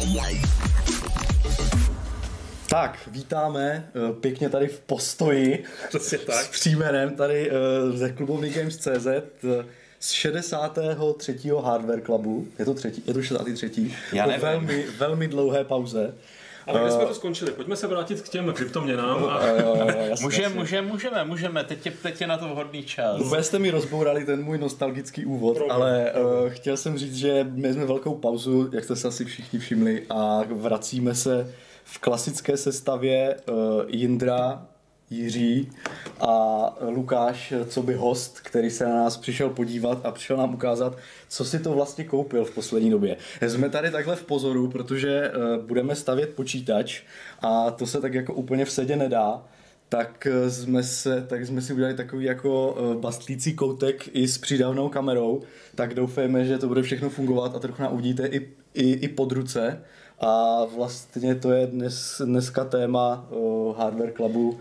Tak, vítáme pěkně tady v postoji s příjmenem tady ze klubovny Games.cz z 63. Hardware Clubu. Je to 63. Po velmi dlouhé pauze. Ale kde jsme to skončili? Pojďme se vrátit k těm kryptoměnám. Můžeme. Teď je na to vhodný čas. Vůbec jste mi rozbourali ten můj nostalgický úvod, ale chtěl jsem říct, že my jsme velkou pauzu, jak jste se asi všichni všimli, a vracíme se v klasické sestavě Jindra, Jiří a Lukáš, co by host, který se na nás přišel podívat a přišel nám ukázat, co si to vlastně koupil v poslední době. Jsme tady takhle v pozoru, protože budeme stavět počítač a to se tak jako úplně v sedě nedá. Tak jsme si udělali takový jako bastlící koutek i s přídavnou kamerou, tak doufejme, že to bude všechno fungovat a trochu nám uvidíte i pod ruce. A vlastně to je dneska téma Hardware Clubu.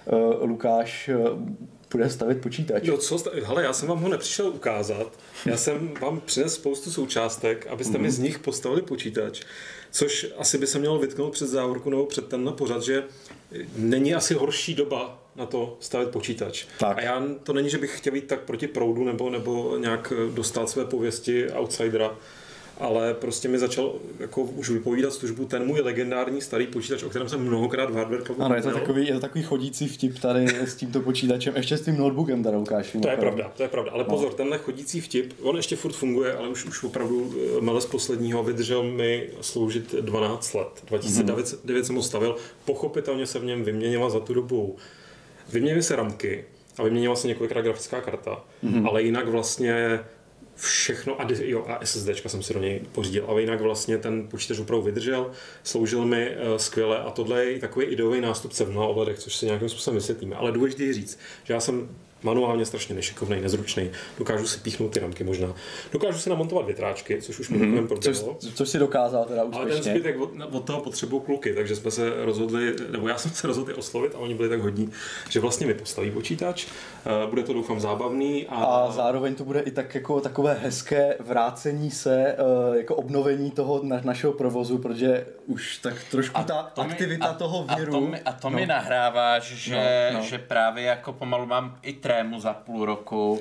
Lukáš bude stavit počítač. No hele, já jsem vám ho nepřišel ukázat. Já jsem vám přinesl spoustu součástek, abyste mi z nich postavili počítač. Což asi by se mělo vytknout před závorku nebo před tenhle pořad, že není asi horší doba na to stavit počítač. Tak. A to není, že bych chtěl jít tak proti proudu nebo nějak dostat své pověsti outsidera, ale prostě mi začal jako už vypovídat službu ten můj legendární starý počítač, o kterém jsem mnohokrát v Hardware Clubu Ano, je to takový chodící vtip tady s tímto počítačem, ještě s tím notebookem tady, Lukáši. To je pravda, ale pozor, tenhle chodící vtip, on ještě furt funguje, ale už opravdu mele z posledního vydržel mi sloužit 12 let. 2009 jsem ho stavil, pochopitelně se v něm vyměnila za tu dobu. Vyměnily se ramky a vyměnila se několikrát grafická karta, ale jinak vlastně všechno, a SSDčka jsem si do něj pořídil, ale jinak vlastně ten počítač opravdu vydržel, sloužil mi skvěle a tohle je takový ideový nástupce v mnoha ohledech, což si nějakým způsobem vysvětlíme. Ale důležité je říct, že já jsem manuálně strašně nešikovnej, nezručnej, dokážu si píchnout ty ramky možná, dokážu si namontovat větráčky, což už mi proběhlo. Což si dokázal teda úspěšně. Ale ten zbytek od toho potřebují kluky, takže jsme se rozhodli, nebo já jsem se rozhodl je oslovit a oni byli tak hodní, že vlastně mi postaví počítač, bude to doufám zábavný. A zároveň to bude i tak jako takové hezké vrácení se, jako obnovení toho našeho provozu, protože už tak trošku aktivita toho viru. A to mi nahráváš, že právě jako pomalu mám i trému za půl roku.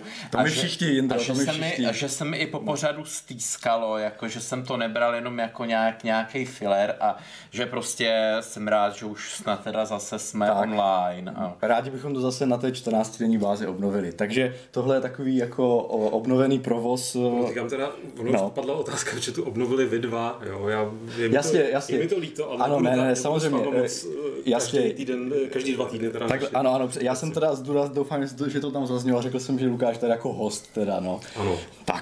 A že se mi i po pořadu stýskalo, jako že jsem to nebral jenom jako nějaký filler a že prostě jsem rád, že už snad teda zase jsme online. Rádi bychom to zase na té 14denní bázi obnovili. Takže tohle je takový jako obnovený provoz. Říkám teda, padla otázka, že tu obnovili vy dva, jo, je mi to líto, ale ano, ne, samozřejmě. Každý 2 týdny teda. Tak, ano, já jsem teda doufám, že to tam zaznělo, řekl jsem, že Lukáš teda jako host teda, no. Ano.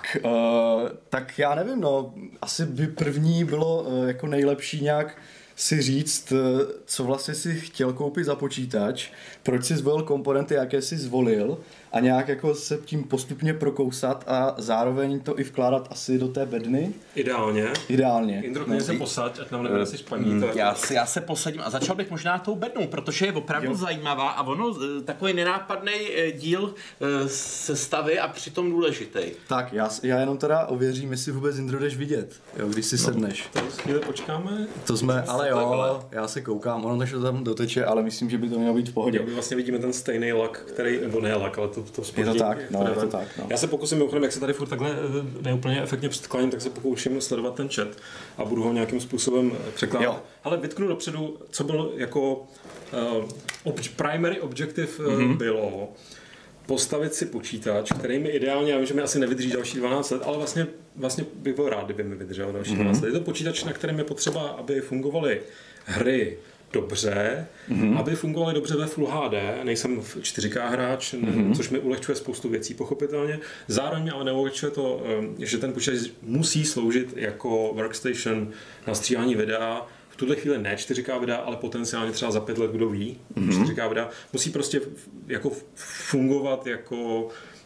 Tak já nevím, asi by první bylo jako nejlepší nějak si říct, co vlastně si chtěl koupit za počítač, proč si zvolil komponenty, jaké si zvolil a nějak jako se tím postupně prokousat a zároveň to i vkládat asi do té bedny. Ideálně. Indro, mě se posaď, ať nám nebude si španí. Já se posadím a začal bych možná tou bednou, protože je opravdu zajímavá a ono takový nenápadný díl sestavy a přitom důležitý. Tak, já jenom teda ověřím, jestli vůbec Indro jdeš vidět, když si sedneš. To chvíli počkáme. To jsme, ale já se koukám, ono to tam doteče, ale myslím, že by to mělo být v pohodě. My vlastně vidíme ten stejný lak, nebo ne lak, ale to spoždění. Je to tak. Já se pokusím, mimochodem, jak se tady furt takhle neúplně efektně předkláním, tak se pokouším sledovat ten chat a budu ho nějakým způsobem překládat. Ale vytknu dopředu, co bylo jako primary objective bylo postavit si počítač, který mi ideálně, já vím, že mi asi nevydrží další 12 let, ale vlastně bych byl rád, kdyby mi vydržel další 12 let. Je to počítač, na kterém je potřeba, aby fungovaly hry dobře, aby fungovaly dobře ve Full HD, nejsem 4K hráč, což mi ulehčuje spoustu věcí pochopitelně, zároveň ale neulehčuje to, že ten počítač musí sloužit jako workstation na stříhání videa, v tuhle chvíli ne 4K videa, ale potenciálně třeba za 5 let, kdo ví, 4K videa, musí prostě jako fungovat jako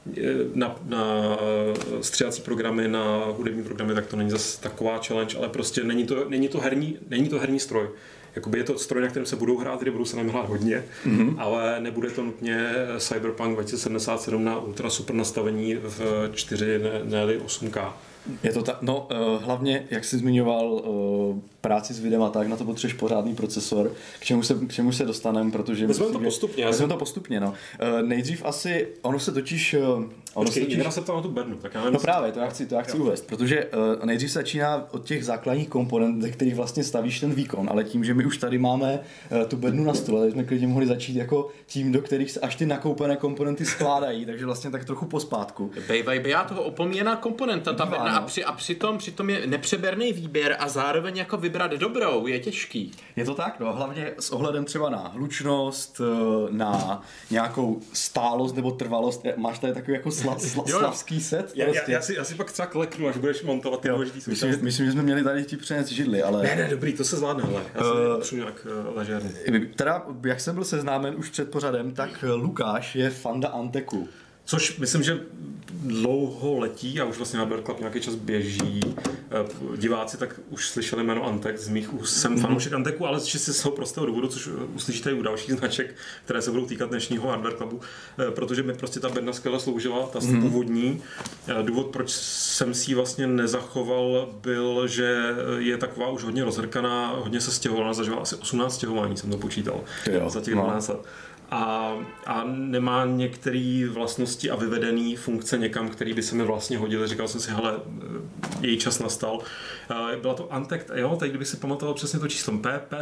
na stříhací programy, na hudební programy, tak to není zase taková challenge, ale prostě není to herní stroj. Jakoby je to stroj, na kterém se budou hrát, kde budou se nám hrát hodně, ale nebude to nutně Cyberpunk 2077 na ultra super nastavení v 4 ne 8K. Je to tak, no hlavně, jak jsi zmiňoval práci s videem a tak, na to potřebuješ pořádný procesor, k čemu se dostaneme, protože... Vezmeme to postupně. Vezmeme to postupně, no. Nejdřív asi, ono se totiž... Já se ptám na tu bednu, tak já nevím. No právě, to já chci uvést, protože nejdřív se začíná od těch základních komponent, ze kterých vlastně stavíš ten výkon, ale tím, že my už tady máme tu bednu na stole, tak jsme klidně mohli začít jako tím, do kterých se až ty nakoupené komponenty skládají, takže vlastně tak trochu pospátku. Já toho opomíjená komponenta, ta bedna a přitom je nepřeberný výběr a zároveň jako vybrat dobrou, je těžký. Je to tak, no, hlavně s ohledem třeba na hlučnost, na nějakou stálost nebo trvalost, máš tady takový jako slavský set. Já si pak třeba kleknu, až budeš montovat ty důležitý součásti. Myslím, že jsme měli tady ti přinést židli, ale... Ne, dobrý, to se zvládne, ale já si nějak ležerný. Teda, jak jsem byl seznámen už před pořadem, tak Lukáš je fanda Anteku. Což myslím, že dlouho letí a už vlastně na Bear Club nějaký čas běží. Diváci tak už slyšeli jméno Antek, z mých úst jsem fanoušek Anteku, ale čistě z toho prostého důvodu, což uslyšíte i u dalších značek, které se budou týkat dnešního Hardware Clubu, protože mi prostě ta bedna skvěle sloužila, ta původní. Důvod, proč jsem si ji vlastně nezachoval, byl, že je taková už hodně rozhrkaná, hodně se stěhovala, zažila asi 18 stěhování, jsem to počítal za těch 12 let. A nemá některé vlastnosti a vyvedené funkce někam, který by se mi vlastně hodily. Říkal jsem si, hele, její čas nastal. Byla to Antek, jo, teď kdybych si pamatoval přesně to číslo,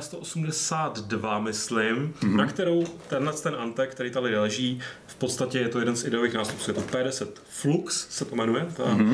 PP182, myslím, na kterou ten Antek, který tady leží, v podstatě je to jeden z ideových nástupců. Je to P10 Flux, se to jmenuje,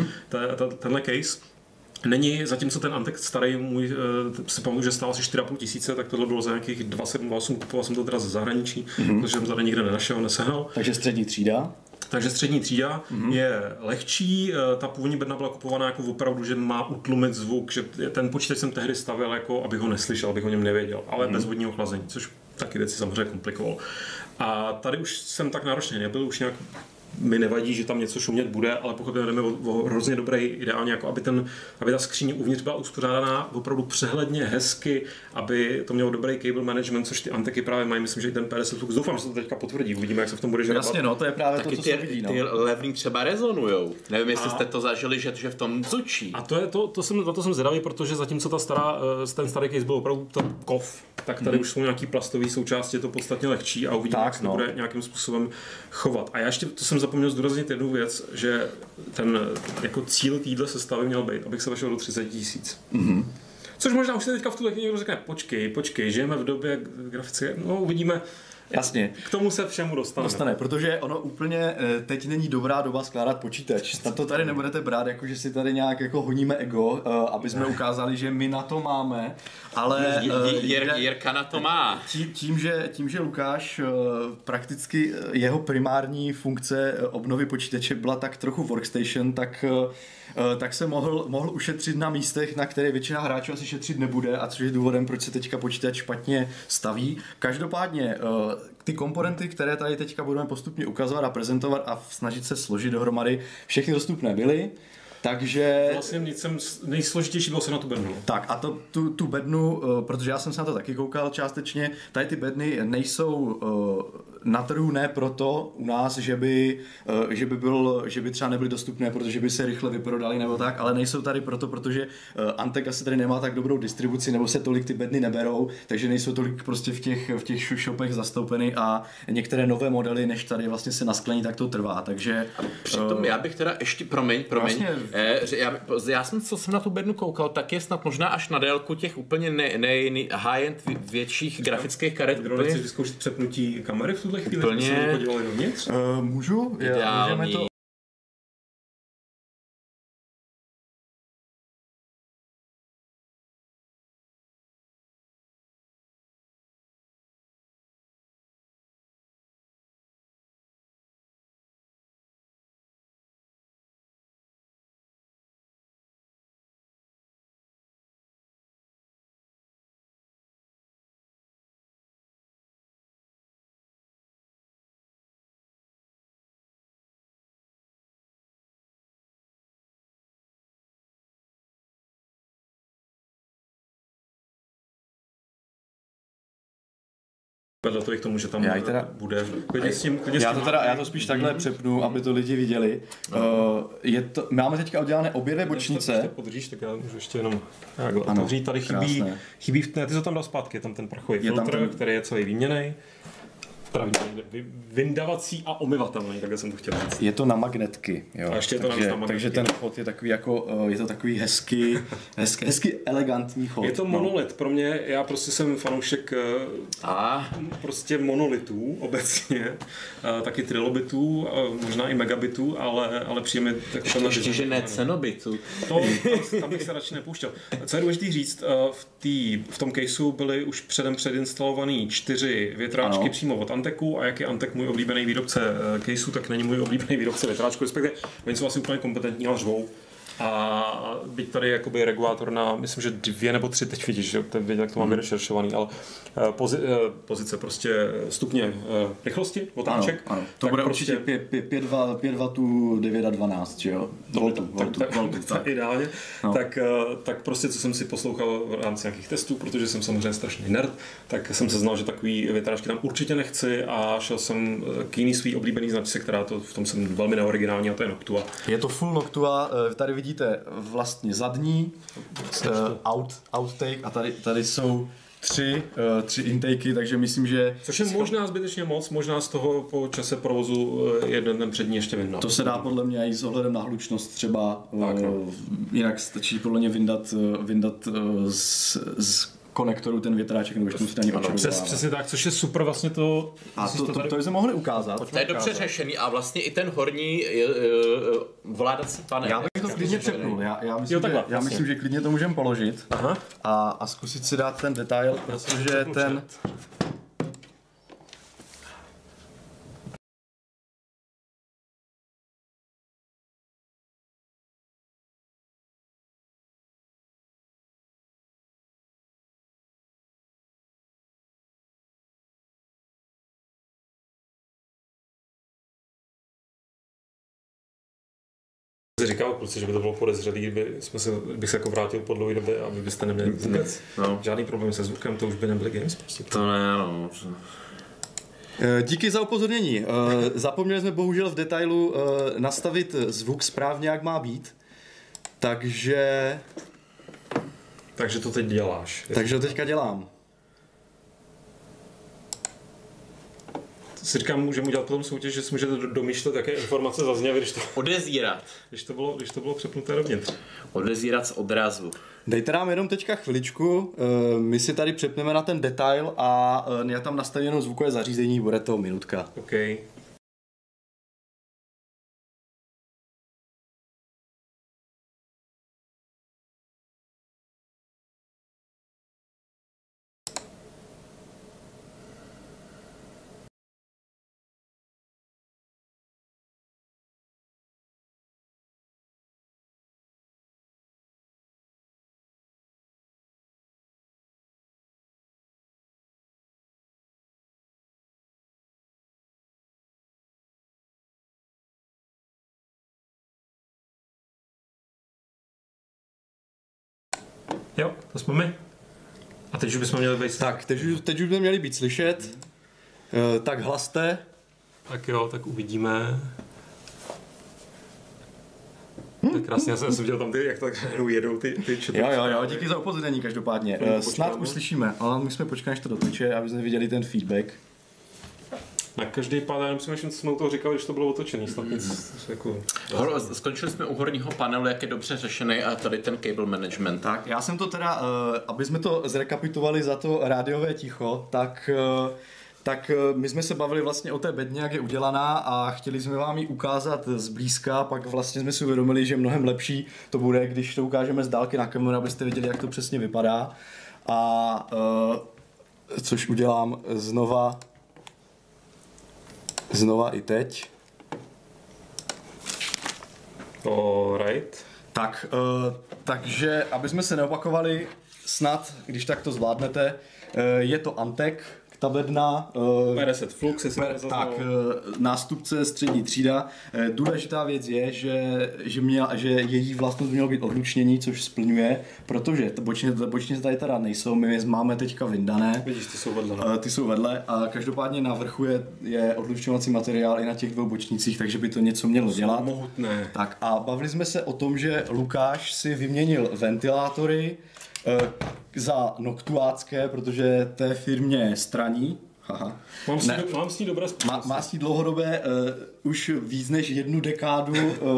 tenhle case. Není, zatímco ten Antek starý můj, si pamatuju, že stál asi 4,5 tisíce, tak tohle bylo za nějakých 2,7-2,8, kupoval jsem to teda ze zahraničí, protože jsem tady nikde nenašel, nesehnal. Takže střední třída? Takže střední třída je lehčí, ta původní bedna byla kupovaná jako opravdu, že má utlumit zvuk, že ten počítač jsem tehdy stavil, jako abych ho neslyšel, abych o něm nevěděl, ale bez vodního chlazení, což taky věci samozřejmě komplikovalo. A tady už jsem tak náročný nebyl, už nějak mi nevadí, že tam něco šumět bude, ale pochopitelně jdeme o hrozně dobrý, ideálně jako aby ta skříně uvnitř byla uspořádaná opravdu přehledně, hezky, aby to mělo dobrý cable management, což ty Anteky právě mají, myslím, že i ten P10 Flux. Doufám, že se to teďka potvrdí, uvidíme, jak se v tom bude žrabat. Jasně, no, to je právě taky to, co se vidí, no. Ty levný třeba rezonujou. Nevím, jestli jste to zažili, že v tom zučí. A to jsem zvědavý, protože zatímco ten starý case byl opravdu ten kov, tak tady už jsou nějaký plastový součásti, je to podstatně lehčí a uvidíme, jak se to bude nějakým způsobem chovat. A já ještě to jsem zapomněl zdůraznit jednu věc, že ten jako cíl téhle sestavy měl být, abych se vešel do 30 000. Což možná už se teďka v tuhle chvíli někdo řekne, počkej, žijeme v době grafické, no uvidíme. Jasně. K tomu se všemu dostane, protože ono úplně teď není dobrá doba skládat počítač. Na to tady nebudete brát, jako že si tady nějak jako honíme ego, aby jsme ukázali, že my na to máme, ale Jirka na to má. Tím, že Lukáš prakticky jeho primární funkce obnovy počítače byla tak trochu workstation, tak se mohl ušetřit na místech, na které většina hráčů asi šetřit nebude, a což je důvodem, proč se teďka počítač špatně staví. Každopádně ty komponenty, které tady teďka budeme postupně ukazovat a prezentovat a snažit se složit dohromady, všechny dostupné byly. Takže... Vlastně nejsložitější bylo se na tu bednu. Tak a tu bednu, protože já jsem se na to taky koukal částečně, tady ty bedny nejsou na trhu ne proto u nás, že by třeba nebyly dostupné, protože by se rychle vyprodali nebo tak, ale nejsou tady proto, protože Antek asi tady nemá tak dobrou distribuci, nebo se tolik ty bedny neberou, takže nejsou tolik prostě v těch shopech zastoupeny a některé nové modely, než tady vlastně se nasklení, tak to trvá, takže... Přitom já bych teda ještě, promiň, vlastně, já jsem, co jsem na tu bednu koukal, tak je snad možná až na délku těch úplně high-end větších grafických karet. Chceš vyzkoušet přepnutí kamery v tuhle chvíli? Úplně... Můžu? Ideální. Můžeme to vedle toho k tomu, že tam bude. Já to spíš takhle přepnu, aby to lidi viděli. Máme teďka oddělané obě dvě bočnice. Když to podříš, tak já můžu ještě jenom otevřít. Tady chybí ty to tam dal zpátky, je tam ten prachový filtr, který je celý výměnej. Vyndavací a omyvatelný, takhle jsem to chtěl říct. Je to na magnetky, jo. A ještě je to na magnetky. Takže ten chod je takový jako, je to takový hezky elegantní chod. Je to monolit, pro mě, já prostě jsem fanoušek prostě monolitů obecně, taky trilobitů, možná i megabitů, ale přijeme tak ještě, že ne cenobitů. Tam bych se radši nepouštěl. Co je důležité říct, v tom caseu byly už předem předinstalovaný 4 větráčky přímo od Anteku, a jak je Antek můj oblíbený výrobce caseu, tak není můj oblíbený výrobce větráčku, respektive oni jsou asi úplně kompetentní, ale řvou. A byť tady jakoby regulátor na, myslím, že 2 nebo 3, teď vidíš, že jak to mám vyrešeršovaný, ale pozice prostě stupně rychlosti, otáček. Ano. To bude prostě určitě 5 W 9 a 12, že jo? Voltů. Tak ideálně. No. Tak prostě, co jsem si poslouchal v rámci nějakých testů, protože jsem samozřejmě strašný nerd, tak jsem se znal, že takový větráčky tam určitě nechci a šel jsem k jiný svý oblíbený značce, která v tom jsem velmi neoriginální, a to je Noctua. Je to full Noctua, tady vidíte vlastně zadní outtake a tady jsou 3 intakey, takže myslím, že... Což je možná zbytečně moc, možná z toho po čase provozu jeden přední ještě vyndat. To se dá podle mě i s ohledem na hlučnost třeba, jinak stačí podle mě vyndat z konektoru ten větráček, nebo ještě musí ani očarovat. Přesně tak, což je super vlastně to... A to jsme mohli ukázat. To je dobře řešený a vlastně i ten horní ovládací panel. Já bych to klidně přepnul. Já myslím, že klidně to můžeme položit a zkusit si dát ten detail, protože ten... Říkal, protože by to bylo podezřelý, bych se jako vrátil po dlouhé době a vy byste neměli vůbec žádný problém se zvukem, to už by nebyly games prostě. To ne, no. Díky za upozornění. Zapomněli jsme bohužel v detailu nastavit zvuk správně, jak má být. Takže to teď děláš. Takže to teďka dělám. Si říkám, že mu dělat potom soutěž, že si můžete domýšlet, jaké informace zazněly, odezírat. Když to bylo přepnuté rovněž. Odezírat z odrazu. Dejte nám jenom teďka chviličku, my si tady přepneme na ten detail a já tam nastavím jenom zvukové zařízení, bude to minutka. OK. Jo, to jsme my. A teď už bychom měli být... Tak, teď už bychom měli být slyšet. Tak hlaste. Tak jo, tak uvidíme. Tak krásně, já jsem viděl tam ty, jak tak jedou ty čety. Jo, díky za upozornění každopádně. Snad uslyšíme, ale musíme počkat, než to dotočí, aby jsme viděli ten feedback. Na každý pád, já nepřemýšlím, co jsme u toho říkali, když to bylo otočený, snad nic jako... Skončili jsme u horního panelu, jak je dobře řešený a tady ten cable management. Tak, já jsem to teda, aby jsme to zrekapitovali za to rádiové ticho, tak my jsme se bavili vlastně o té bedně, jak je udělaná a chtěli jsme vám ji ukázat zblízka, pak vlastně jsme si uvědomili, že mnohem lepší to bude, když to ukážeme z dálky na kameru, abyste viděli, jak to přesně vypadá. A což udělám znova i teď. Alright. Takže, aby jsme se neopakovali, snad, když tak to zvládnete, je to Antek, ta bedna. P10 Flux, tak, nástupce střední třída. Důležitá věc je, že její vlastnost mělo být odlučnění, což splňuje, protože bočnice tady teda nejsou, my je máme teďka vyndané. Vidíš, ty jsou vedle a každopádně na vrchu je odlučňovací materiál i na těch dvou bočnicích, takže by to něco mělo dělat. Mohutné. Tak a bavili jsme se o tom, že Lukáš si vyměnil ventilátory za noktuácké, protože té firmě straní. Haha. Mám s ní dobré zkušenosti. Má s ní dlouhodobé, už víc než 1 dekádu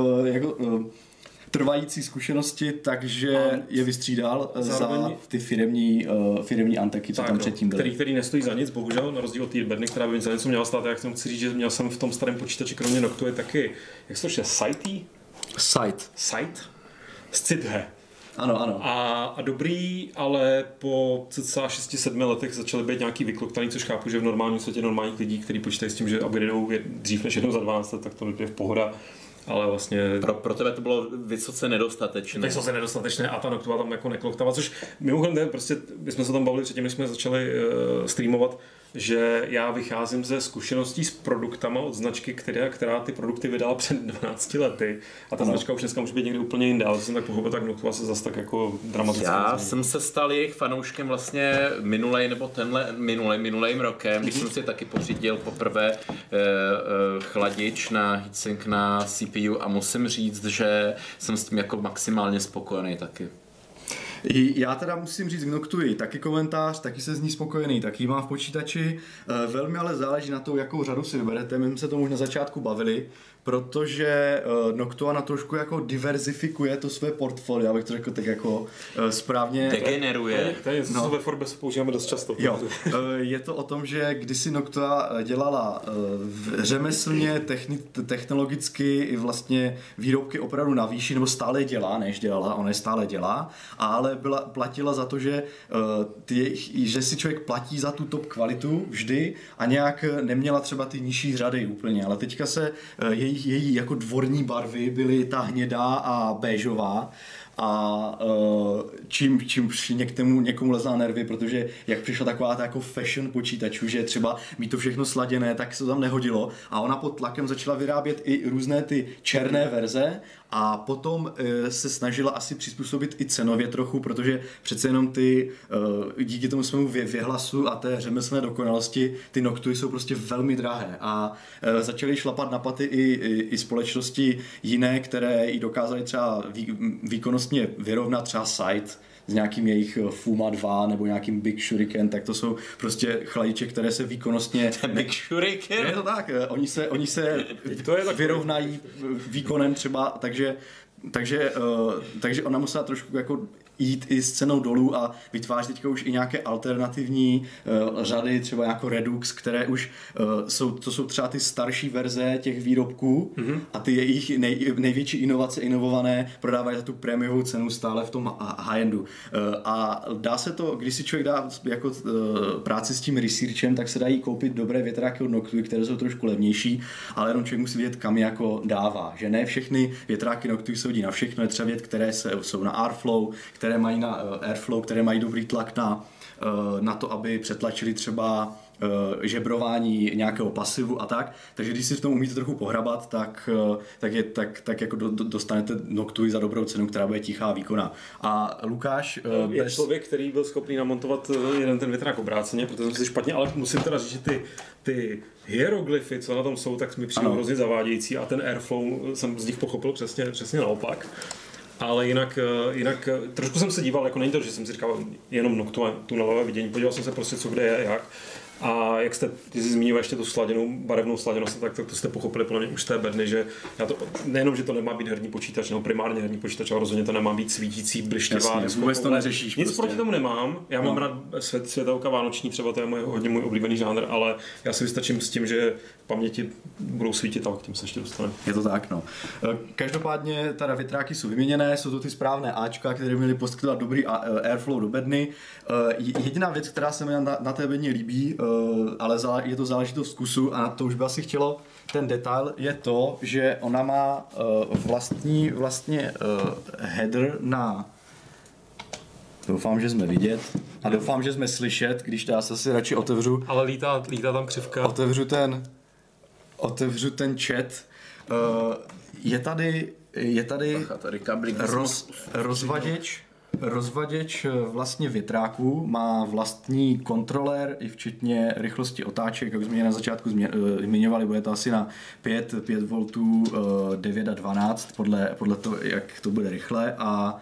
trvající zkušenosti, takže je vystřídal za ty firemní anteky, co tam předtím byly. Který nestojí za nic, bohužel, na rozdíl od té bedny, která by za něco měla stát. Já chci říct, že měl jsem v tom starém počítači kromě Noctue taky, jak se to říká, Site? Scithe. Ano. A dobrý, ale po cca 6-7 letech začaly být nějaký vykloktaný, což chápu, že v normálním světě normálních lidí, kteří počítají s tím, že upgradeujou dřív než jednou za 12 let, tak to je v pohoda. Ale vlastně... Pro tebe to bylo vysoce nedostatečné. Vysoce nedostatečné a ta Noctua tam jako nekloktala, což mimochodem prostě, my jsme se tam bavili předtím, než jsme začali streamovat, že já vycházím ze zkušeností s produktama od značky, která ty produkty vydala před 12 lety a ta značka už dneska může být někdy úplně jinde, ale jsem tak pochopil, tak Noctua se zase tak jako dramaticky. Já jsem se stal jejich fanouškem vlastně minulým rokem, když jsem si taky pořídil poprvé chladič na heatsink na CPU a musím říct, že jsem s tím jako maximálně spokojený taky. Já teda musím říct k Noctui taky komentář, taky se z ní spokojený, taky mám v počítači. Velmi ale záleží na to, jakou řadu si vyberete. My jsme se tomu už na začátku bavili, protože Noctua na trošku jako diverzifikuje to své portfolio, abych to řekl tak jako správně. Degeneruje. To je něco, co ve Forbes používáme dost často. Jo. Je to o tom, že kdysi Noctua dělala řemeslně, technologicky i vlastně výrobky opravdu na výši, nebo stále dělá, než dělala, ona je stále dělá, ale platila za to, že si člověk platí za tu top kvalitu vždy a nějak neměla třeba ty nižší řady úplně, ale teďka se její jako dvorní barvy byly ta hnědá a béžová a čím někomu lezá nervy, protože jak přišla taková ta jako fashion počítačů, že třeba mít to všechno sladěné, tak se to tam nehodilo a ona pod tlakem začala vyrábět i různé ty černé verze a potom se snažila asi přizpůsobit i cenově trochu, protože přece jenom díky tomu svému věhlasu a té řemeslné dokonalosti ty Noctui jsou prostě velmi drahé a začaly šlapat na paty i společnosti jiné, které i dokázaly třeba výkonnostně vyrovnat třeba Site s nějakým jejich Fuma 2 nebo nějakým Big Shuriken, tak to jsou prostě chladiče, které se výkonnostně... Big Shuriken? Je to tak, oni se vyrovnají výkonem třeba, takže ona musela trošku jako jít i s cenou dolů a vytváří teďka už i nějaké alternativní řady, třeba jako Redux, které už to jsou třeba ty starší verze těch výrobků a ty jejich největší inovace inovované prodávají za tu prémiovou cenu stále v tom high-endu. A dá se to, když si člověk dá jako práci s tím researchem, tak se dají koupit dobré větráky od Noctui, které jsou trošku levnější, ale jenom člověk musí vědět, kam jako dává. Že ne všechny větráky Noctui se hodí na všechno, je třeba vědět, které jsou na Airflow, které mají na Airflow, které mají dobrý tlak na to, aby přetlačili třeba žebrování nějakého pasivu a tak. Takže když si v tom umíte trochu pohrabat, tak jako dostanete Noctui za dobrou cenu, která bude tichá a výkonná. A Lukáš... Je člověk, který byl schopný namontovat jeden ten větrák obráceně, protože jsem si špatně, ale musím teda říct, že ty hieroglyfy, co na tom jsou, tak mi přijde hrozně zavádějící a ten Airflow jsem z nich pochopil přesně naopak. Ale jinak trošku jsem se díval, jako není to, že jsem si říkal jenom Noctua, tu nové vidění, podíval jsem se prostě, co kde je, jak. A jak ty jsi zmínil ještě tu barevnou sladěnost, tak to jste pochopili podle mě už z té bedny, že nejenom, že to nemá být herní počítač, nebo primárně herní počítač, ale rozhodně to nemá být svítící, blištivá. Jasně, vůbec to neřešíš. Nic proti tomu nemám, já mám rád světelka vánoční, třeba to je hodně můj oblíbený žánr, ale já si vystačím s tím, že paměti budou svítit, ale k tím se ještě dostaneme. Je to tak, no. Každopádně teda větráky jsou vyměněné, jsou to ty správné Ačka, které měly poskytovat dobrý airflow do bedny. Jediná věc, která se mi na té bedně líbí, ale je to záležitost vkusu a na to už by asi chtělo ten detail, je to, že ona má vlastně header na Doufám, že jsme vidět a doufám, že jsme slyšet, když já se si radši otevřu. Ale lítá tam křivka. Otevřu ten chat. Je tady rozvaděč vlastně větráků, má vlastní kontroler i včetně rychlosti otáček, jak jsme na začátku zmiňovali, bude to asi na 5 V, 9 a 12 podle toho, jak to bude rychle a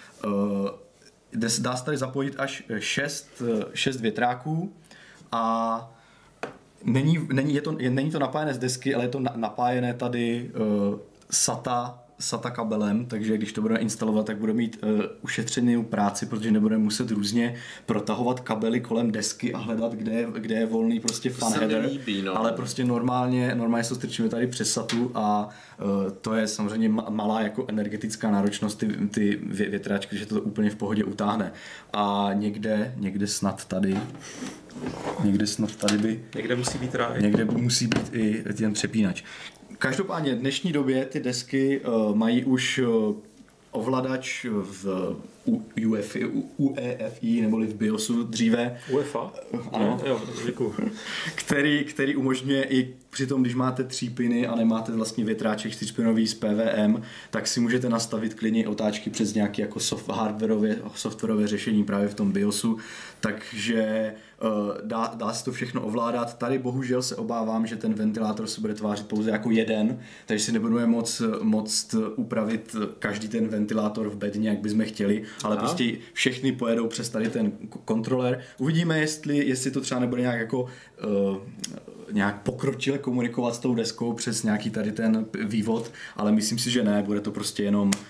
dá se tady zapojit až 6 větráků a není to napájené z desky, ale je to napájené tady SATA kabelem, takže když to budeme instalovat, tak budeme mít ušetřenou práci, protože nebudeme muset různě protahovat kabely kolem desky a hledat, kde je volný prostě fan header, ale prostě normálně se strčíme tady přes SATu a to je samozřejmě malá jako energetická náročnost ty větráčky, že to úplně v pohodě utáhne. A někde snad tady někde musí být i ten přepínač. Každopádně v dnešní době ty desky mají už ovladač v UEFI neboli v BIOSu dříve. UEFA? Ano. Jo, děkuju. který umožňuje i přitom, když máte 3 piny a nemáte vlastně větráček 4pinový s PWM, tak si můžete nastavit klidně otáčky přes nějaké jako softwarové řešení právě v tom BIOSu, takže dá se to všechno ovládat. Tady bohužel se obávám, že ten ventilátor se bude tvářit pouze jako jeden, takže si nebudeme moct upravit každý ten ventilátor v bedně, jak bychom chtěli, ale prostě všechny pojedou přes tady ten kontroler. Uvidíme, jestli to třeba nebude nějak jako nějak pokročile komunikovat s tou deskou přes nějaký tady ten vývod, ale myslím si, že ne, bude to prostě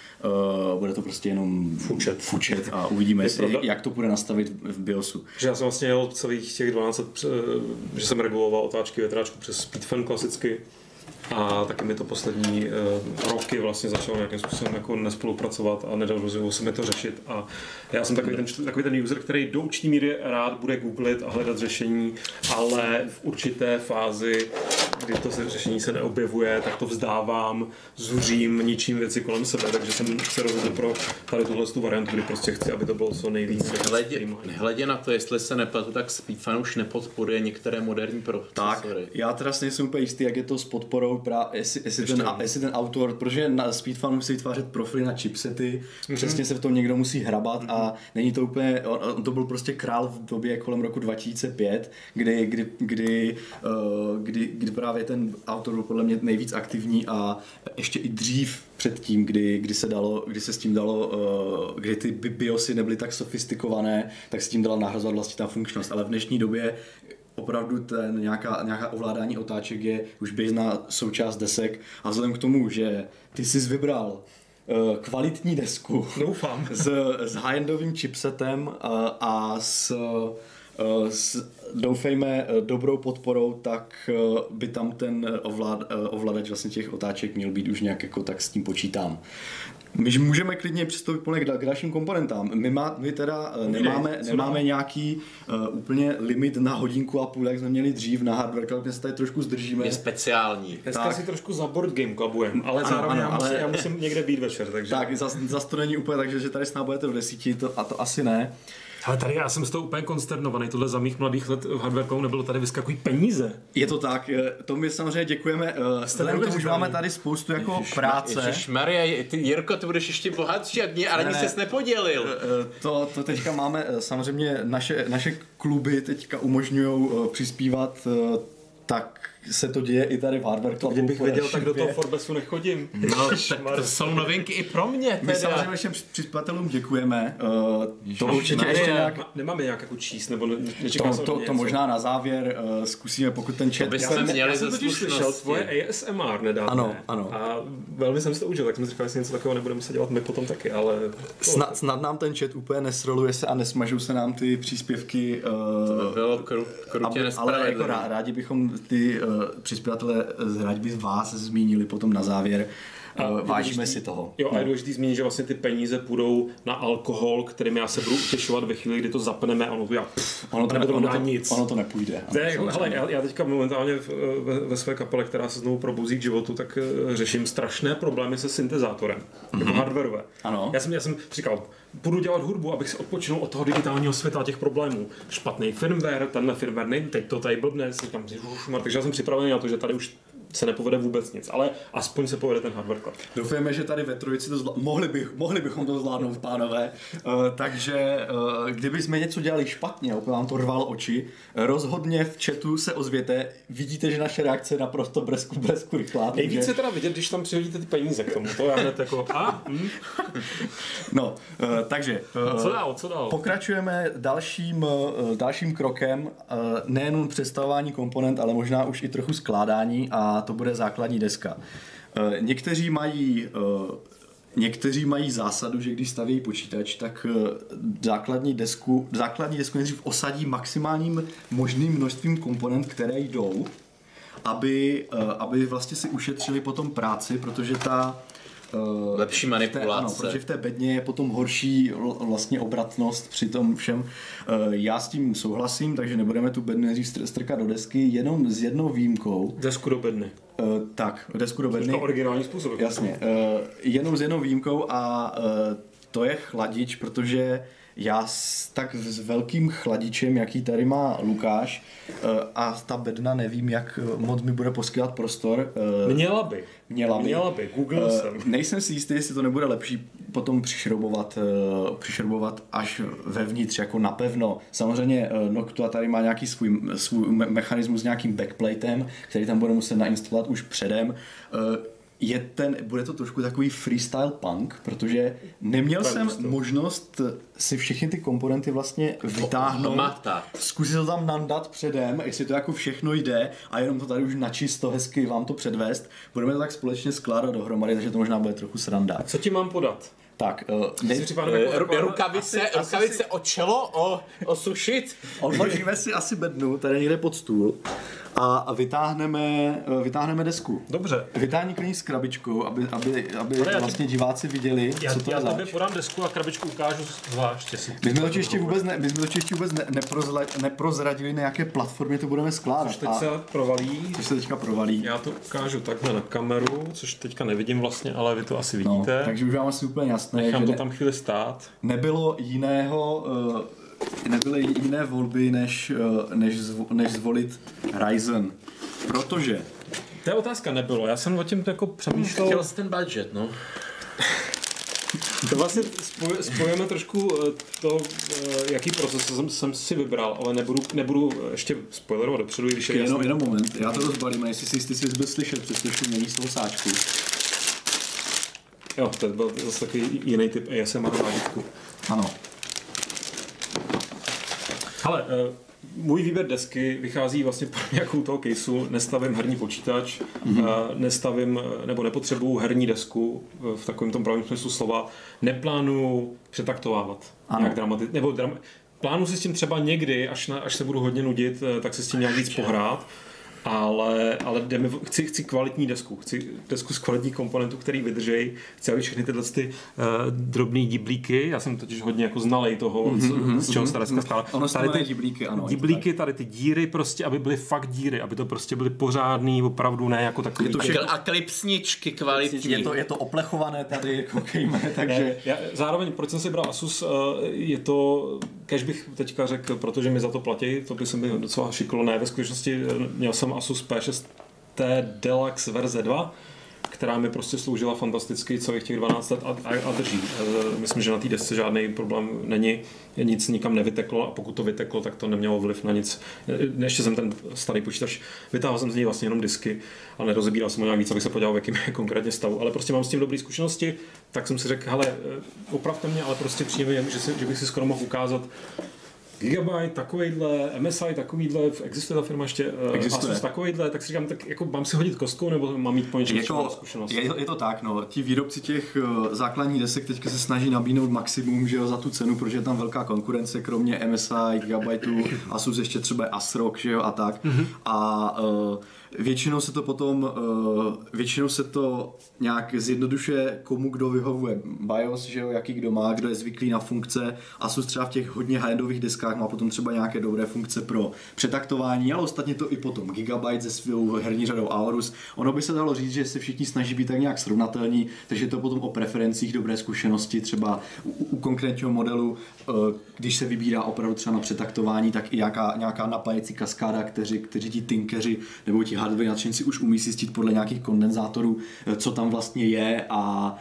jenom fučet a uvidíme, jak to bude nastavit v BIOSu. Že já jsem vlastně jel celých těch 12 let, že jsem reguloval otáčky větráčku přes Speedfan klasicky a taky mi to poslední roky vlastně začalo nějakým způsobem jako nespolupracovat a nedovolilo se mi to řešit a já jsem takový ten user, který do určitý míry rád bude googlit a hledat řešení, ale v určité fázi, kdy to řešení se neobjevuje, tak to vzdávám, zuřím, ničím věci kolem sebe, takže jsem se rozhodl pro tady tuhle variantu, kdy prostě chci, aby to bylo co nejvíc. Nehledě na to, jestli se nepletu, tak Speedfan už nepodporuje některé moderní procesory. Tak, já teda nejsem úplně jistý, jak je to s podporou, jestli ten autor, protože na Speedfanu musí vytvářet profily na chipsety, přesně se v tom někdo musí hrabat a není to úplně, on to byl prostě král v době kolem roku 2005, kdy právě ten autor byl podle mě nejvíc aktivní a ještě i dřív předtím, kdy se s tím dalo, kdy ty BIOSy nebyly tak sofistikované, tak se tím dala nahrazovat vlastně ta funkčnost, ale v dnešní době opravdu nějaká ovládání otáček je už běžná součást desek a vzhledem k tomu, že ty jsi vybral kvalitní desku s high-endovým chipsetem a doufejme dobrou podporou, tak by tam ten ovladač vlastně těch otáček měl být už nějak jako tak s tím počítám. My můžeme klidně přistoupit k dalším komponentám. My teda nemáme nějaký úplně limit na hodinku a půl, jak jsme měli dřív na hardware, kde se tady trošku zdržíme. Je speciální. Dneska si trošku za board game klabujem, ale zároveň já musím někde být večer. Takže... Tak, zas to není úplně tak, že tady s námi budete v 10, a to asi ne. Ale tady já jsem z toho úplně konsternovaný, tohle za mých mladých let v hardwarekou nebylo, tady vyskakují peníze. Je to tak, to my samozřejmě děkujeme, už máme tady spoustu jako práce. Ježišmarja, Jirko, ty budeš ještě bohatší jak mě, ale ani ses nepodělil. To teďka máme, samozřejmě naše kluby teďka umožňují přispívat, tak se to děje i tady v Hardware Clubu. Kdybych věděl, tak do toho Forbesu nechodím. No, tak to jsou novinky i pro mě. My samozřejmě všem přispěvatelům děkujeme. To určitě ještě nemáme nějak jako číst, nebo to možná na závěr zkusíme, pokud ten chat... Já jsem totiž slyšel tvoje ASMR nedávno. Ano. A velmi jsem si to užil, tak jsem si říkal, jestli něco takového nebudeme muset dělat my potom taky, ale... Snad nám ten chat úplně nesroluje se a nesmažou se nám ty příspěvky. To by bylo krutě nespravedlivé. Ale jako rádi bychom ty přispěvatele, rádi by vás zmínili potom na závěr. vážíme si toho. Jo, a je důležitý zmínit, že vlastně ty peníze půjdou na alkohol, kterým já se budu utěšovat ve chvíli, kdy to zapneme a ono to nepůjde. Hele, já teďka momentálně ve své kapele, která se znovu probouzí k životu, tak řeším strašné problémy se syntezátorem, jako hardwareové. Ano. Já jsem říkal, budu dělat hudbu, abych si odpočinul od toho digitálního světa a těch problémů. Špatný firmware, tenhle firmware nejde, teď to tady blbne, takže já jsem připravený na to, že tady už se nepovede vůbec nic, ale aspoň se povede ten hardware klad. Doufujeme, že tady ve trojici to mohli bychom to zvládnout, pánové. Takže kdyby jsme něco dělali špatně, opět vám to rvalo oči, rozhodně v chatu se ozvěte. Vidíte, že naše reakce je naprosto blesku rychlá. Nejvíce teda vidět, když tam přihodíte ty peníze k tomu. To já hned jako No, takže co dál? Pokračujeme dalším krokem, nejen představování komponent, ale možná už i trochu skládání, a to bude základní deska. Někteří mají zásadu, že když staví počítač, tak základní desku nejdřív osadí maximálním možným množstvím komponent, které jdou, aby vlastně si ušetřili potom práci, protože lepší manipulace. Ano, protože v té bedně je potom horší vlastně obratnost při tom všem. Já s tím souhlasím, takže nebudeme tu bednu nejdřív strkat do desky, jenom s jednou výjimkou. Desku do bedny. Tak, desku do bedny. To originální způsob. Jasně. Jenom s jednou výjimkou a to je chladič, protože já tak s velkým chladičem, jaký tady má Lukáš, a ta bedna nevím, jak moc mi bude poskytovat prostor. Měla by. Google jsem. Nejsem si jistý, jestli to nebude lepší potom přišroubovat až vevnitř, jako napevno. Samozřejmě Noctua tady má nějaký svůj mechanismus s nějakým backplatem, který tam bude muset nainstalovat už předem. Bude to trošku takový freestyle punk, protože neměl jsem možnost si všechny ty komponenty vlastně vytáhnout, zkusit to tam nandat předem, jestli to jako všechno jde a jenom to tady už načisto hezky vám to předvést. Budeme to tak společně skládat dohromady, takže to možná bude trochu sranda. Co ti mám podat? Tak, rukavice o čelo, osušit. Odložíme si asi bednu, tady někde pod stůl a vytáhneme desku. Dobře. Vytáhni klidně s krabičkou, aby vlastně diváci viděli, co to je zač. Já tobě podám desku a krabičku ukážu zvlášť. My jsme to ještě vůbec neprozradili, na jaké platformě to budeme skládat. Což se teďka provalí. Já to ukážu takhle na kameru, což teďka nevidím vlastně, ale vy to asi vidíte. No, takže už vám asi úplně jasné, nechám to tam chvíli stát. Nebyly jiné volby, než zvolit Ryzen. Protože... To je otázka, nebylo. Já jsem o tím jako přemýšlel... Chtěl jsi ten budget, no. To vlastně spojujeme trošku to, jaký proces jsem si vybral, ale nebudu ještě spoilerovat dopředu, když je jasný. Jenom moment, já to rozbalím, jestli si jistý byl slyšet přes to šumění z toho sáčku. Jo, to byl zase takový jiný typ ASMR nážitku. Ano. Hele, můj výběr desky vychází vlastně po nějakou toho caseu, nestavím herní počítač, nepotřebuju herní desku v takovém tom pravém smyslu slova, neplánuju přetaktovávat nějak plánuju si s tím třeba někdy, až se budu hodně nudit, tak se s tím nějak víc pohrát. Ale chci kvalitní desku. Chci desku z kvalitních komponentů, který vydržej. Chci, aby všechny tyhle drobný diblíky, já jsem totiž hodně jako znalej toho, z čeho se ta deska stala. Tady ty diblíky, ano. Diblíky, tady ty díry, prostě, aby byly fakt díry, aby to prostě byly pořádný, opravdu ne jako takový. A klipsničky kvalitní. Je to oplechované tady, koukejme, takže... Zároveň, proč jsem si bral Asus, je to, kež bych teďka řekl, protože mi za to platí, to by se mi docela šiklo, ne, ve skutečnosti měl jsem Asus P6T Deluxe verze 2, která mi prostě sloužila fantasticky celých těch 12 let a drží. Myslím, že na té desce žádný problém není, nic nikam nevyteklo a pokud to vyteklo, tak to nemělo vliv na nic. Ještě jsem ten starý počítač, vytáhl jsem z něj vlastně jenom disky a nerozebíral jsem ho nějak víc, abych se podíval, v jakým je konkrétně stavu. Ale prostě mám s tím dobré zkušenosti, tak jsem si řekl, hele, opravte mě, ale prostě přijde, že bych si skoro mohl ukázat Gigabyte takovejhle, MSI takovýhle, existuje ta firma ještě, Asus takovejhle, tak si říkám, tak jako mám si hodit kostkou, nebo mám mít po něčem zkušenost? Je to tak, no, ti výrobci těch základních desek teďka se snaží nabídnout maximum, že jo, za tu cenu, protože je tam velká konkurence, kromě MSI, Gigabyteu, Asus ještě třeba ASRock, že jo, a tak. A většinou se to nějak zjednodušuje, komu kdo vyhovuje BIOS, že jo, jaký kdo má, kdo je zvyklý na funkce. Asus třeba v těch hodně high-endových deskách má potom třeba nějaké dobré funkce pro přetaktování, ale ostatně to i potom Gigabyte se svou herní řadou Aorus. Ono by se dalo říct, že se všichni snaží být tak nějak srovnatelní, takže to potom o preferencích, dobré zkušenosti, třeba u konkrétního modelu, když se vybírá opravdu třeba na přetaktování, tak i nějaká napájecí kaskáda, kteří ti tinkeři nebo ti hardware nadšenci už umí si stít podle nějakých kondenzátorů, co tam vlastně je a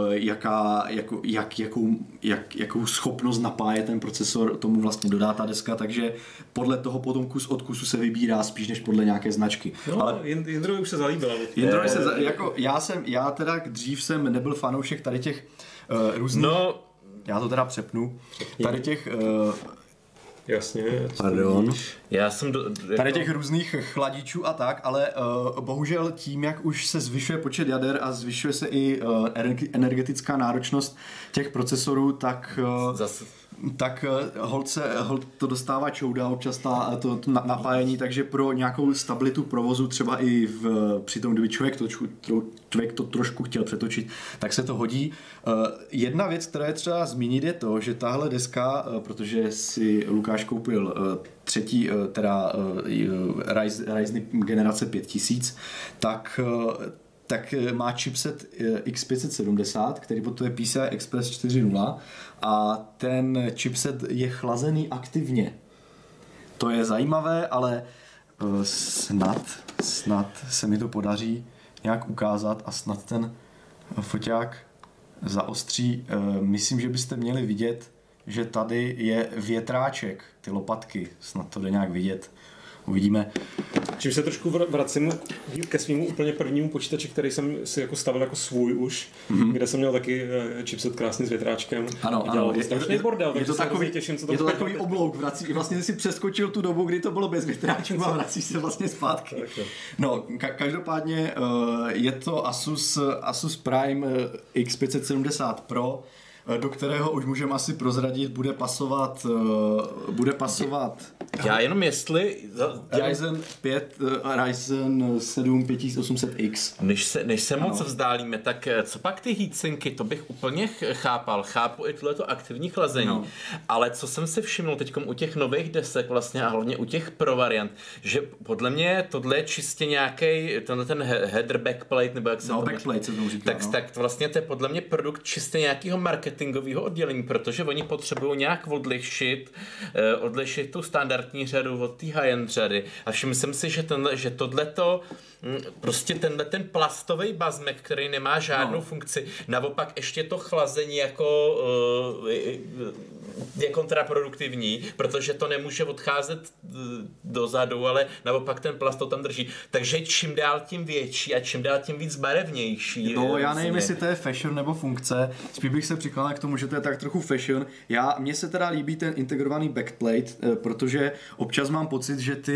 jakou schopnost napájet ten procesor tomu vlastně dodá ta deska, takže podle toho potom kus od kusu se vybírá spíš než podle nějaké značky. No, ale Jindrovi už se zalíbila. Já teda dřív jsem nebyl fanoušek tady těch různých... No. Já to teda přepnu. Tady těch... Jasně. Pardon. Tady těch různých chladičů a tak, ale bohužel tím, jak už se zvyšuje počet jader a zvyšuje se i energetická náročnost těch procesorů, tak holt to dostává čouda občas to napájení, takže pro nějakou stabilitu provozu, třeba i při tom, kdyby člověk to trošku chtěl přetočit, tak se to hodí. Jedna věc, která je třeba zmínit, je to, že tahle deska, protože si Lukáš koupil třetí, teda Ryzen generace 5000, tak má chipset X570, který potom je PCI Express 4.0 a ten chipset je chlazený aktivně. To je zajímavé, ale snad se mi to podaří nějak ukázat a snad ten foťák zaostří. Myslím, že byste měli vidět, že tady je větráček, ty lopatky, snad to jde nějak vidět. Uvidíme. Čím se trošku vracím ke svému úplně prvnímu počítači, který jsem si jako stavil jako svůj už, kde jsem měl taky chipset krásný s větráčkem. Ano, je bordel, je to takový, těším, co to je to takový oblouk, vlastně si přeskočil tu dobu, kdy to bylo bez větráčku a vracíš se vlastně zpátky. No, každopádně je to Asus Prime X570 Pro, do kterého už můžeme asi prozradit, bude pasovat já jenom jestli Ryzen 7 5800X. Než se moc vzdálíme, tak co pak ty heatsinky, to bych úplně chápu i tohleto aktivní chlazení, ale co jsem si všiml teďkom u těch nových desek vlastně a hlavně u těch pro variant, že podle mě tohle je čistě nějaký ten header backplate, nebo jak se to backplate se to říká, tak vlastně to je podle mě produkt čistě nějakého marketingového oddělení, protože oni potřebují nějak odlišit tu standardní řadu od té high-end řady. A všiml jsem si, že tohleto, prostě ten plastový bazmek, který nemá žádnou funkci, naopak ještě to chlazení je kontraproduktivní, protože to nemůže odcházet dozadu, ale naopak ten plast to tam drží. Takže čím dál tím větší a čím dál tím víc barevnější. No, já nevím, jestli to je fashion nebo funkce. Spíš bych se přikládal k tomu, že to je tak trochu fashion. Mně se teda líbí ten integrovaný backplate, protože občas mám pocit,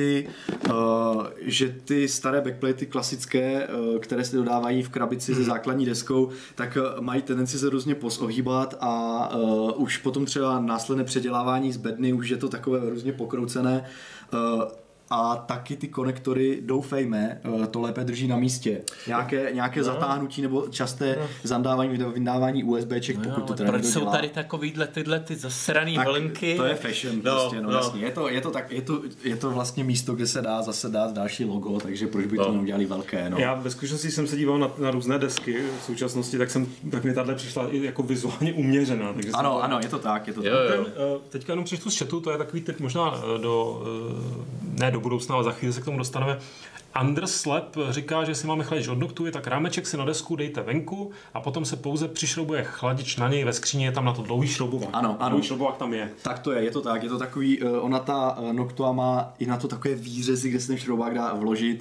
že ty staré backplatey klasické, které se dodávají v krabici se základní deskou, tak mají tendenci se různě pozohýbat a už potom třeba následné předělávání z bedny, už je to takové různě pokroucené. A taky ty konektory, doufejme, to lépe drží na místě. Nějaké zatáhnutí nebo časté vyndávání USBček, pokud to teda proč jsou tady takovýhle tyhle ty zasraný vlnky? To je fashion, prostě, jasně. Je to vlastně místo, kde se dá zase dát další logo, takže proč by to neudělali velké, no. Já ve zkušenosti jsem se díval na různé desky v současnosti, tak mi tahle přišla i jako vizuálně uměřená. Takže ano, je to tak. Teďka jenom přečtu z chatu, to je takový typ možná do budoucna, ale za chvíli se k tomu dostaneme. Underslap říká, že si máme chladič od Noctuvy, tak rámeček si na desku dejte venku a potom se pouze přišroubuje chladič na něj, ve skříni je tam na to dlouhý šroubovák. Ano. Dlouhý šroubovák tam je. Tak to je to tak, je to takový, ona ta Noctua má i na to takové výřezy, kde se ten šroubovák dá vložit.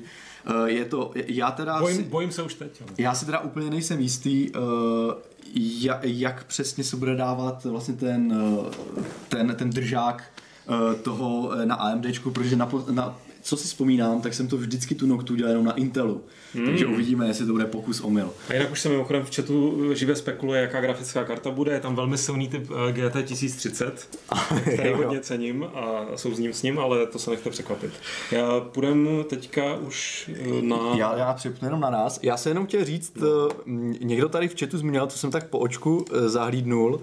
Bojím se už teď. Já si teda úplně nejsem jistý, jak přesně se bude dávat vlastně ten držák toho na AMDčku, protože co si vzpomínám, tak jsem to vždycky tu Noctu dělal jenom na Intelu. Takže uvidíme, jestli to bude pokus omyl. A jinak už se mimochodem v chatu živě spekuluje, jaká grafická karta bude. Je tam velmi silný typ GT 1030, který hodně cením a souzním s ním, ale to se nechte překvapit. Půjdeme teďka už na... Já připnu jenom na nás. Já se jenom chtěl říct, někdo tady v chatu zmínil, co jsem tak po očku zahlídnul,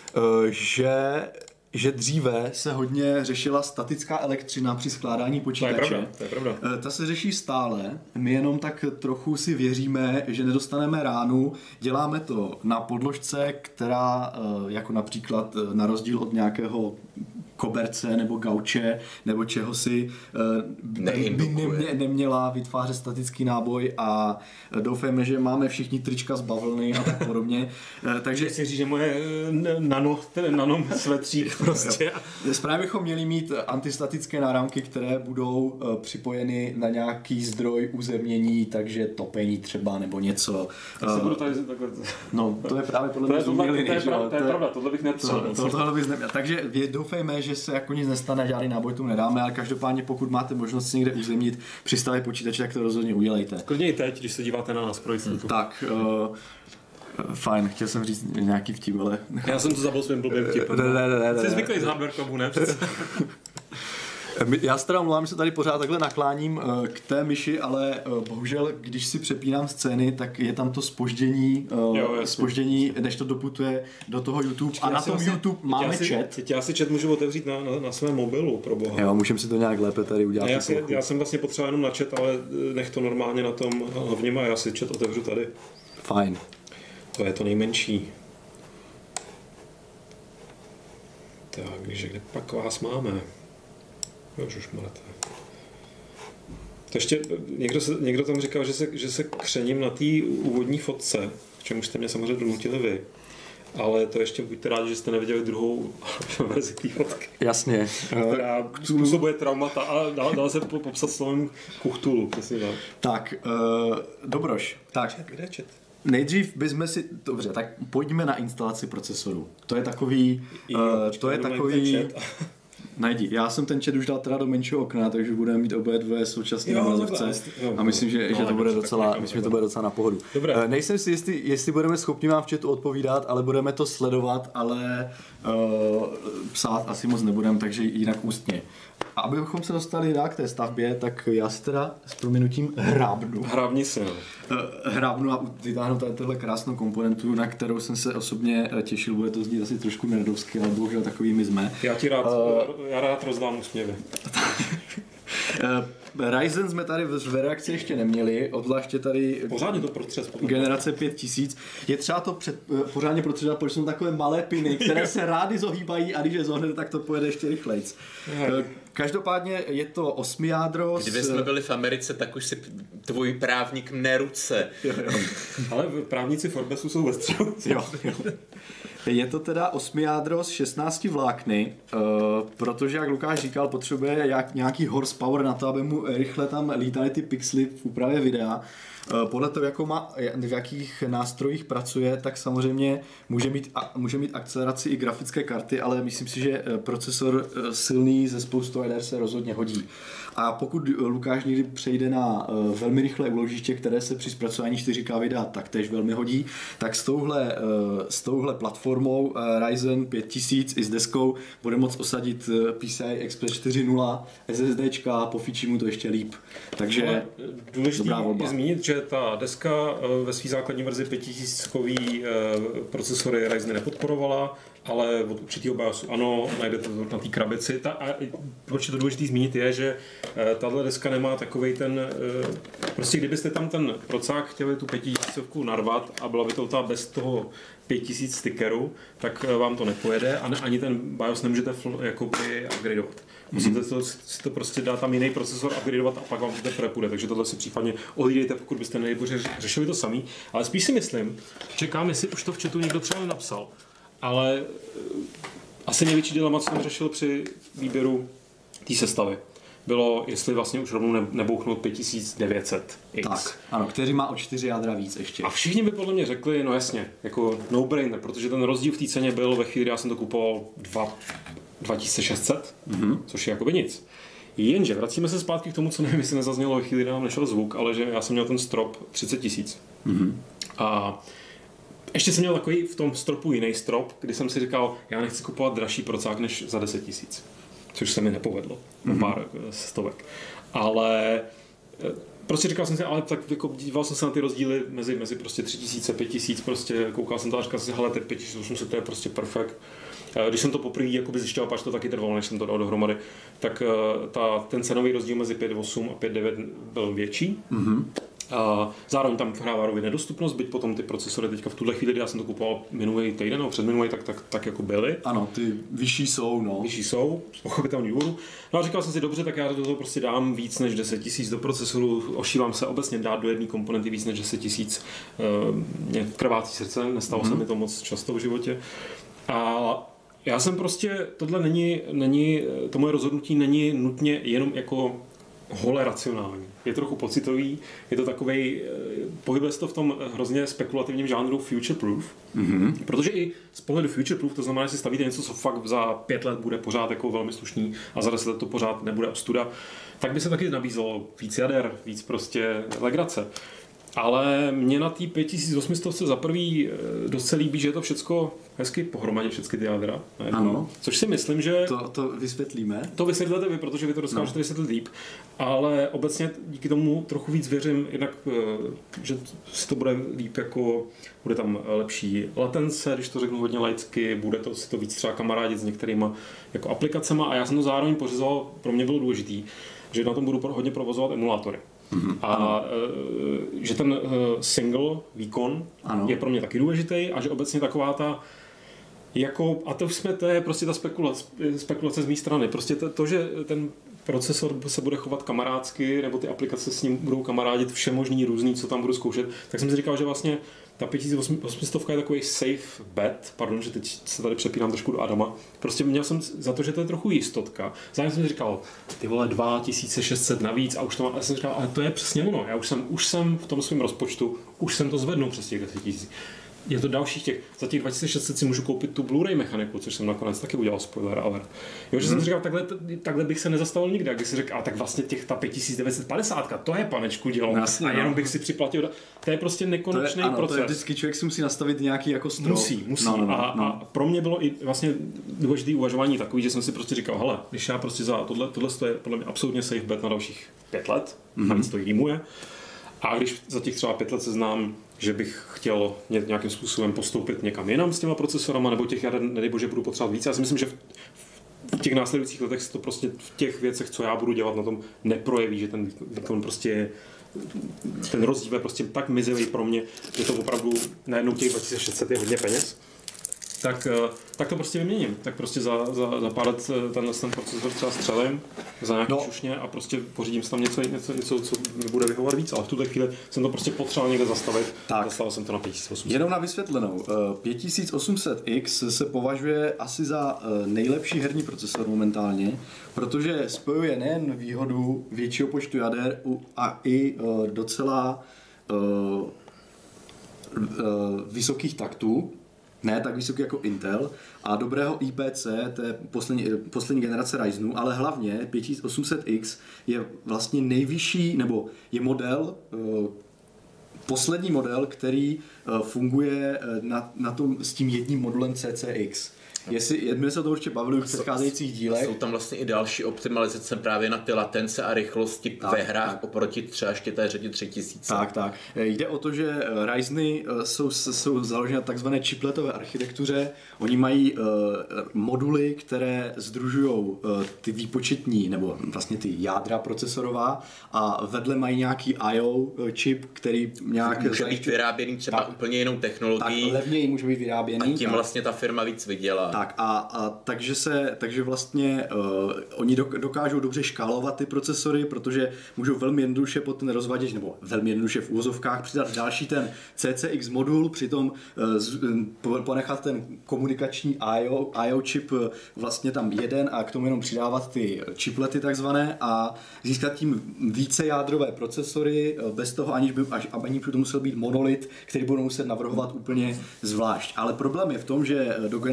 že dříve se hodně řešila statická elektřina při skládání počítače. To je pravda. Ta se řeší stále, my jenom tak trochu si věříme, že nedostaneme ránu, děláme to na podložce, která jako například na rozdíl od nějakého koberce nebo gauče nebo čehosi by neměla vytvářet statický náboj a doufáme, že máme všichni trička z bavlny a tak podobně. Takže si říct, že moje nano svetřík prostě. Správně bychom měli mít antistatické náramky, které budou připojeny na nějaký zdroj uzemnění, takže topení třeba nebo něco. Tak se budu tady takhle... No, to je právě podle mě zumíliny. To je pravda, tohle bych nepřel. Takže doufejme, že se jako nic nestane, žádný náboj tu nedáme, ale každopádně pokud máte možnost si někde uzemnit přistavit počítače, tak to rozhodně udělejte. Klidně i teď, když se díváte na nás pro jistotu. Tak, fajn, chtěl jsem říct nějaký vtip, ale... Já jsem to zabil svým blbým vtipem. Ne. Jsi zvyklý z hardwarekovu, ne? Já se teda omlouvám, že se tady pořád takhle nakláním k té myši, ale bohužel, když si přepínám scény, tak je tam to zpoždění, než to doputuje do toho YouTube. A na tom YouTube máme chat. Já si chat můžu otevřít na svém mobilu, pro boha. Jo, můžeme si to nějak lépe tady udělat. Já jsem vlastně potřeboval jenom na chat, ale nech to normálně na tom hlavním a já si chat otevřu tady. Fajn. To je to nejmenší. Takže kde pak vás máme? Už máte. To ještě někdo tam říkal, že se křením na té úvodní fotce, k čemu jste mě samozřejmě donutili vy. Ale to ještě buďte rádi, že jste neviděli druhou verzi té fotky. Jasně. Která způsobuje traumata a dá se popsat slovem Kuchtulu. Tak, Dobroš. Tak. Kde čet? Nejdřív bychom si... Dobře, tak pojďme na instalaci procesoru. To je takový... Najdi. Já jsem ten chat už dal teda do menšího okna, takže budeme mít oba dvě současně na obrazovce a myslím, že to bude docela na pohodu. Nejsem si jistý, jestli budeme schopni vám v chatu odpovídat, ale budeme to sledovat, ale psát asi moc nebudeme, takže jinak ústně. A abychom se dostali k té stavbě, tak já si teda s prominutím hrábnu. Hrábni si, no. Hrábnu a vytáhnu tahle krásnou komponentu, na kterou jsem se osobně těšil. Bude to znít asi trošku nerdovsky, ale bohužel takovými jsme. Já rád rozdám úsměvy. Ryzen jsme tady v reakci ještě neměli, obzvláště tady pořádně to protřes, generace 5000. Je třeba to pořádně protředat, protože jsou takové malé piny, které se rády zohýbají a když je zohnete, tak to pojede ještě rychlejc. Každopádně je to 8 jádro. Kdyby jsme byli v Americe, tak už si tvůj právník mne ruce. Jo. Ale právníci Forbesu jsou ve středu. Jo. Je to teda 8 jádro z 16 vlákny, protože, jak Lukáš říkal, potřebuje nějaký horsepower na to, aby mu rychle tam lítaly ty pixely v úpravě videa. Podle toho, v jakých nástrojích pracuje, tak samozřejmě může mít akceleraci i grafické karty, ale myslím si, že procesor silný ze spoustou jader se rozhodně hodí. A pokud Lukáš někdy přejde na velmi rychlé úložiště, které se při zpracování 4K videa taktéž velmi hodí, tak s touhle platformou Ryzen 5000 i s deskou bude moct osadit PCI Express 4.0 SSDčka, pofičí mu to ještě líp. Takže důležité je zmínit, že ta deska ve své základní verzi 5000kový procesory Ryzen nepodporovala, ale od určitého BIOSu ano, najdete to na té krabici. Proč je to důležité zmínit je, že tahle deska nemá takovej ten... Prostě kdybyste tam ten procák chtěli tu 5000 narvat a byla by to ta bez toho 5000 stickerů, tak vám to nepojede a ani ten BIOS nemůžete jakoby upgradeovat. Musíte to prostě dát tam jiný procesor, upgradeovat a pak vám to teprve půjde. Takže tohle si případně ohlídejte, pokud byste nejboře řešili to samý. Ale spíš si myslím, čekám, jestli už to v chatu někdo třeba napsal. Ale asi největší dilema, co jsem řešil při výběru té sestavy, bylo, jestli vlastně už rovnou nebouchnout 5900X. Tak, ano, který má o 4 jádra víc ještě. A všichni by podle mě řekli, no jasně, jako no-brainer, protože ten rozdíl v té ceně byl ve chvíli, kdy já jsem to kupoval 2600, což je jakoby nic. Jenže vracíme se zpátky k tomu, co nevím, jestli nezaznělo ve chvíli, kdy nám nešel zvuk, ale že já jsem měl ten strop 30 000. A ještě jsem měl takový v tom stropu jiný strop, kdy jsem si říkal, já nechci kupovat dražší procák než za 10 000. Což se mi nepovedlo. Pár stovek. Ale prostě říkal jsem si, ale tak jako díval jsem se na ty rozdíly mezi prostě 3000, 5000, prostě koukal jsem to a říkal jsem si, hele, teď 5800, to je prostě perfekt. Když jsem to poprvé zjišťoval, pač to taky trvalo, než jsem to dal dohromady, tak ten cenový rozdíl mezi 5.8 a 5.9 byl větší. Zároveň tam hrává rově nedostupnost, byť potom ty procesory teďka v tuhle chvíli, kdy já jsem to kupoval minulý týden nebo předminulý, tak jako byly. Ano, ty vyšší jsou, no. Vyšší jsou, z pochopitelného důvodu. No a říkal jsem si, dobře, tak já do toho prostě dám víc než 10 000 do procesoru, ošívám se obecně dát do jedné komponenty víc než 10 000. Mě krvácí srdce, nestalo se mi to moc často v životě. A já jsem prostě, tohle není, to moje rozhodnutí není nutně jenom jako hole racionální. Je trochu pocitový, je to takovej, pohybuje se to v tom hrozně spekulativním žánru future proof, protože i z pohledu future proof to znamená, že si stavíte něco, co fakt za 5 let bude pořád jako velmi slušný a za 10 let to pořád nebude ostuda, tak by se taky nabízelo víc jader, víc prostě legrace. Ale mě na té 5800 za prvý dost se líbí, že je to všecko hezky pohromadě, všechny ty jádra. Ano. Což si myslím, že... To vysvětlíme. To vysvětlete vy, protože vy to dokážete vysvětlit líp. Ale obecně díky tomu trochu víc věřím, jednak, že si to bude líp, jako bude tam lepší latence, když to řeknu hodně laicky, bude to si to víc třeba kamarádit s některýma jako aplikacema a já jsem to zároveň pořizoval, pro mě bylo důležitý, že na tom budu hodně provozovat emulátory. A že ten single výkon je pro mě taky důležitý a že obecně taková ta jako, a to je prostě ta spekulace z mé strany. Prostě to, že ten procesor se bude chovat kamarádsky, nebo ty aplikace s ním budou kamarádit všemožný různý, co tam budu zkoušet, tak jsem si říkal, že vlastně ta 5800 je takový safe bet, pardon, že teď se tady přepínám trošku do Adama. Prostě měl jsem za to, že to je trochu jistotka. Zároveň jsem si říkal, ty vole 2600 navíc a už to mám, a jsem říkal, ale to je přesně ono. Já už jsem v tom svém rozpočtu, už jsem to zvednul přes těch 10 000. Je to dalších těch, za těch 2600 si můžu koupit tu Blu-ray mechaniku, což jsem nakonec taky udělal, spoiler alert. Jo, že jsem si říkal, takhle bych se nezastavil nikdy, jak bych si řekl, a tak vlastně ta 5950, to je panečku dělo, a jenom bych si připlatil, to je prostě nekonečný proces. To je vždycky člověk si musí nastavit nějaký jako strop. Musí. A pro mě bylo i vlastně důležité uvažování takový, že jsem si prostě říkal, hele, když já prostě za tohle je podle mě absolutně safe bet na dalších 5 let, navíc to jímuje. A když za těch třeba 5 let seznám, že bych chtěl nějakým způsobem postoupit někam jinam s těma procesorama, nebo těch jader, nedej bože, budu potřebovat víc. Já si myslím, že v těch následujících letech se to prostě v těch věcech, co já budu dělat, na tom neprojeví, že ten výkon prostě ten rozdíl je prostě tak mizivý pro mě, že to opravdu najednou těch 2600 je hodně peněz. Tak to prostě vyměním. Tak prostě za pár let ten procesor třeba střelím za nějaký šušně a prostě pořídím si tam něco, co mi bude vyhovovat víc. Ale v tuhle chvíli jsem to prostě potřeboval někde zastavit. Zastavil jsem to na 5800. Jenom na vysvětlenou. 5800X se považuje asi za nejlepší herní procesor momentálně, protože spojuje nejen výhodu většího počtu jader a i docela vysokých taktů, ne tak vysoký jako Intel, a dobrého IPC, to je poslední generace Ryzenu, ale hlavně 5800X je vlastně nejvyšší, nebo je model, poslední model, který funguje na tom, s tím jedním modulem CCX. My se to určitě bavili v předcházejících dílech. Jsou tam vlastně i další optimalizace právě na ty latence a rychlosti ve hrách oproti třeba ještě té řadě 3000. Tak. Jde o to, že Ryzeny jsou založeny na takzvané chipletové architektuře. Oni mají moduly, které sdružují ty výpočetní, nebo vlastně ty jádra procesorová, a vedle mají nějaký I/O čip, který nějak... Může být vyráběný třeba úplně jinou technologií. Tak, levněji může být vyráběný. A tím vlastně ta firma víc vydělá. Tak takže vlastně oni dokážou dobře škálovat ty procesory, protože můžou velmi jednoduše pod ten rozvaděč, nebo velmi jednoduše v úvozovkách přidat další ten CCX modul, přitom ponechat ten komunikační I/O čip vlastně tam jeden a k tomu jenom přidávat ty chiplety takzvané a získat tím více jádrové procesory bez toho, aniž by to musel být monolit, který budou muset navrhovat úplně zvlášť. Ale problém je v tom, že do generace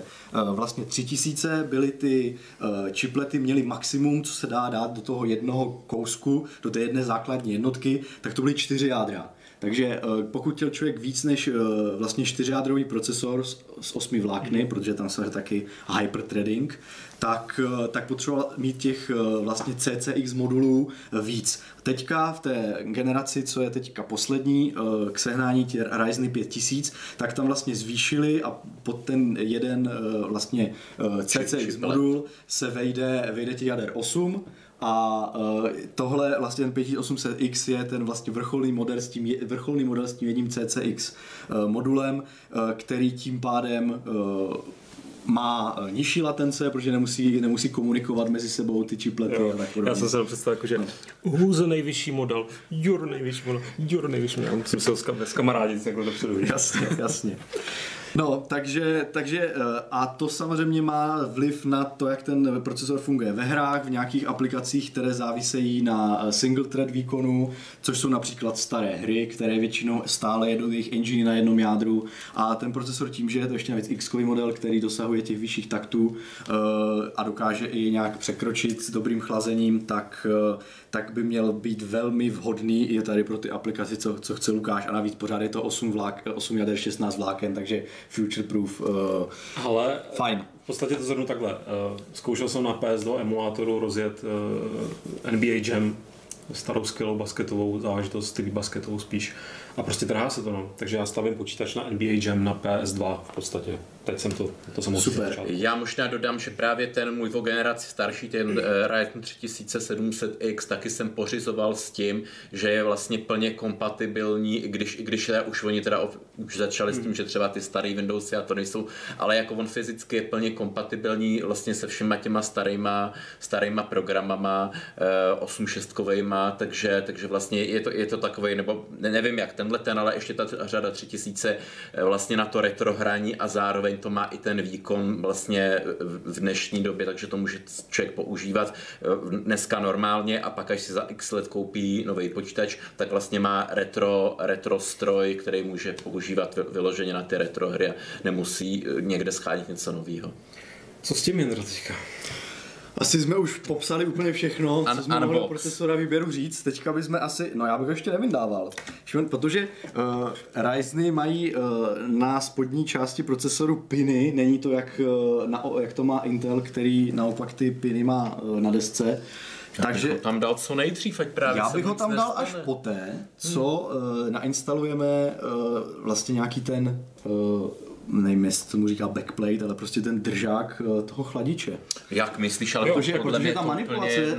vlastně 3000 byly ty čiplety, měly maximum, co se dá dát do toho jednoho kousku, do té jedné základní jednotky, tak to byly 4 jádra. Takže pokud chtěl člověk víc než vlastně 4jádrový procesor s 8 vlákny, protože tam se taky hyperthreading, tak potřeboval mít těch vlastně CCX modulů víc. Teďka v té generaci, co je teďka poslední, k sehnání těch Ryzeny 5000, tak tam vlastně zvýšili a pod ten jeden vlastně CCX modul se vejde těch jader 8. A tohle vlastně ten 5800X je ten vlastně vrcholný model s tím jedním CCX modulem, který tím pádem má nižší latence, protože nemusí komunikovat mezi sebou ty chiplety. Já jsem se to představil jako, že who's nejvyšší model, your nejvyšší model. Musím se s kamarádit takhle dopředu. Jasně. No, takže a to samozřejmě má vliv na to, jak ten procesor funguje ve hrách, v nějakých aplikacích, které závisejí na single thread výkonu, což jsou například staré hry, které většinou stále jedou jejich engine na jednom jádru a ten procesor tím, že je to ještě navíc X-kový model, který dosahuje těch vyšších taktů a dokáže i nějak překročit s dobrým chlazením, tak by měl být velmi vhodný i tady pro ty aplikace, co chce Lukáš a navíc pořád je to 8 jader 16 vláken, takže future proof, ale fajn. V podstatě to zhrnu takhle. Zkoušel jsem na PS2 emulátoru rozjet NBA Jam, starou skvělou basketovou záležitost, TV basketovou spíš. A prostě trhá se to, no. Takže já stavím počítač na NBA Jam na PS2 v podstatě. Teď jsem to jsem super. Začal. Já možná dodám, že právě ten můj o generaci starší, ten Ryzen 3700X, taky jsem pořizoval s tím, že je vlastně plně kompatibilní, i když už oni teda už začali s tím, že třeba ty starý Windowsy a to nejsou, ale jako on fyzicky je plně kompatibilní vlastně se všema těma starýma programama 8.6kovejma, takže vlastně je to takovej, nebo nevím jak tenhle, ale ještě ta řada 3000 vlastně na to retro hraní a zároveň to má i ten výkon vlastně v dnešní době, takže to může člověk používat dneska normálně a pak až si za x let koupí nový počítač, tak vlastně má retro stroj, který může používat vyloženě na ty retro hry a nemusí někde schánět něco nového. Co s tím Jindro teďka? Asi jsme už popsali úplně všechno, co jsme mohli o procesora výběru říct. Teďka bychom asi, já bych ho ještě nevydával, protože Ryzeny mají na spodní části procesoru piny, není to jak to má Intel, který naopak ty piny má na desce. Takže bych ho tam dal co nejdřív, ať právě já bych ho tam dal až poté, co nainstalujeme vlastně nějaký ten nevím, jestli tomu říká backplate, ale prostě ten držák toho chladiče. Jak myslíš, ale protože ta manipulace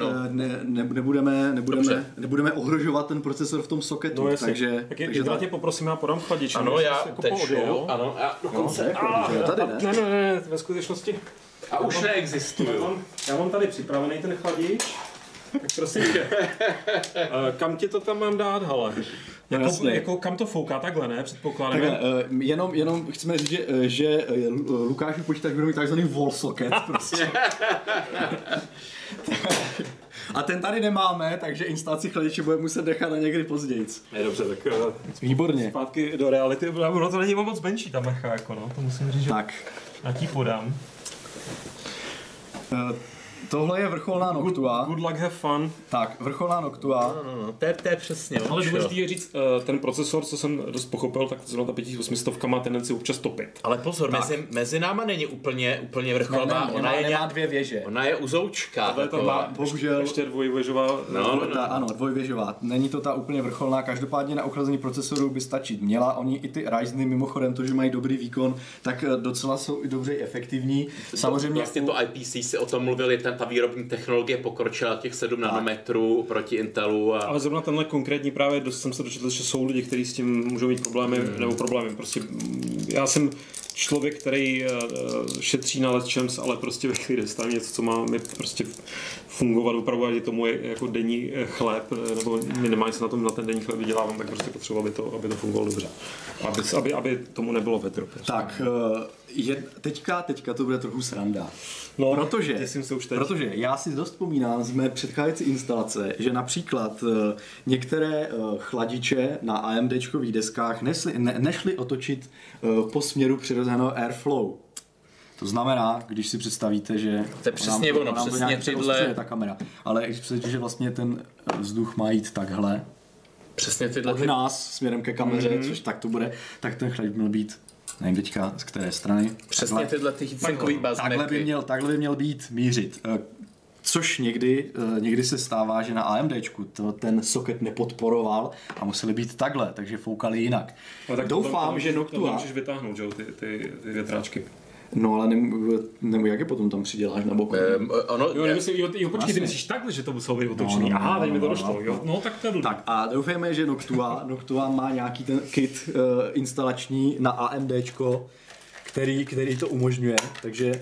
nebudeme ohrožovat ten procesor v tom soketu. No, takže já tě poprosím, já podám chladiče. Ano, já teču, ano, já dokonce. Tady ne, ve skutečnosti. A už neexistuje. Já mám tady připravený ten chladič. Tak prosím tě, kam ti to tam mám dát, hele? Jako kam to fouká, takhle, ne? Předpokládáme. Takhle, jenom chceme říct, že Lukášův počítač bude mít takzvaný wall socket, prostě. A ten tady nemáme, takže instalaci chladiče budeme muset nechat na někdy později. Je dobře, tak výborně. Zpátky do reality, ono to není moc menší ta mecha, jako no, to musím říct, že tak. Já ti podám. Tohle je vrcholná Noctua. Good luck, have fun. Tak, vrcholná Noctua. No, to je přesně. Ale důležitý je říct, ten procesor, co jsem dost pochopil, tak zrovna ta 5800 má tendenci občas topit. Ale pozor, mezi náma není úplně vrcholná. Nemá dvě věže. Ona je uzoučka. Ale to má bohužel ještě dvojvěžová. Ano, dvojvěžová. Není to ta úplně vrcholná. Každopádně na ochlazení procesoru by stačit měla. Oni i ty Ryzeny mimochodem, to, že mají dobrý výkon, tak docela jsou i dobře efektivní. Samozřejmě vlastně to IPC si o tom mluvili, ta výrobní technologie pokročila těch 7 nanometrů proti Intelu. Ale zrovna tenhle konkrétní právě dost jsem se dočetl, že jsou lidi, kteří s tím můžou mít problémy, nebo problémy. Prostě já jsem člověk, který šetří na lecčems, ale prostě ve chvíli dostávám něco, co má mi prostě fungovat opravdu, ať tomu je jako denní chléb, nebo minimálně se na ten denní chléb vydělávám, tak prostě potřebuji, aby to fungovalo dobře. Aby tomu nebylo vetro. Prostě. Tak, teďka to bude trochu sranda. No, protože já si dost vzpomínám z mé předcházející instalace, že například některé chladiče na AMDčkových deskách nešly otočit po směru přirozeného airflow. To znamená, když si představíte, že... To je přesně ono, přesně tyhle... ta kamera. Ale když představíte, že vlastně ten vzduch má jít takhle, přesně tyhle od nás směrem ke kameře, což tak to bude, tak ten chladič měl být, nevím teďka z které strany. Přesně tyhle ty heatsinkový bazmeky. Takhle by měl být mířit. Což někdy se stává, že na AMDčku ten socket nepodporoval a museli být takhle, takže foukali jinak. Tak doufám, že Noctua... To můžeš vytáhnout, že? Ty větráčky. No ale nebo jak je potom tam přiděláš na boku? Počkej, ty myslíš takhle, že to muselo být otočený. Aha, teď mi to došlo. Jo. No tak to je blbý. Tak a doufejme, že Noctua má nějaký ten kit instalační na AMDčko, který to umožňuje, takže...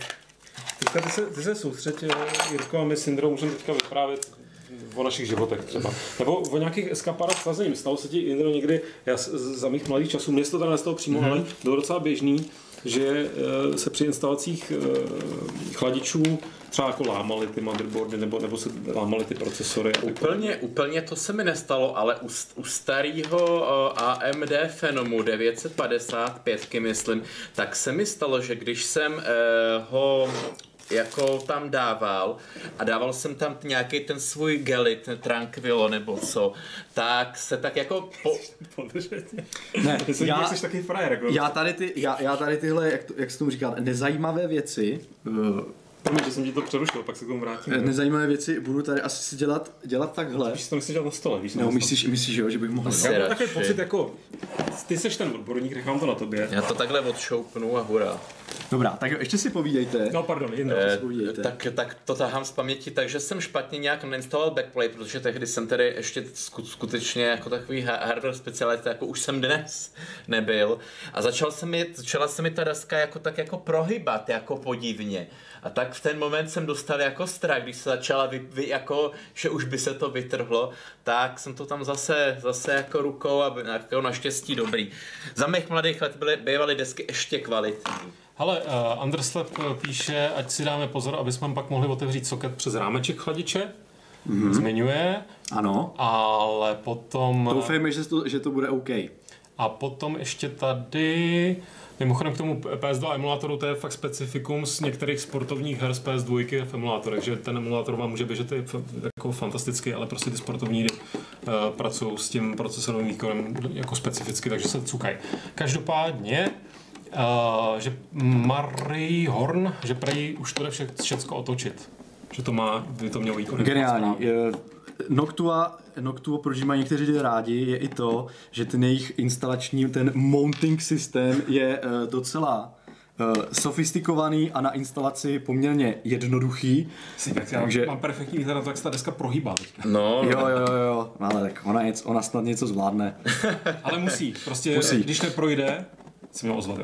Ty se soustřeď, Jirko, a my s Indrou můžeme teďka vyprávět o našich životech třeba. Nebo o nějakých eskapádách s chlazením. Stalo se ti, Indro, někdy, já za mých mladých časů, mě to tam nestalo přímo, ale bylo docela běžný, že se při instalacích chladičů třeba jako lámaly ty motherboardy nebo se lámaly ty procesory. Úplně to se mi nestalo, ale u starého AMD Phenomu 955, myslím, tak se mi stalo, že když jsem ho jako tam dával a dával jsem tam nějaký ten svůj gelit, ten Tranquilo nebo co, tak se tak jako Ne, jsi taky frajer. Jako. Já tady tyhle, jak se tomu říká, nezajímavé věci, Promiň, že jsem ti to přerušil, pak se k tomu vrátím. Nezajímavé věci budu tady asi si dělat takhle. Víš, to nechci dělat na stole, víš? No, myslíš, že bych mohl. Já mám takový pocit, jako, ty seš ten odborník, nechám to na tobě. Já to takhle odšoupnu a hurá. Dobrá, tak ještě si povídejte. No, pardon, tak to tahám z paměti, takže jsem špatně nějak neinstaloval backplay, protože tehdy jsem tedy ještě skutečně jako takový hardware specialista, jako už jsem dnes nebyl. A začala se mi ta deska jako tak jako prohybat, jako podivně. A tak v ten moment jsem dostal jako strach, když se začala jako, že už by se to vytrhlo, tak jsem to tam zase jako rukou a jako naštěstí dobrý. Za mých mladých let bývaly desky ještě kvalitní. Hele, Underslap píše, ať si dáme pozor, aby jsme pak mohli otevřít socket přes rámeček chladiče. Zmiňuje. Ano. Ale potom... Doufejme, že to bude OK. A potom ještě tady... Mimochodem k tomu PS2 emulátoru, to je fakt specifikum z některých sportovních her z PS2 v emulátorech, že ten emulátor vám může běžet jako fantasticky, ale prostě ty sportovní pracují s tím procesorovým výkonem jako specificky, takže se cukají. Každopádně, že Marie Horn, že prej už to jde všecko otočit. Že to by to mělo výkon. Geniální. Noctua, proč mají někteří lidi rádi, je i to, že ten jejich instalační, ten mounting systém je docela sofistikovaný a na instalaci poměrně jednoduchý. Takže mám perfektní výhled na to, jak se ta deska prohýbá. No. Jo, ale tak ona snad něco zvládne. Ale musí. Když neprojde, si měl ozvat, jo.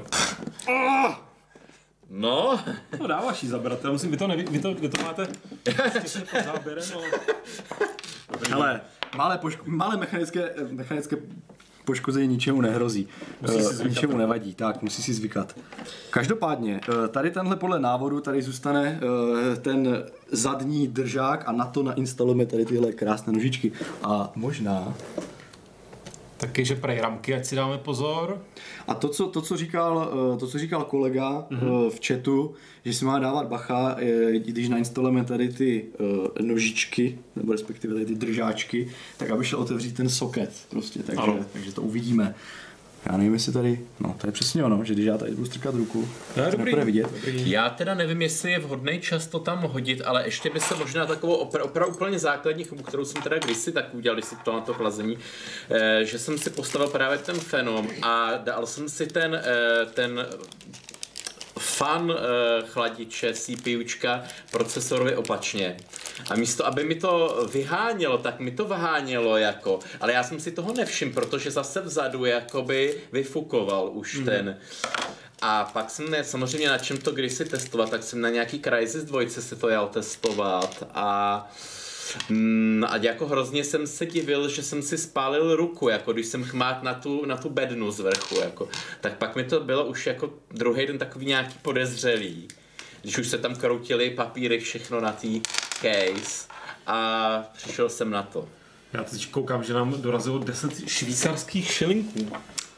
No dáváš jí zabrat, já musím, vy to máte pod záběrem, no. Hele, malé mechanické poškození ničemu nehrozí. Ničemu nevadí, tak musí si zvykat. Každopádně, tady tenhle podle návodu, tady zůstane ten zadní držák a na to nainstalujeme tady tyhle krásné nožičky. A možná... Taky, že prej ramky, ať si dáme pozor. A to, co říkal kolega v chatu, že si má dávat bacha, když nainstalujeme tady ty nožičky, nebo respektive tady ty držáčky, tak aby šel otevřít ten socket prostě, takže to uvidíme. Já nevím, jestli tady, to je přesně ono, že když já tady budu strkat ruku, to nebude vidět. Já teda nevím, jestli je vhodný čas to tam hodit, ale ještě by se možná takovou opravdu úplně základní chybu, kterou jsem teda kdysi tak udělal, když si to na to chlazení, že jsem si postavil právě ten Phenom a dal jsem si ten fan chladiče, CPUčka procesorově opačně. A místo, aby mi to vyhánělo, tak mi to vyhánělo jako, ale já jsem si toho nevšiml, protože zase vzadu jakoby vyfukoval už ten. A pak jsem samozřejmě na čem to kdysi testovat, tak jsem na nějaký Crysis 2 si to jel testovat a jako hrozně jsem se divil, že jsem si spálil ruku, jako když jsem chmát na tu bednu z vrchu, jako. Tak pak mi to bylo už jako druhý den takový nějaký podezřelý, když už se tam kroutily papíry, všechno na tý case a přišel jsem na to. Já teď koukám, že nám dorazilo 10 švýcarských šilinků.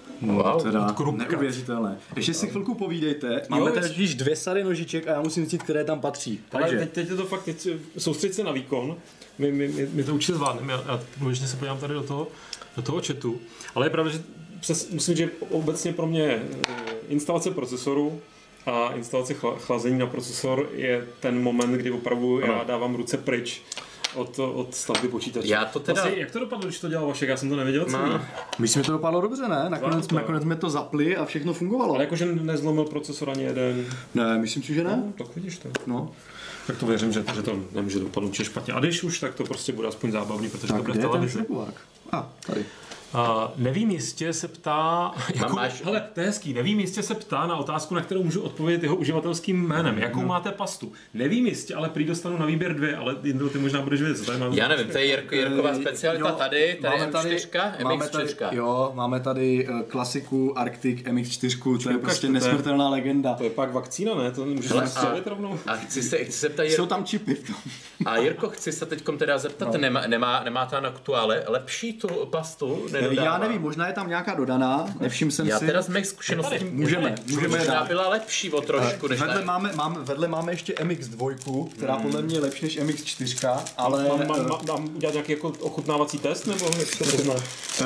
No, teda neuvěřitelné. Ještě si chvilku povídejte. Máme tady totiž 2 sady nožiček a já musím říct, které tam patří. Takže. Ale teď je to fakt, soustředit se na výkon. My to určitě zvládneme. Já důležitě se podívám tady do toho chatu. Ale je pravda, že musím říct, že obecně pro mě instalace procesoru a instalace chlazení na procesor je ten moment, kdy opravdu já dávám ruce pryč od stavby počítače. Já to teda... Vlastně, jak to dopadlo, když to dělal Vašek? Já jsem to nevěděl celý. Myslím, že to dopadlo dobře, ne? Nakonec jsme to zapli a všechno fungovalo. Ale jakože nezlomil procesor ani jeden. Ne, myslím si, že ne. No, tak vidíš to. No. Tak to věřím, že to nemůže dopadnout špatně. A když už, tak to prostě bude aspoň zábavný, protože to bude v televizi. Tady. Nevím jistě se ptá, hele, to je hezký, nevím jistě se ptá na otázku, na kterou můžu odpovědět jeho uživatelským jménem. Jakou máte pastu? Nevím jistě, ale prý dostanu na výběr 2, ale Jindro, ty možná budeš vědět, co tady máme. Já nevím, to je Jirková specialita tady je M4, MX4. Jo, máme tady klasiku Arctic MX4, to je prostě nesmrtelná legenda. To je pak vakcína, ne? To můžeš střelit rovnou. A chci se ptát, jsou tam čipy v tom. A Jirko, chci se teďkom teda zeptat, nemá ta aktuále lepší tu pastu? Nedodává. Já nevím, možná je tam nějaká dodaná, nevšiml jsem si. Já teda z mých zkušeností můžeme dát. Byla lepší o trošku než vedle máme ještě MX2, která podle mě je lepší než MX4, ale... Mám udělat nějaký jako ochutnávací test, nebo jak to poznáš?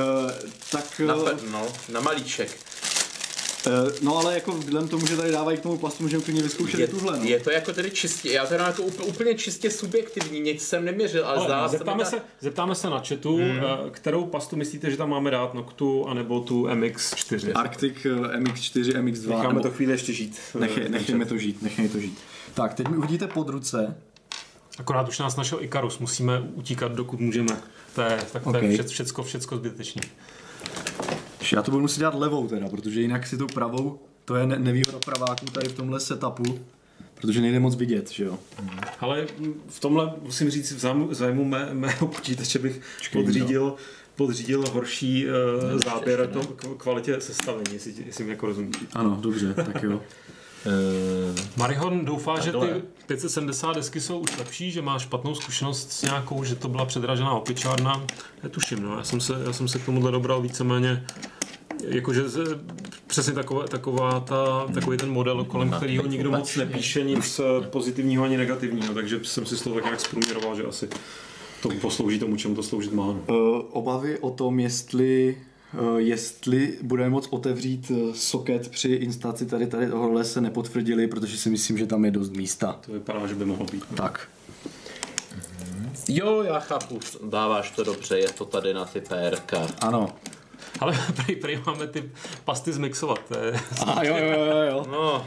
Na malíček. No ale jako vzhledem tomu, že tady dávají k tomu pastu, můžeme klidně vyzkoušet tuhle. No. Je to jako tedy čistě, já teda jako úplně čistě subjektivní, nic jsem neměřil, ale zeptáme se na chatu, kterou pastu myslíte, že tam máme dát, Noctu, anebo tu MX4? Arctic, MX4, MX2. Necháme to chvíli ještě žít. Nechejme to žít. Tak, teď mi uvidíte pod ruce. Akorát už nás našel Ikarus, musíme utíkat, dokud můžeme. To je všecko zbytečné. Já to budu muset dělat levou teda, protože jinak si tou pravou, to je nevýhoda praváků tady v tomhle setupu, protože nejde moc vidět, že jo. Ale v tomhle musím říct, v zájmu mého počítače bych podřídil horší záběr kvalitě sestavení, jestli mi jako rozumíš. Ano, dobře, tak jo. Marihon doufá, že ty 570 desky jsou už lepší, že má špatnou zkušenost s nějakou, že to byla předražená opičárna. Netuším, no. Já jsem se k tomuhle dobral víceméně, jakože přesně takový ten model, kolem kterého nikdo moc nepíše nic pozitivního ani negativního, takže jsem si z toho tak nějak zprůměroval, že asi to poslouží tomu, čemu to sloužit má. No. Obavy o tom, jestli budeme moct otevřít soket při instalaci tady tohohle se nepotvrdili, protože si myslím, že tam je dost místa. To vypadá, že by mohlo být. Tak. Jo, já chápu, dáváš to dobře, je to tady na ty PRK. Ano. Ale prý máme ty pasty zmixovat. Jo. No.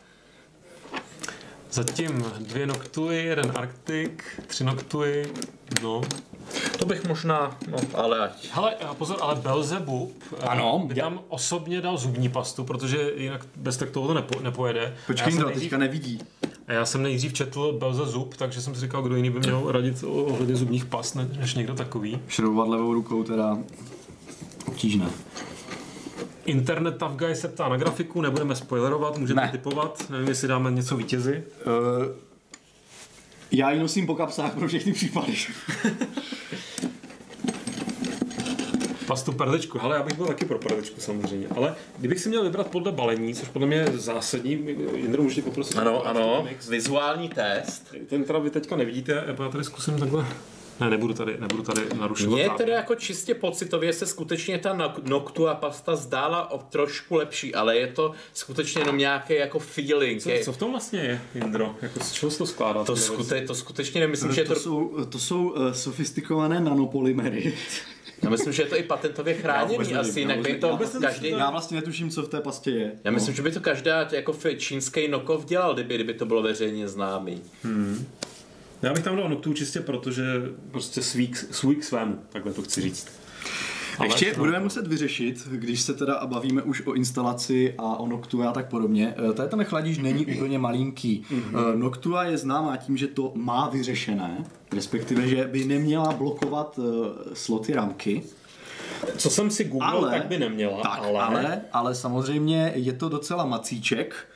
Zatím 2 Noctuy, 1 Arctic, 3 Noctuy, no. To bych možná, ale ať. Hele, pozor, ale Belzebub by tam osobně dal zubní pastu, protože jinak bez tak toho to nepojede. Počkej, teďka nevidí. A já jsem nejdřív četl Belzezub, takže jsem si říkal, kdo jiný by měl radit ohledně zubních past, než někdo takový. Šroubovat levou rukou teda obtížné. Internet Tough Guy se ptá na grafiku, nebudeme spoilerovat, můžete typovat, nevím, jestli dáme něco vítězi. Já ji nosím po kapsách pro všechny případy. Pastu perličku, hele, já bych byl taky pro perličku samozřejmě, ale kdybych si měl vybrat podle balení, což podle mě je zásadní, Jindro, můžete poprosit. Ano, vizuální test. Ten teda vy teďka nevidíte, já tady zkusím takhle. Ne, nebudu tady narušovat. Mně teda jako čistě pocitově se skutečně ta Noctua pasta zdála trošku lepší, ale je to skutečně jenom nějaký jako feeling. Co v tom vlastně je, Jindro? Jako z čeho se to skládá? To skutečně nemyslím, že to jsou sofistikované nanopolymery. Já myslím, že je to i patentově chráněný asi, jinak by to každý... Já vlastně netuším, co v té pastě je. Já myslím, že by to každá jako čínský Nokov dělal, kdyby to bylo veřejně známý. Já bych tam dal Noctu čistě, protože prostě svůj k svému, takhle to chci říct. Ještě budeme muset vyřešit, když se teda bavíme už o instalaci a o Noctua a tak podobně. Tady ten chladič není úplně malinký. Noctua je známá tím, že to má vyřešené, respektive, že by neměla blokovat sloty ramky. Co jsem si googlil, tak by neměla. Ale samozřejmě je to docela macíček.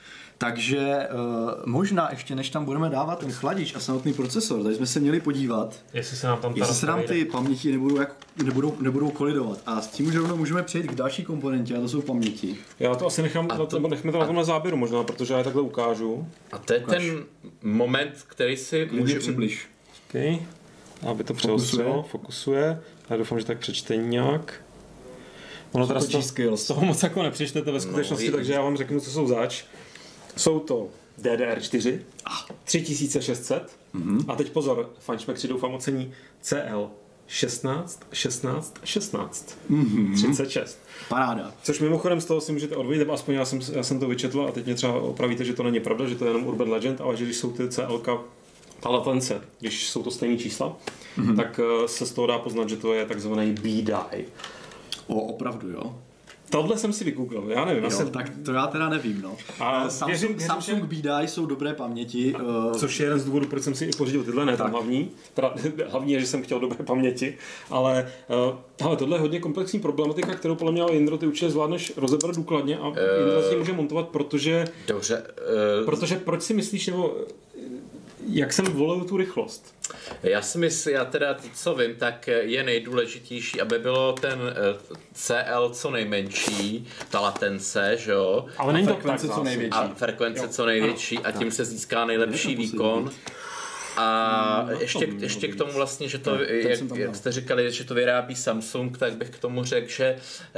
Takže možná ještě než tam budeme dávat ten chladič a samotný procesor, tady jsme se měli podívat, jestli se nám ty paměti nebudou kolidovat. A s tím už rovnou můžeme přejít k další komponentě, a to jsou paměti. Já to asi nechám, nebo nechme to na tomhle záběru možná, protože já je takhle ukážu. A to je ten moment, který si může přibliž. Okay. Aby to přeostřilo, fokusuje. Já doufám, že tak přečtení nějak. Ono teda z toho moc jako nepřečtete ve skutečnosti, takže já vám řeknu, co jsou zač. Jsou to DDR4, 3600 a teď pozor, fanšmekři doufám ocení CL 16, 16, 16, 36. Paráda. Což mimochodem z toho si můžete odvodit, nebo aspoň já jsem to vyčetl a teď mě třeba opravíte, že to není pravda, že to je jenom Urban Legend, ale že když jsou ty CLka, ta latence, když jsou to stejné čísla, tak se z toho dá poznat, že to je takzvaný B-die. Opravdu, jo? Tohle jsem si vygooglil, já nevím. Tak to já teda nevím, no. A Samsung B-die jsou dobré paměti. Což je jeden z důvodů, proč jsem si i pořídil tyhle, ne ten hlavní. Teda, hlavní je, že jsem chtěl dobré paměti, ale tohle je hodně komplexní problematika, kterou podle mě Jindro, ty určitě zvládneš rozebrat důkladně a Jindra si může montovat, protože... Dobře. Protože proč si myslíš, nebo jak jsem volil tu rychlost? Já si myslím, já teda co vím, tak je nejdůležitější, aby bylo ten CL co nejmenší, ta latence, že jo? Ale není to frekvence co největší. A frekvence co největší a tím se získá nejlepší výkon. A ještě k tomu vlastně, že to, jak jste říkali, že to vyrábí Samsung, tak bych k tomu řekl, že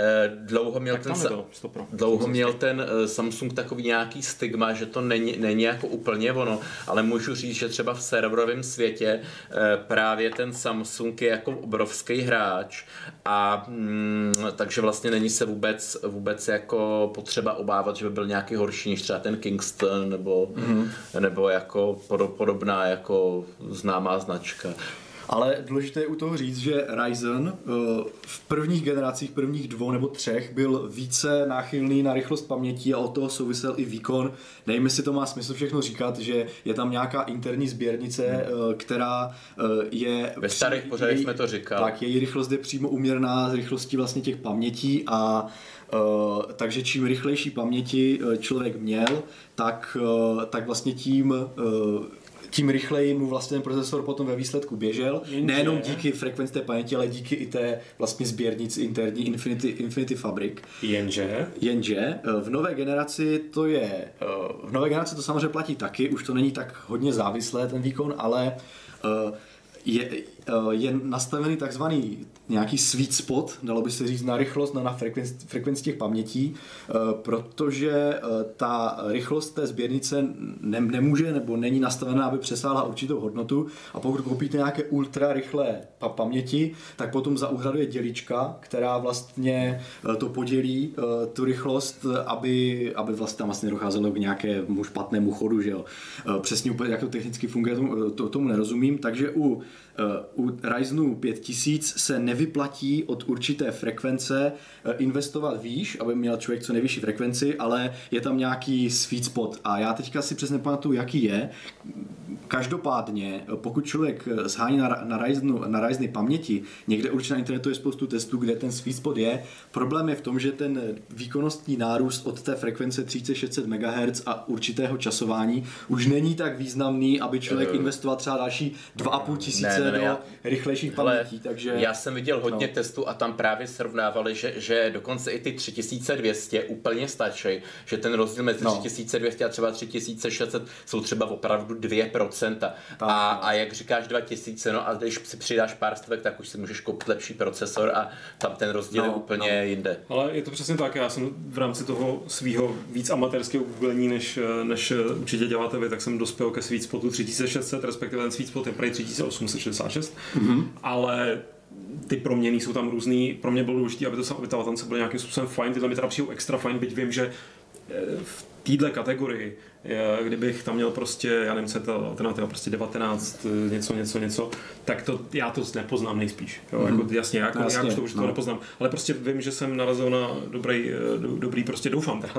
dlouho měl ten Samsung takový nějaký stigma, že to není jako úplně ono, ale můžu říct, že třeba v serverovém světě právě ten Samsung je jako obrovský hráč a takže vlastně není se vůbec jako potřeba obávat, že by byl nějaký horší než třeba ten Kingston nebo jako podobná jako známá značka. Ale důležité je u toho říct, že Ryzen v prvních generacích, prvních 2 nebo 3 byl více náchylný na rychlost paměti a od toho souvisel i výkon. Nevím, jestli to má smysl všechno říkat, že je tam nějaká interní sběrnice, která je... Ve starých pořadech jsme to říkali. Tak, její rychlost je přímo úměrná s rychlostí vlastně těch pamětí a takže čím rychlejší paměti člověk měl, tak vlastně tím rychleji mu vlastně ten procesor potom ve výsledku běžel. Nejenom díky frekvenci té paměti, ale díky i té vlastně sběrnici interní Infinity Fabric. Jenže v nové generaci to samozřejmě platí taky, už to není tak hodně závislé ten výkon, ale je nastavený takzvaný nějaký sweet spot, dalo by se říct, na rychlost, na frekvenci těch pamětí, protože ta rychlost té sběrnice nemůže nebo není nastavená, aby přesáhla určitou hodnotu a pokud koupíte nějaké ultra rychlé paměti, tak potom za úhradu je dělička, která vlastně to podělí, tu rychlost, aby vlastně tam vlastně docházelo k nějakému špatnému chodu, že jo. Přesně úplně jak to technicky funguje, tomu nerozumím, takže u Ryzenu 5000 se nevyplatí od určité frekvence investovat výš, aby měl člověk co nejvyšší frekvenci, ale je tam nějaký sweet spot a já teďka si přesně pamatuju, jaký je. Každopádně, pokud člověk shání na Ryzeny paměti, někde určitě na internetu je spoustu testů, kde ten sweet spot je. Problém je v tom, že ten výkonnostní nárůst od té frekvence 3600 MHz a určitého časování už není tak významný, aby člověk investoval třeba další 2500 do rychlejších pamětí. Takže já jsem viděl hodně testů a tam právě srovnávali, že dokonce i ty 3200 úplně stačí, že ten rozdíl mezi 3200 a třeba 3600 jsou třeba opravdu 2%. A jak říkáš 2000, no a když si přidáš pár stovek, tak už si můžeš koupit lepší procesor a tam ten rozdíl je úplně jinde. Ale je to přesně tak, já jsem v rámci toho svýho víc amatérského googlení, než určitě děláte vy, tak jsem dospěl ke sweet spotu 3600, respektive ten sweet spot je prý 3866, ale ty proměny jsou tam různý. Pro mě bylo důležité, aby ta latence byla nějakým způsobem fajn, tyhle mi teda přijou extra fajn, byť vím, že v téhle kategorii, kdybych tam měl prostě, já nevím, co je ta alternativa, prostě 19, něco, tak to, já to nepoznám nejspíš. Jo? Jako, jasně, já už to nepoznám, ale prostě vím, že jsem narazil na dobrý prostě doufám. Teda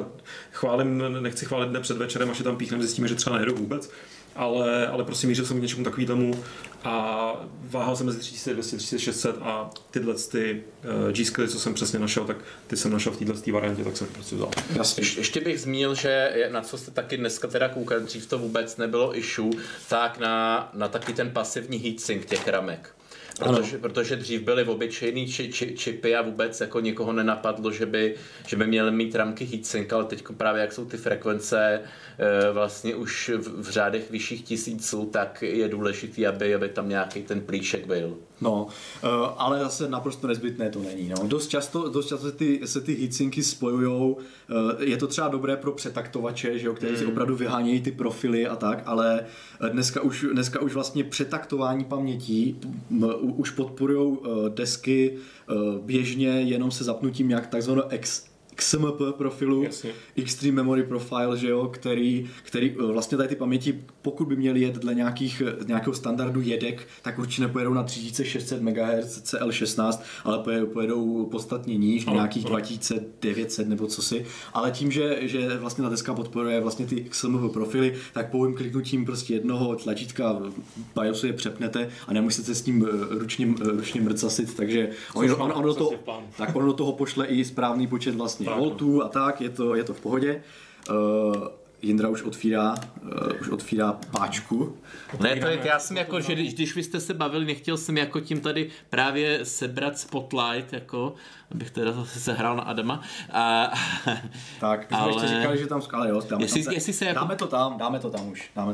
nechci chválit dne před večerem, až je tam píchnem, zjistíme, že třeba nejedu vůbec. Ale prostě mířil jsem k něčemu takovýhlemu a váhal jsem mezi 3200 a 3600 a tyhle ty G-skilly, co jsem přesně našel, tak ty jsem našel v této variantě, tak jsem prostě vzal. Ještě bych zmínil, že ještě, na co jste taky dneska teda koukali, dřív to vůbec nebylo issue, tak na taky ten pasivní heatsink těch ramek. Protože dřív byly obyčejný čipy a vůbec jako někoho nenapadlo, že by měly mít ramky heatsink, ale teď právě jak jsou ty frekvence vlastně už v řádech vyšších tisíců, tak je důležitý, aby tam nějaký ten plíšek byl. No, ale zase naprosto nezbytné to není. No. Dost často se ty heatsinky spojujou. Je to třeba dobré pro přetaktovače, že jo, kteří si opravdu vyhánějí ty profily a tak, ale dneska už vlastně přetaktování pamětí už podporujou desky běžně jenom se zapnutím nějak takzvaného XMP profilu, jasně. Extreme Memory Profile, že jo, který vlastně tady ty paměti, pokud by měly jet dle nějakého standardu jedek, tak určitě nepojedou na 3600 MHz CL16, ale pojedou podstatně níž, nějakých 2900 nebo co si, ale tím, že vlastně ta deska podporuje vlastně ty XMP profily, tak pouhým kliknutím prostě jednoho tlačítka BIOSu je přepnete a nemusíte s tím ručně mrcasit, takže on do toho pošle i správný počet vlastně voltů a tak, je to v pohodě. Jindra už otvírá páčku. Ne, to je, já jsem jako, že když vy jste se bavili, nechtěl jsem jako tím tady právě sebrat spotlight, jako, abych teda zase sehrál na Adama. Tak, my jsme ještě říkali, že tam skále, jo, dáme to tam.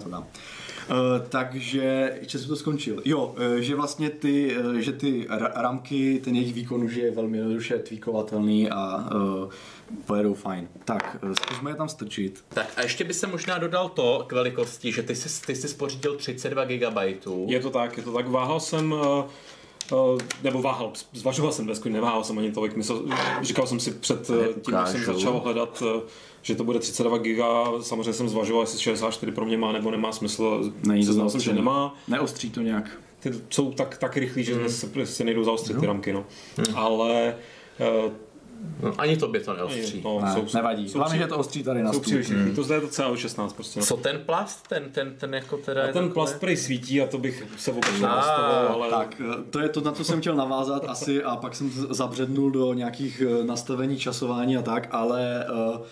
Takže, ještě jsem to skončil. Jo, že vlastně ty ramky, ten jejich výkon už je velmi jednoduše tweakovatelný a pojedou fajn. Tak, zkusme je tam strčit. Tak a ještě by se možná dodal to k velikosti, že ty jsi spořídil 32 GB. Je to tak. Zvažoval jsem desku, neváhal jsem ani tolik, říkal jsem si před tím, jak jsem začal hledat, že to bude 32 GB, samozřejmě jsem zvažoval, jestli 64 pro mě má nebo nemá smysl, znal jsem, že nemá. Neostří to nějak. Ty jsou tak rychlí, že se prostě nejdou zaostřit ty ramky, no. Ale ani to by to neostří. Nevadí. Hlavně, že to ostří tady na stůl. To zde je to CL16 prostě. Co ten plast? Ten jako teda a ten plast prej svítí a to bych se vůbec nastavoval, ale... Tak, to je to, na co jsem chtěl navázat asi a pak jsem zabřednul do nějakých nastavení časování a tak, ale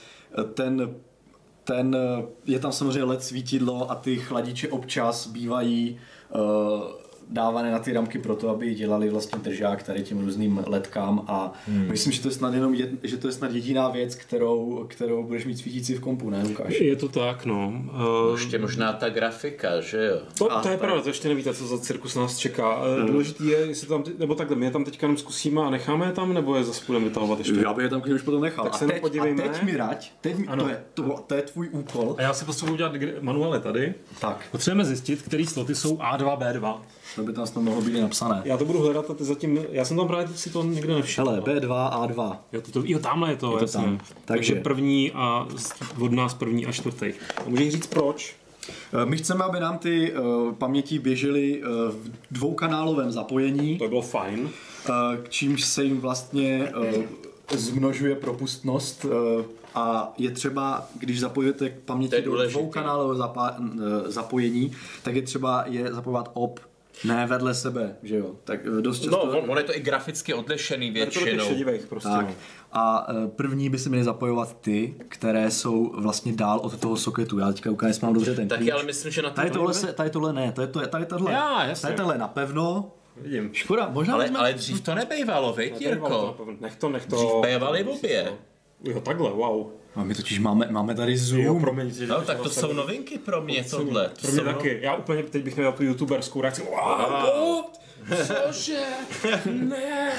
je tam samozřejmě LED svítidlo a ty chladiče občas bývají dávané na ty ramky proto, aby dělali vlastně držák tady těm různým ledkám a myslím, že to je snad jediná věc, kterou budeš mít svítící v kompu, ne, Lukáš? Je to tak, no. Ještě možná ta grafika, že jo? To je pravda, to ještě nevíte, co za cirkus nás čeká. Důležitý je, jestli tam, nebo takhle, my je tam teďka jenom zkusíme a necháme je tam, nebo je zase budeme vytahovat ještě? Já bych je tam už potom nechal. Tak se podívejme. A teď mi rať, to je tvůj úkol. A já si potřebuji udělat manuály tady. Tak. Potřebujeme zjistit, který sloty jsou A2, B2. To by tam snad mohlo být napsané. Já to budu hledat a ty zatím, já jsem tam právě si to někde nevšiml. Hele, B2, A2. Jo, tamhle je to, jasně. Tam. Takže první a od nás první a čtvrtý. A můžeš říct proč? My chceme, aby nám ty paměti běžely v dvoukanálovém zapojení. To by bylo fajn. K čímž se jim vlastně zmnožuje propustnost a je třeba, když zapojujete paměti do dvoukanálového zapojení, tak je třeba je zapojovat ne vedle sebe, že jo? Tak dost často... No, on je to i graficky odlišený většinou. Prostě. Tak. A první by se měly zapojovat ty, které jsou vlastně dál od toho soketu. Já teďka úplně mám dobře ten klíč. Taky, ale myslím, že na tady tohle ne, tady tohle napevno. Vidím. Škoda, možná ale dřív to nebejvalo, viď, Jirko? Nech to. Dřív bejvaly obě. Jo, takhle, wow. A my totiž máme tady Zoom. Jo, promiň, no, tak to jsou novinky pro mě tohle. Pro mě taky. Já úplně teď bych měl tu youtuberskou reakci. Wow, cože? Ne.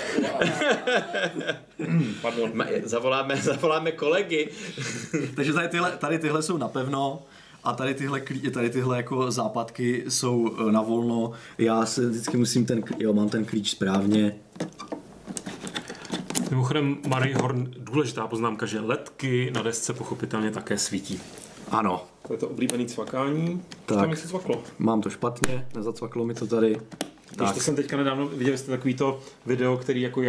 Pardon. Zavoláme kolegy. Takže tady tyhle jsou napevno. A tady tyhle jako západky jsou na volno. Já se vždycky musím mám ten klíč správně. Mimochodem, Marie Horn, důležitá poznámka, že ledky na desce pochopitelně také svítí. Ano. To je to oblíbené cvakání. Tak. Tam mi se cvaklo. Mám to špatně, nezacvaklo mi to tady. Tak. To jsem teďka nedávno, viděli jste takový to video, který jako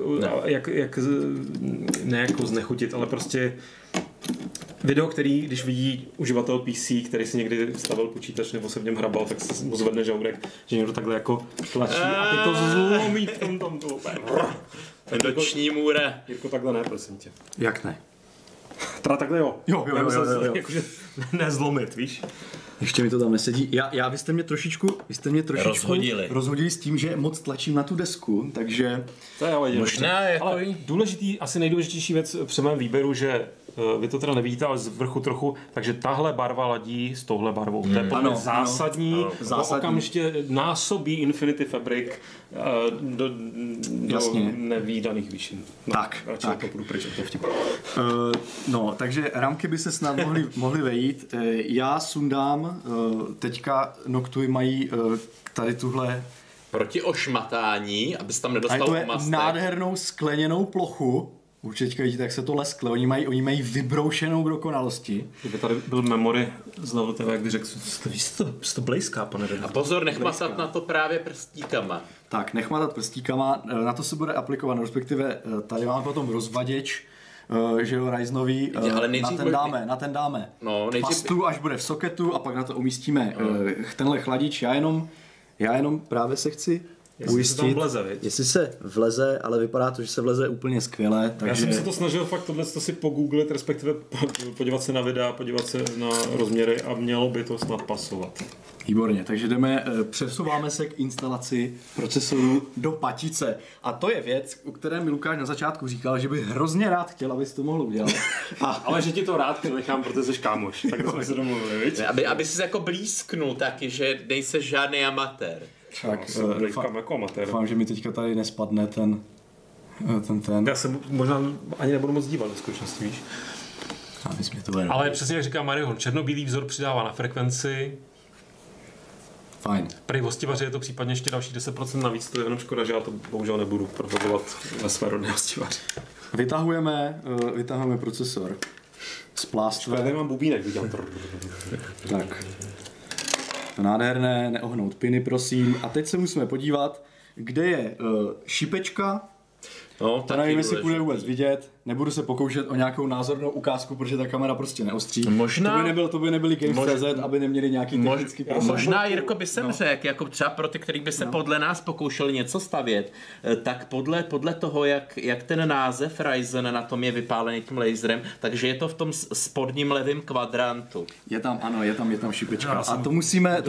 ne jako znechutit, ale prostě video, který, když vidí uživatel PC, který si někdy stavil počítač nebo se v něm hrabal, tak se mu zvedne žaludek, že někdo takhle jako tlačí a ty to zlomí v tom to úplně. Noční můra. Jirko, takhle ne, prosím tě. Jak ne? Teda takhle jo. Jo. Jakože nezlomit, víš? Ještě mi to tam nesedí. Vy jste mě trošičku rozhodili s tím, že moc tlačím na tu desku, takže... To je ale možná jako... Ale asi nejdůležitější věc při mém výběru, že vy to teda nevidíte, ale z vrchu trochu, takže tahle barva ladí s touhle barvou. To je pro mě zásadní. Okamžitě násobí Infinity Fabric do nevídaných výšin. Tak. To budu pryč od toho vtipu. Takže rámky by se snad mohly vejít. Já sundám, teďka Noctui mají tady tuhle... Proti ošmatání, abys tam nedostal omastek. A to je nádhernou skleněnou plochu. Určitě teďka vidíte, jak se to leskle. Oni mají vybroušenou k dokonalosti. Kdyby tady byl memory z Level TV, jak by řekl, to blejská, pane Reda. A pozor, nech matat na to právě prstíkama. Tak, nech matat prstíkama, na to se bude aplikovat, respektive tady máme potom rozvaděč, že jo, Ryzenový, na ten dáme pastu, až bude v soketu a pak na to umístíme tenhle chladič. Já jenom právě se chci ujistit, jestli se vleze, ale vypadá to, že se vleze úplně skvěle. Takže... Já jsem se to snažil fakt tohle si pogooglit, respektive podívat se na videa, podívat se na rozměry a mělo by to snad pasovat. Výborně, takže přesouváme se k instalaci procesoru do patice. A to je věc, o které mi Lukáš na začátku říkal, že by hrozně rád chtěl, abys to mohl udělat. Ale že ti to rád nechám, protože jsi kámoš. Tak jsme se domluvili, viď? Aby jsi jako blízknul taky, že nejsi žádný amatér. Tak, doufám, že mi teďka tady nespadne ten. Já se možná ani nebudu moc dívat do skutečnosti, víš? Ale přesně jak říká Marion, černobílý vzor přidává na frekvenci. Fajn. Prý v hostivaři je to případně ještě další 10% navíc, to je jenom škoda, že já to bohužel nebudu propagovat ve své rodné hostivaři. Vytahujeme procesor z plástve. Tady mám bubínek, vidím. Tak. Nádherné, neohnout piny, prosím. A teď se musíme podívat, kde je šipečka. To nevím, jestli půjde vůbec vidět. Nebudu se pokoušet o nějakou názornou ukázku, protože ta kamera prostě neostří. Možná, to by nebyly Games.cz, aby neměli nějaký technický problém. Možná, Jirko, by jsem řekl, jako třeba pro ty, kteří by se podle nás pokoušeli něco stavět, tak podle toho, jak ten název Ryzen na tom je vypálený tím laserem, takže je to v tom spodním levém kvadrantu. Je tam šipečka. A to musíme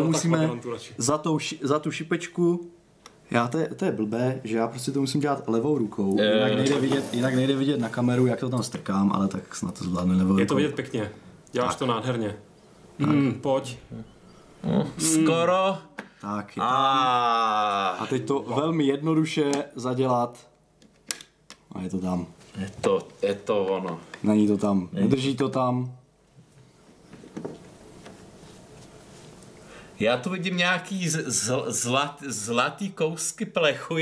za tu šipečku. To je blbé, že já prostě to musím dělat levou rukou, jinak nejde vidět na kameru, jak to tam strkám, ale tak snad to zvládne levou rukou. Je to vidět pěkně, děláš to nádherně. Pojď. Skoro. Tak, a teď to velmi jednoduše zadělat. A je to tam. Je to ono. Není to tam, nedrží to tam. Já tu vidím nějaký zlatý kousky plechu.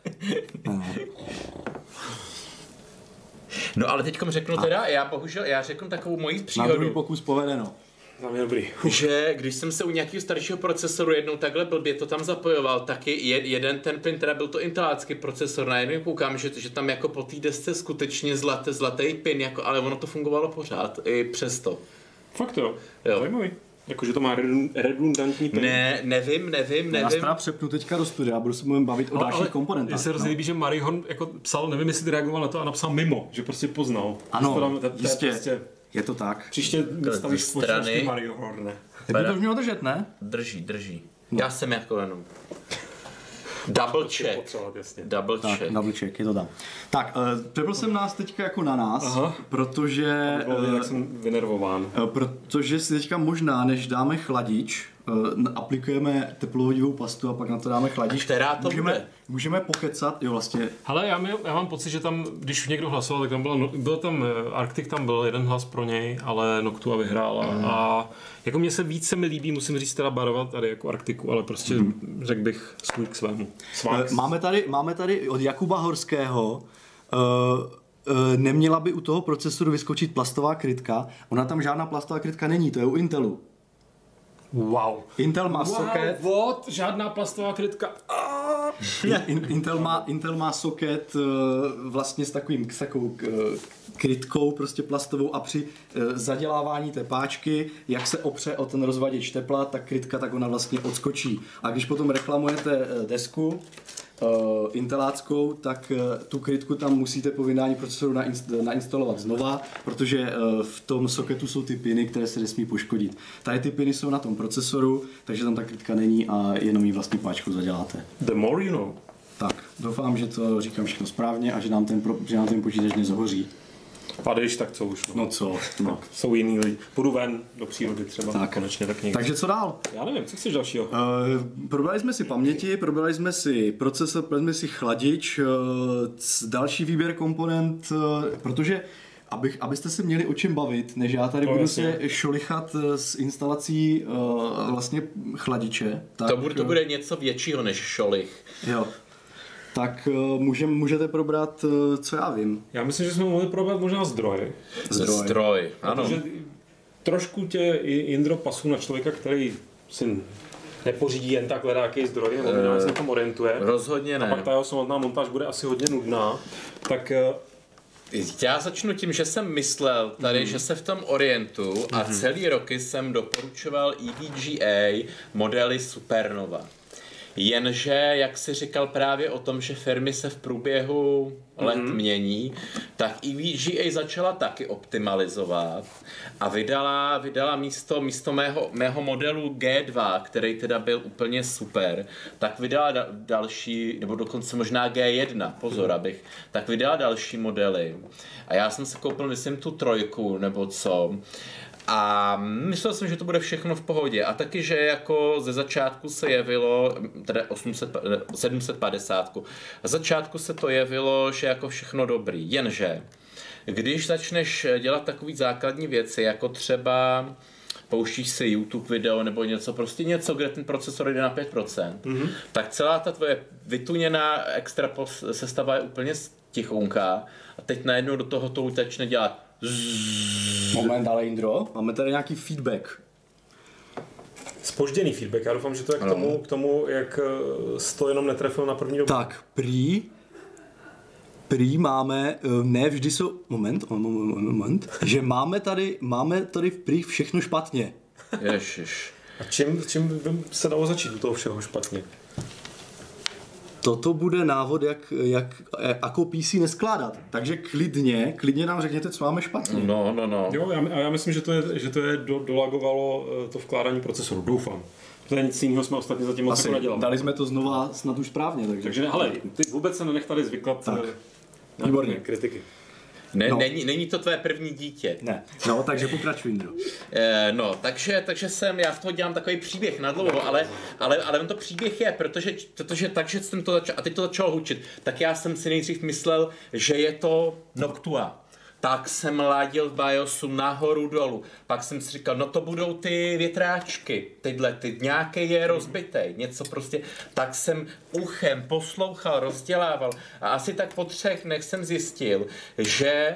No ale teďkom řeknu teda, já řeknu takovou moji příhodu. Na druhý pokus povedeno. Dobrý. Že když jsem se u nějakého staršího procesoru jednou takhle blbě to tam zapojoval, taky jeden ten pin, teda byl to intelácký procesor, najednou koukám, že tam jako po té desce skutečně zlatý pin, jako, ale ono to fungovalo pořád, i přesto. Fakt jo. Zajímavý. Jakože to má redundantní pin. Nevím. Já se teda přepnu teďka do studia a budu se mluvit bavit o dalších komponentách. Mně se hrozně líbí, že Marion jako psal, nevím, jestli ty reagoval na to a napsal mimo, že prostě poznal. Ano, jistě, je to tak. Příště stavíš společnosti Mario Horne. Teď by to už mělo držet, ne? Drží. Já jsem jako jenom... Double check, je to tam. Tak, přepl jsem nás teďka jako na nás, protože... Jak jsem vynervován. Protože si teďka možná, než dáme chladič, aplikujeme teplovodivou pastu a pak na to dáme chladič. Která to můžeme pokecat, jo vlastně. Hele, já mám pocit, že tam, když někdo hlasoval, tak tam byl tam Arctic, tam byl jeden hlas pro něj, ale Noctua vyhrála a jako mně se více mi líbí, musím říct teda barovat tady jako Arktiku, ale prostě řekl bych svůj k svému. Máme tady od Jakuba Horského neměla by u toho procesoru vyskočit plastová krytka. Ona tam žádná plastová krytka není, to je u Intelu. Wow. Intel má soket. Žádná plastová krytka. Intel má soket vlastně s takovou krytkou prostě plastovou a při zadělávání té páčky, jak se opře o ten rozvaděč tepla, tak krytka tak ona vlastně odskočí. A když potom reklamujete desku, inteláckou, tak tu krytku tam musíte po vydání procesoru nainstalovat znova, protože v tom soketu jsou ty piny, které se nesmí poškodit. Tady ty piny jsou na tom procesoru, takže tam ta krytka není a jenom ji vlastní páčkou zaděláte. The more you know. Tak, doufám, že to říkám všechno správně a že nám ten počítač nezahoří. A když tak co už. No co? No. Jsou jiný lidi. Půjdu ven do přírody třeba tak. Konečně tak někdy. Takže co dál? Já nevím, co chceš dalšího? Probrali jsme si paměti, probrali jsme si procesor, probrali jsme si chladič, další výběr komponent, protože abyste se měli o čem bavit, než já tady budu se šolichat s instalací vlastně chladiče. Tak, to bude něco většího než šolich. Jo. Tak můžete probrat, co já vím. Já myslím, že jsme mohli probrat možná zdroj, ano. Protože trošku tě, Jindro, pasu na člověka, který si nepořídí jen tak hledáký zdroj, nebo se na tom orientuje. Rozhodně ne. A pak ta jeho samotná montáž bude asi hodně nudná. Tak já začnu tím, že jsem myslel tady, že se v tom orientu a celý roky jsem doporučoval EVGA modely Supernova. Jenže, jak jsi říkal právě o tom, že firmy se v průběhu let mění, tak EVGA začala taky optimalizovat a vydala místo mého modelu G2, který teda byl úplně super, tak vydala další, nebo dokonce možná G1, pozor, tak vydala další modely. A já jsem si koupil, myslím, tu 3, nebo co. A myslel jsem, že to bude všechno v pohodě. A taky, že jako ze začátku se jevilo, teda 750. A ze začátku se to jevilo, že jako všechno dobrý. jenže když začneš dělat takové základní věci, jako třeba pouštíš si YouTube video nebo něco, prostě něco, kde ten procesor jde na 5%, tak celá ta tvoje vytuněná extra sestava je úplně tichounká a teď najednou do toho to začne dělat. Moment, ale Jindro, máme tady nějaký feedback. Zpožděný feedback, já doufám, že to je k tomu, jak to jenom netrefil na první dobu. Tak, prý máme, ne vždy jsou, moment, že máme tady prý všechno špatně. Ježiš. A čím by se dalo začít u toho všeho špatně? Toto bude návod, jak jako PC neskládat. Takže klidně nám řekněte, co máme špatně. No. Jo, já myslím, že to je dolagovalo to vkládání procesoru. Doufám. Protože nic jiného jsme ostatně zatím moc jako nedělali. Dali jsme to znova snad už správně. Takže hele, ty vůbec se nenech tady zvyklat na kritiky. Není to tvé první dítě. Ne. No, takže pokračuj, Jindro. Takže já z toho dělám takový příběh na dlouho, ale on to příběh je, protože takže jsem to začal, a teď to začalo hučit, tak já jsem si nejdřív myslel, že je to Noctua. Tak jsem ladil v BIOSu nahoru dolů. Pak jsem si říkal, no to budou ty větráčky, nějaký je rozbitej, něco prostě. Tak jsem uchem poslouchal, rozdělával a asi tak po 3 dnech jsem zjistil, že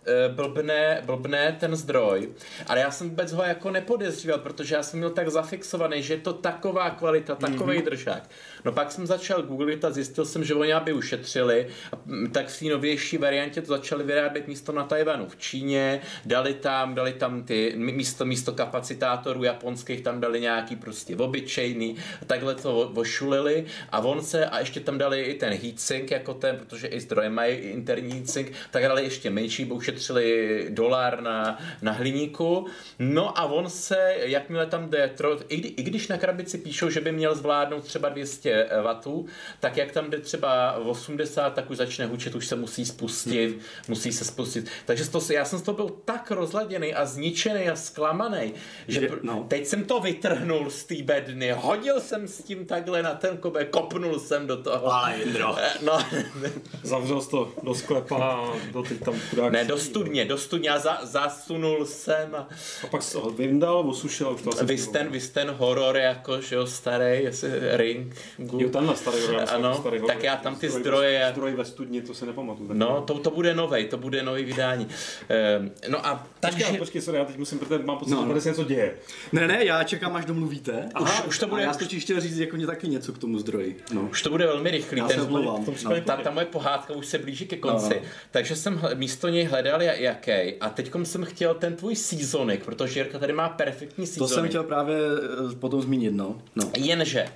blbne ten zdroj, ale já jsem vůbec ho jako nepodezříval, protože já jsem měl tak zafixovaný, že je to taková kvalita, takovej držák. No pak jsem začal googlit a zjistil jsem, že oni aby ušetřili, tak v té novější variantě to začali vyrábět místo na Tajvanu v Číně, dali tam ty místo kapacitátorů japonských tam dali nějaký prostě obyčejný, takhle to ošulili a ještě tam dali i ten heatsink jako ten, protože i zdroje mají interní heatsink, tak dali ještě menší, bo ušetřili $1 na hliníku. No a jakmile tam jde, i když na krabici píšou, že by měl zvládnout třeba 200 W, tak jak tam jde třeba 80, tak už začne hučet, už se musí se spustit. Takže já jsem z toho byl tak rozladěný a zničený a zklamaný, že teď jsem to vytrhnul z té bedny, hodil jsem s tím takhle na ten kobe, kopnul jsem do toho. Ale Jindro. Zavřel jsi to do sklepa a tam chudák. Ne, do studně a zasunul jsem. A pak se ho vyndal, osušil. Vys ten horor, jako, že jo, starý, Ring. Jo, tenhle starý horor. Ano, tak já tam ty zdroje. Zdroj ve studni, to se nepamatuju. No, to bude nový vydání. No a Počkej, sorry, já teď musím, protože mám pocit, že tady se něco děje. Ne, já čekám, až domluvíte. Už to bude. Já totiž chtěl říct jako taky něco k tomu zdroji. No. Už to bude velmi rychlý. Ta moje pohádka už se blíží ke konci. Takže jsem místo něj hledal jaký. A teďkom jsem chtěl ten tvůj seasonik, protože Jirka tady má perfektní seasonik. To jsem chtěl právě potom zmínit, no. Jenže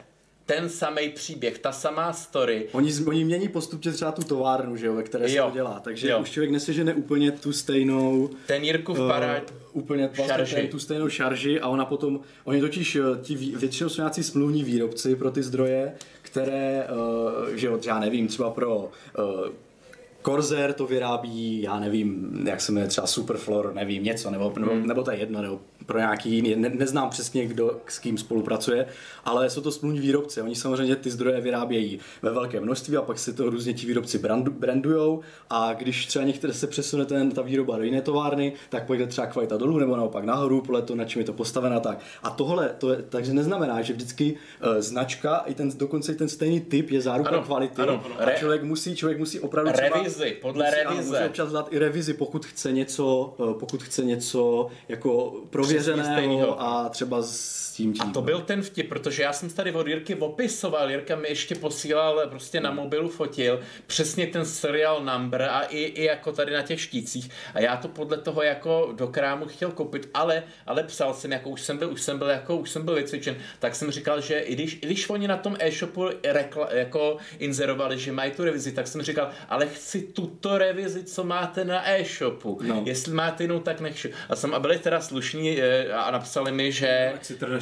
ten samý příběh, ta samá story. Oni mění postupně třeba tu továrnu, že jo, ve které se to dělá, takže už člověk nesežene úplně tu stejnou... Ten Jirkův parád. Úplně vlastně tu stejnou šarži a ona potom, oni totiž většinou jsou nějací smluvní výrobci pro ty zdroje, které, že jo, já nevím, třeba pro Corsair to vyrábí, já nevím, jak se jmenuje, třeba Superflor, nevím, něco, nebo to je jedno, nebo pro nějaký jiný, neznám přesně, kdo s kým spolupracuje, ale jsou to smluvní výrobci, oni samozřejmě ty zdroje vyrábějí ve velkém množství a pak se to různě ti výrobci brandujou a když třeba některé se přesune ta výroba do jiné továrny, tak pojde třeba kvalita dolů nebo naopak nahoru, podle toho, na čem je to postaveno tak. A tohle, takže neznamená, že vždycky značka, dokonce i ten stejný typ je záruka kvality a člověk musí opravdu revizi, podle revize. Může občas dát i revizi, pokud chce něco jako prověřeného a třeba s tím. A to byl ten vtip, protože já jsem tady od Jirky opisoval, Jirka mi ještě posílal, prostě na mobilu fotil přesně ten serial number a i jako tady na těch štících a já to podle toho jako do krámu chtěl koupit, ale psal jsem, jako už jsem byl vycvičen, tak jsem říkal, že i když oni na tom e-shopu jako inzerovali, že mají tu revizi, tak jsem říkal, ale chci tuto revizi, co máte na e-shopu. No. Jestli máte jinou, tak nechci. A byli teda slušní a napsali mi, že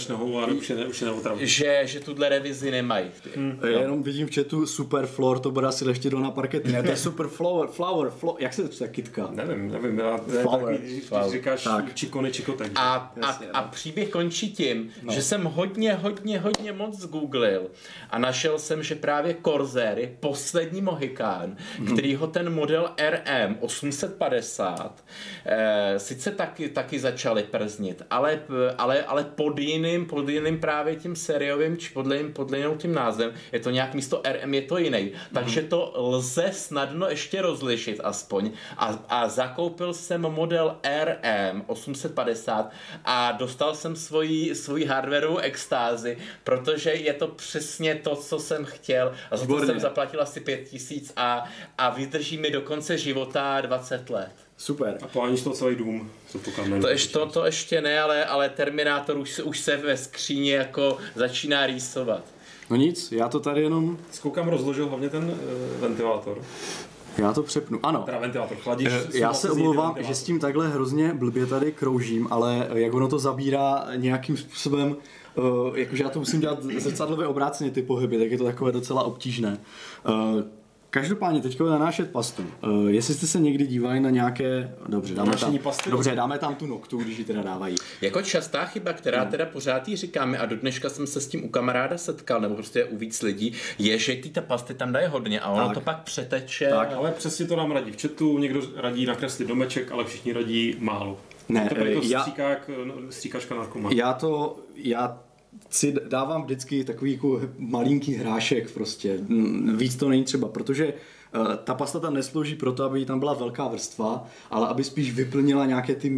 že tuhle revizi nemají. Já jenom vidím v chatu Super Floor, to bude asi ještě na parkety. Ne, to je Super Flower, jak se to kytka? Nevím. Když říkáš čikotek. A příběh končí tím, že jsem hodně moc zgooglil a našel jsem, že právě Corsair je poslední mohikán, kterýho ten model RM 850 sice taky začali prznit, ale pod jiným právě tím sériovým, či pod jinou tím názvem, je to nějak místo RM, je to jiný. Takže to lze snadno ještě rozlišit aspoň. A zakoupil jsem model RM 850 a dostal jsem svoji hardwareovou extázi, protože je to přesně to, co jsem chtěl. A za to jsem zaplatil asi 5000 a vydrží mi do konce života 20 let. Super. A poháníš to celý dům. To ještě ne, ale Terminátor už se ve skříni jako začíná rýsovat. No nic, já to tady jenom... Skoukám rozložil hlavně ten ventilátor. Já to přepnu, ano. Teda ventilátor, chladíš. Já se omlouvám, že s tím takhle hrozně blbě tady kroužím, ale jak ono to zabírá nějakým způsobem, jakože já to musím dělat zrcadlově obráceně ty pohyby, tak je to takové docela obtížné. Každopádně teďka nanášet pastu. Jestli jste se někdy dívali na nějaké... Dobře, dáme tam tu noktu, když ji teda dávají. Jako častá chyba, která teda pořád jí říkáme a do dneška jsem se s tím u kamaráda setkal, nebo prostě u víc lidí, je, že ty pasty tam dají hodně a ono to pak přeteče. Tak, ale přesně to nám radí v chatu, někdo radí nakreslit domeček, ale všichni radí málo. Ne, stříkačka narkoma. Já si dávám vždycky takový jako malinký hrášek prostě, víc to není třeba, protože ta pasta tam neslouží proto, aby tam byla velká vrstva, ale aby spíš vyplnila nějaké ty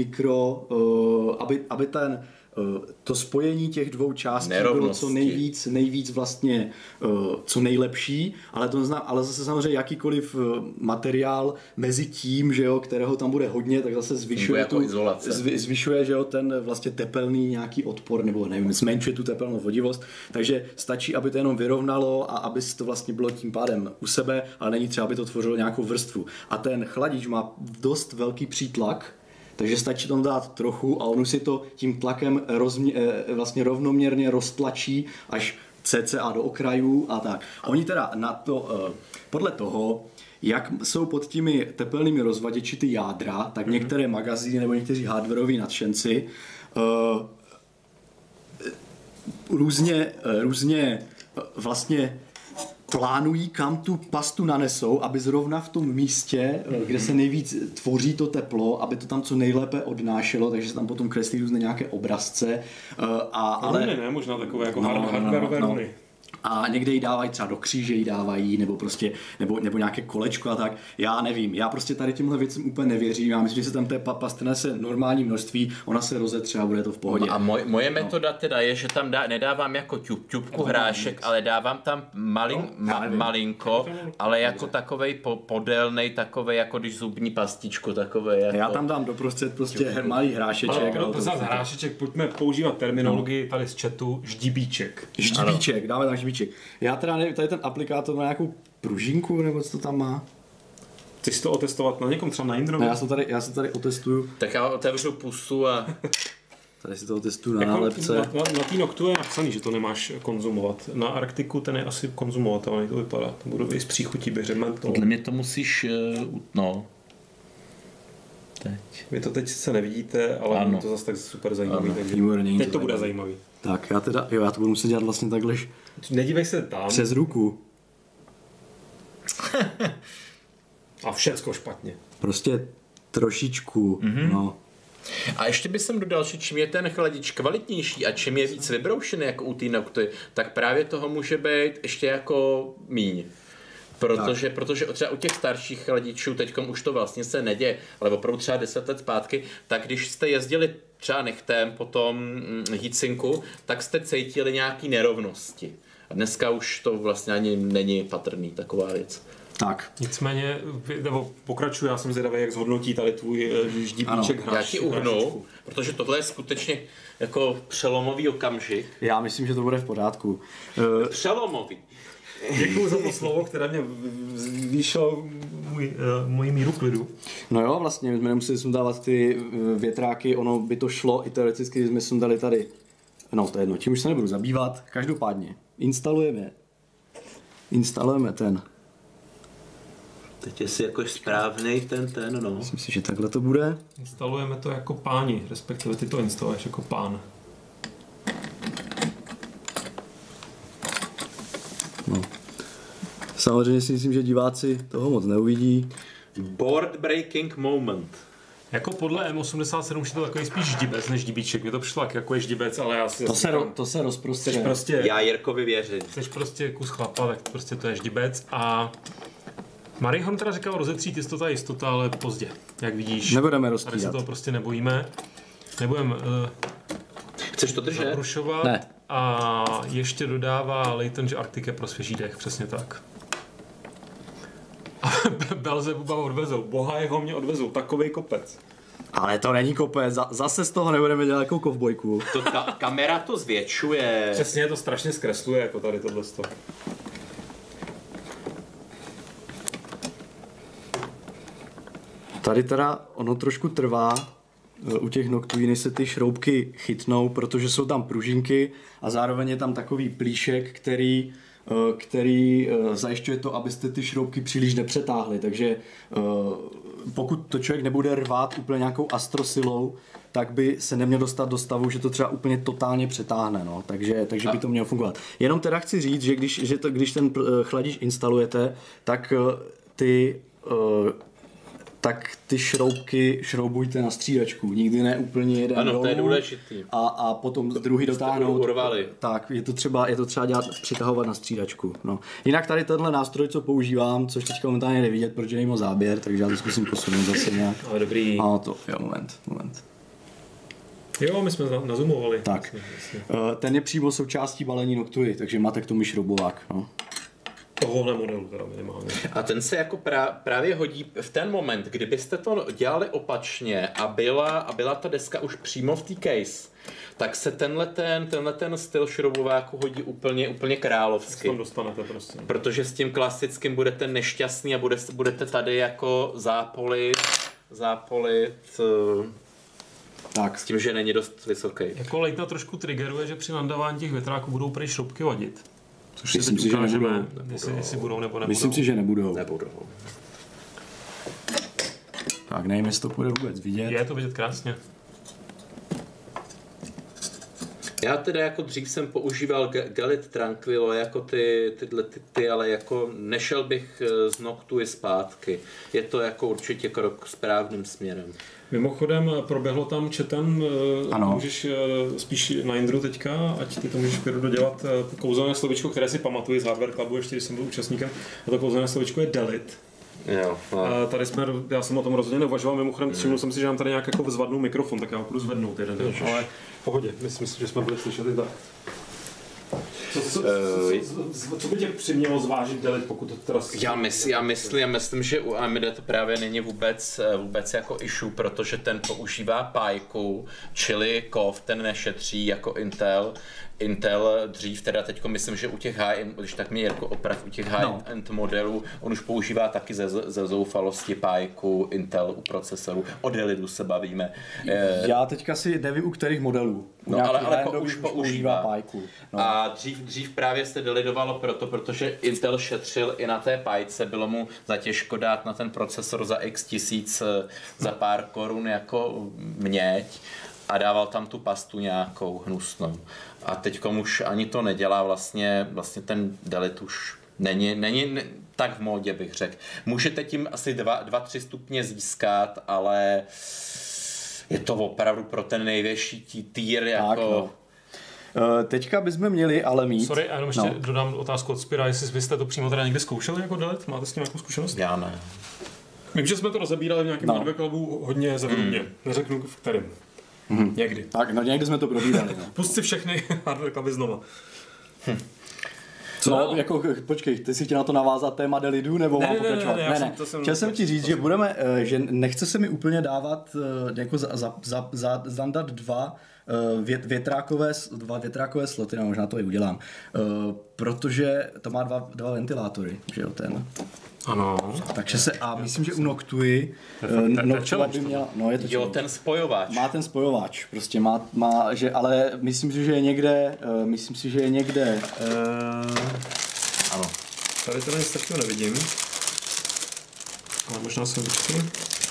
aby to spojení těch dvou částí bylo co nejvíc vlastně co nejlepší, ale zase samozřejmě jakýkoliv materiál mezi tím, že jo, kterého tam bude hodně, tak zase zvyšuje, že jo, ten vlastně tepelný nějaký odpor, nebo nevím, zmenšuje tu tepelnou vodivost, takže stačí, aby to jenom vyrovnalo a aby to vlastně bylo tím pádem u sebe, ale není třeba, aby to tvořilo nějakou vrstvu. A ten chladič má dost velký přítlak, takže stačí tam dát trochu a on si to tím tlakem vlastně rovnoměrně roztlačí až cca do okrajů a tak. A oni teda na to, podle toho, jak jsou pod těmi tepelnými rozvaděči ty jádra, tak některé magazíny nebo někteří hardwareoví nadšenci různě vlastně plánují, kam tu pastu nanesou, aby zrovna v tom místě, kde se nejvíc tvoří to teplo, aby to tam co nejlépe odnášelo, takže se tam potom kreslí různé nějaké obrazce. Runy, ne? Možná takové jako hardwareové runy. A někde ji dávají třeba do kříže ji dávají, nebo prostě, nebo nějaké kolečko a tak. Já nevím, já prostě tady těmhle věcem úplně nevěřím. Já myslím, že se tam té pasty nese normální množství, ona se rozetře a bude to v pohodě. A moje metoda teda je, že tam nedávám jako ťupku hrášek, ale dávám tam malinko, ale jako takovej podélnej, takovej jako když zubní pastičku, takovej jako... Já tam dám doprostřed prostě malý hrášeček. Hrášeček, pojďme používat terminologii tady z chatu, ždibíček. Ždibíček, dáme tam ždibíček. ždíbíček. Já teda nevím, tady ten aplikátor má nějakou pružinku, nebo co to tam má? Chceš to otestovat na někom, třeba na Indrovi? No, já se tady otestuju. Tak já otevřu pusu a... Tady si to otestuju na nálepce. Na té Noctu je napsaný, že to nemáš konzumovat. Na Arktiku ten je asi konzumovatelný, to vypadá. To budou i z příchutí běře mentol. Podle mě to musíš, no. Teď. Vy to teď sice nevidíte, ale ano. To zase tak super zajímavý. Takže teď to bude zajímavý. Tak já to budu muset dělat vlastně takhle. Nedívej se tam. Přes ruku. A všecko špatně. Prostě trošičku, no. A ještě bych sem dodal, že čím je ten chladič kvalitnější a čím je víc vybroušený jako u té Nocty, tak právě toho může být ještě jako míň. Protože třeba u těch starších chladičů, teďkom už to vlastně se neděje, ale opravdu třeba 10 let zpátky, tak když jste jezdili třeba nechtem po tom heatsinku, tak jste cítili nějaký nerovnosti. A dneska už to vlastně ani není patrný taková věc. Tak. Nicméně, nebo pokračuju, já jsem zvědavý, jak zhodnotí tady tvůj ždíbíček hráč. Já ti uhnu, protože tohle je skutečně jako přelomový okamžik. Já myslím, že to bude v pořádku. Přelomový. Děkuju za to slovo, které mě zvýšilo moji míru klidu. No jo, vlastně, my jsme nemuseli sundávat ty větráky, ono by to šlo i teoreticky, když jsme sundali tady. No to je jedno, tím už se nebudu zabývat. Každopádně, instalujeme ten. Teď je si jako správnej ten, no. Myslím si, že takhle to bude. Instalujeme to jako páni, respektive ty to instaluješ jako pán. No. Samozřejmě si myslím, že diváci toho moc neuvidí. Board breaking moment. Jako podle M87 už je to takový spíš ždibec než ždíbíček. Mně to přišlo jako je ždibec, ale já si... To se rozprostře. Prostě, já Jirkovi věřím. Jsi prostě kus chlapa, tak prostě to je ždibec a... Marie Horn teda říkal rozetřít jistota, ale pozdě. Jak vidíš, nebudeme rozstřídat. Tady se toho prostě nebojíme. Nebudeme Chceš to držet? Zaprušovat. Ne. A ještě dodává Leighton, že Arctic je pro svěží dech, přesně tak. A Belzebuba odvezou, boha jeho mě odvezou, takovej kopec. Ale to není kopec, zase z toho nebudeme dělat jako kovbojku. Kamera to zvětšuje. Přesně, to strašně zkresluje, jako tady tohle. Tady teda ono trošku trvá u těch Noctů, než se ty šroubky chytnou, protože jsou tam pružinky a zároveň je tam takový plíšek, který zajišťuje to, abyste ty šroubky příliš nepřetáhli. Takže pokud to člověk nebude rvát úplně nějakou astrosilou, tak by se neměl dostat do stavu, že to třeba úplně totálně přetáhne. No. Takže by to mělo fungovat. Jenom teda chci říct, že když ten chladič instalujete, tak ty šroubky šroubujte na střídačku. Nikdy ne úplně jeden dolů. Ano, to je důležitý. A potom druhý dotáhnout. Tak, je to třeba přitahovat na střídačku. No. Jinak tady tenhle nástroj, co používám, což teďka momentálně nevidět, protože není moc záběr, takže já to zkusím posunout zase nějak. Ale dobrý. A to, jo, moment. Jo, my jsme nazoomovali. Tak, ten je přímo součástí balení Noctuji, takže máte k tomu šroubovák. No. Tohohle modelu teda minimálně. A ten se jako právě hodí v ten moment, kdybyste to dělali opačně a byla ta deska už přímo v té case, tak se tenhle styl šroubováku hodí úplně královsky. Tam dostanete prostě. Protože s tím klasickým budete nešťastný a budete tady jako zápolit tak. S tím, že není dost vysoký. Jako Leighton trošku triggeruje, že při nandávání těch větráků budou prej šroubky vadit. Což myslím si, že nebudou. Jestli budou nebo nebudou. Myslím si, že nebudou. Nebudou. Tak nevím, jestli to bude vůbec vidět. Je to vidět krásně. Já teda jako dřív jsem používal Galit Tranquilo jako ty, ale jako nešel bych z Noctuji zpátky. Je to jako určitě krok správným směrem. Mimochodem proběhlo tam chatem, můžeš spíš na Indru teďka, ať ty to můžeš dodělat kouzelné slovičko, které si pamatuji z Hardware Clubu, ještě když jsem byl účastníkem, a to kouzelné slovičko je Delete. Jo, tady já jsem o tom rozhodně neuvažoval, mimochodem všiml jsem si, že mám tady nějak jako vzvadnou mikrofon, tak já ho budu zvednout jeden, ale v pohodě, myslím si, že jsme byli slyšet i tak. Co by tě přimělo zvážit delit, pokud to teda... Já myslím, že u AMD to právě není vůbec jako issue, protože ten používá pájku, čili kov, ten nešetří jako Intel dřív, teda teďko myslím, že u těch high-end, když tak mě Jirko oprav, u těch high-end modelů, on už používá taky ze zoufalosti pájku Intel u procesorů. O delidu se bavíme. Já teďka si nevím, u kterých modelů. Ale už používá pájku. No. A dřív právě se delidovalo protože Intel šetřil i na té pájce, bylo mu zatěžko dát na ten procesor za x tisíc za pár korun jako měď a dával tam tu pastu nějakou hnusnou. A teďkom už ani to nedělá, vlastně ten delit už není tak v módě, bych řekl. Můžete tím asi 2-3 stupně získat, ale je to opravdu pro ten největší tier jako... Teďka bychom měli ale mít... Sorry, já jenom ještě dodám otázku od Spira, jestli vy jste to přímo teda někdy zkoušeli jako delit? Máte s tím nějakou zkušenost? Já ne. Vím, že jsme to rozebírali v nějakém hardware clubu hodně zevrubně. Neřeknu v kterém. Někdy. Tak, někdy jsme to probírali. Pust si všechny hardware cluby znova. No, jako, počkej, ty si chtěl na to navázat téma delidu, nebo mám pokračovat? Ne. Chtěl jsem ti říct, že že nechce se mi úplně dávat jako zandat dva větrákové sloty, no, možná to i udělám, protože to má dva ventilátory, že jo, ten. Ano. Takže myslím, že u Noctui Noctua by měla, je to jo, ten spojovač. Má ten spojovač, prostě ale myslím si, že je někde, ano. Tady to nic takového nevidím. Ale možná jsem vyčkal.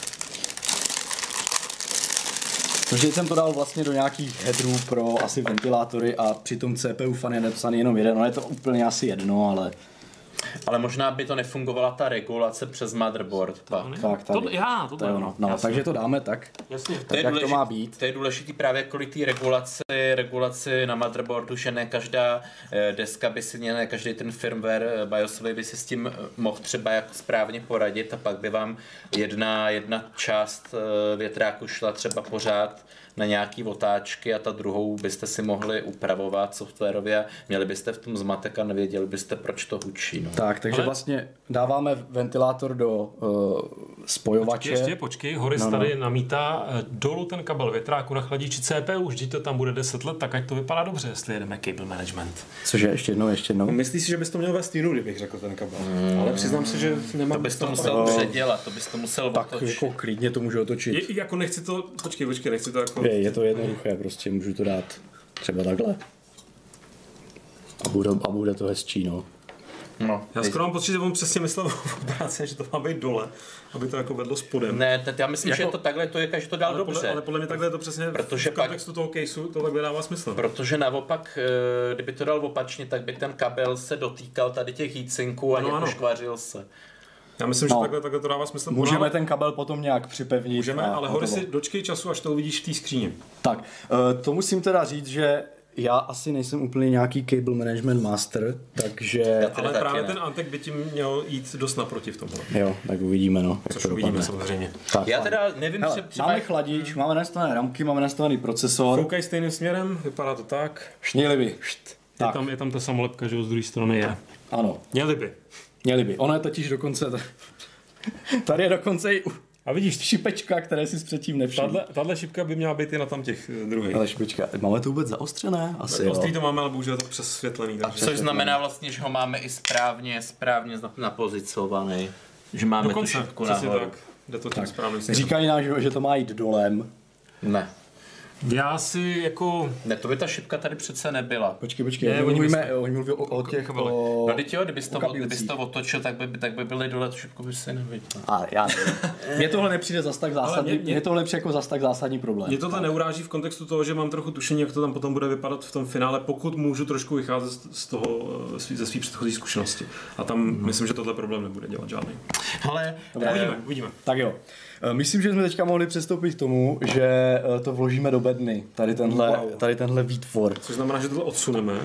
Takže jsem to dal vlastně do nějakých headerů pro asi ventilátory a při tom CPU fan je napsaný jenom jeden, no je to úplně asi jedno, ale možná by to nefungovala ta regulace přes motherboard. Tak, to je ono. No, takže to dáme tak. Jasně. Tak jak to má být. To je důležitý právě kvůli té regulaci na motherboardu, že ne každá deska by si ne každý ten firmware BIOSový by si s tím mohl třeba jako správně poradit a pak by vám jedna část větráku šla třeba pořád na nějaký otáčky a ta druhou byste si mohli upravovat softwarově, měli byste v tom zmatek a nevěděli byste, proč to hučí. No. Tak, takže vlastně dáváme ventilátor do spojovače. Počkej, Horis tady namítá dolů ten kabel větráku na chladiči CPU, vždyť to tam bude 10 let, tak ať to vypadá dobře, jestli jedeme cable management. Cože, ještě jednou? Myslíš si, že bys to měl vést jinou, kdybych řekl ten kabel? Ale přiznám se, že nemám... To bys to musel předělat, to bys to musel tak otočit. Jako klidně to můžu otočit. Jako nechci to, počkej, nechci to jako... Je to jednoduché, prostě můžu to dát třeba takhle. A bude to hezčí, no. Já skoro mám pocit, že on přesně myslel v práci, že to má být dole, aby to jako vedlo spodem. Ne, já myslím, že to takhle to je, že to dál dobře. Ale podle mě takhle je to přesně protože v kontextu toho caseu to takhle dává smysl. Protože naopak, kdyby to dal opačně, tak by ten kabel se dotýkal tady těch heatsinků a nepoškvařil se. Já myslím, že takhle to dává smysl. Můžeme ten kabel potom nějak připevnit. Můžeme, ale Hory si dočkej času, až to uvidíš v té skříni. Tak, to musím teda říct, že já asi nejsem úplně nějaký cable management master, takže... Ale právě ten Antec by tím měl jít dost naproti v tomhle. Jo, tak uvidíme, no. Což uvidíme samozřejmě. Tak, já teda nevím, třeba... Máme chladič, máme nastavené ramky, máme nastavený procesor. Foukaj stejným směrem, vypadá to tak. Měli by. Je tam ta samolepka, že z druhé strany je. Ano. Měli by. Ono je totiž dokonce... Tady je dokonce i... A vidíš, šipečka, které si předtím nevšiml. Tahle šipka by měla být i na tam těch druhých. Ale šipečka, máme to vůbec zaostřené? Asi ostrý to máme, ale bohužel to přesvětlený. Což znamená vlastně, že ho máme i správně napozicovaný. Že máme tu šipku nahoru. Jde to tím správným směrem. Říkají nám, že to má jít dolem. Ne. Já si jako... Ne, to by ta šipka tady přece nebyla. Počkej, oni mluví o těch... No teď jo, kdybys to otočil, tak by byly dole, tu šipku by si neviděl. Ale já mně tohle nepřijde zas tak zásadní, mě tohle přijde jako zas tak zásadní problém. Mě tohle neuráží v kontextu toho, že mám trochu tušení, jak to tam potom bude vypadat v tom finále, pokud můžu trošku vycházet ze své předchozí zkušenosti. A tam myslím, že tohle problém nebude dělat žádný. Ale uvidíme. Tak jo. Myslím, že jsme teďka mohli přistoupit k tomu, že to vložíme do bedny, tady tenhle výtvor. Což znamená, že tohle odsuneme.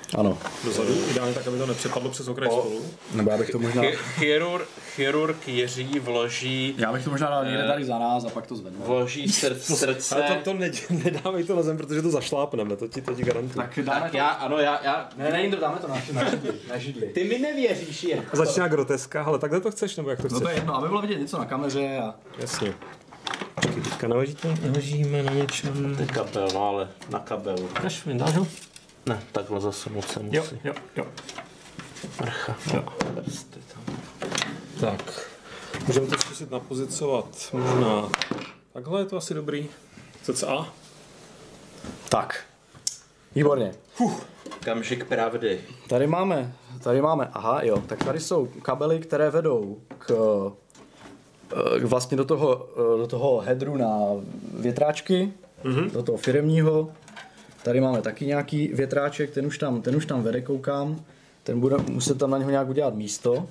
Ano. Dozadu, ideálně tak, aby to nepřepadlo přes okraj stolu. Nebo já bych to možná... Chirurg Jiří vloží... Já bych to možná dal někde tady za nás a pak to zvednu. Vloží srdce... Ale to nedávej to na zem, protože to zašlápneme, to ti garantuju. Tak dáme to... Já... Ne, dáme to na židli. Ty mi nevěříš, je. Začíná groteska, ale takhle to chceš, nebo jak to chceš? No to je jedno, aby bylo vidět něco na kameře a... Jasně. Počkej, teďka naložíme na něčem... To je kabel, no ale na kabelu. Až vyndáš ho? Ne, takhle zase moc se musí. Jo. Vrcha. Jo. Prsty tam. Tak, můžeme to zkusit napozicovat možná takhle, je to asi dobrý. CCA? Tak. Výborně. Kamžik pravdy. Tady máme, aha jo, tak tady jsou kabely, které vedou k vlastně do toho headru na větráčky, do toho firemního. Tady máme taky nějaký větráček, ten už tam vede, koukám. Ten bude muset tam na něho nějak udělat místo.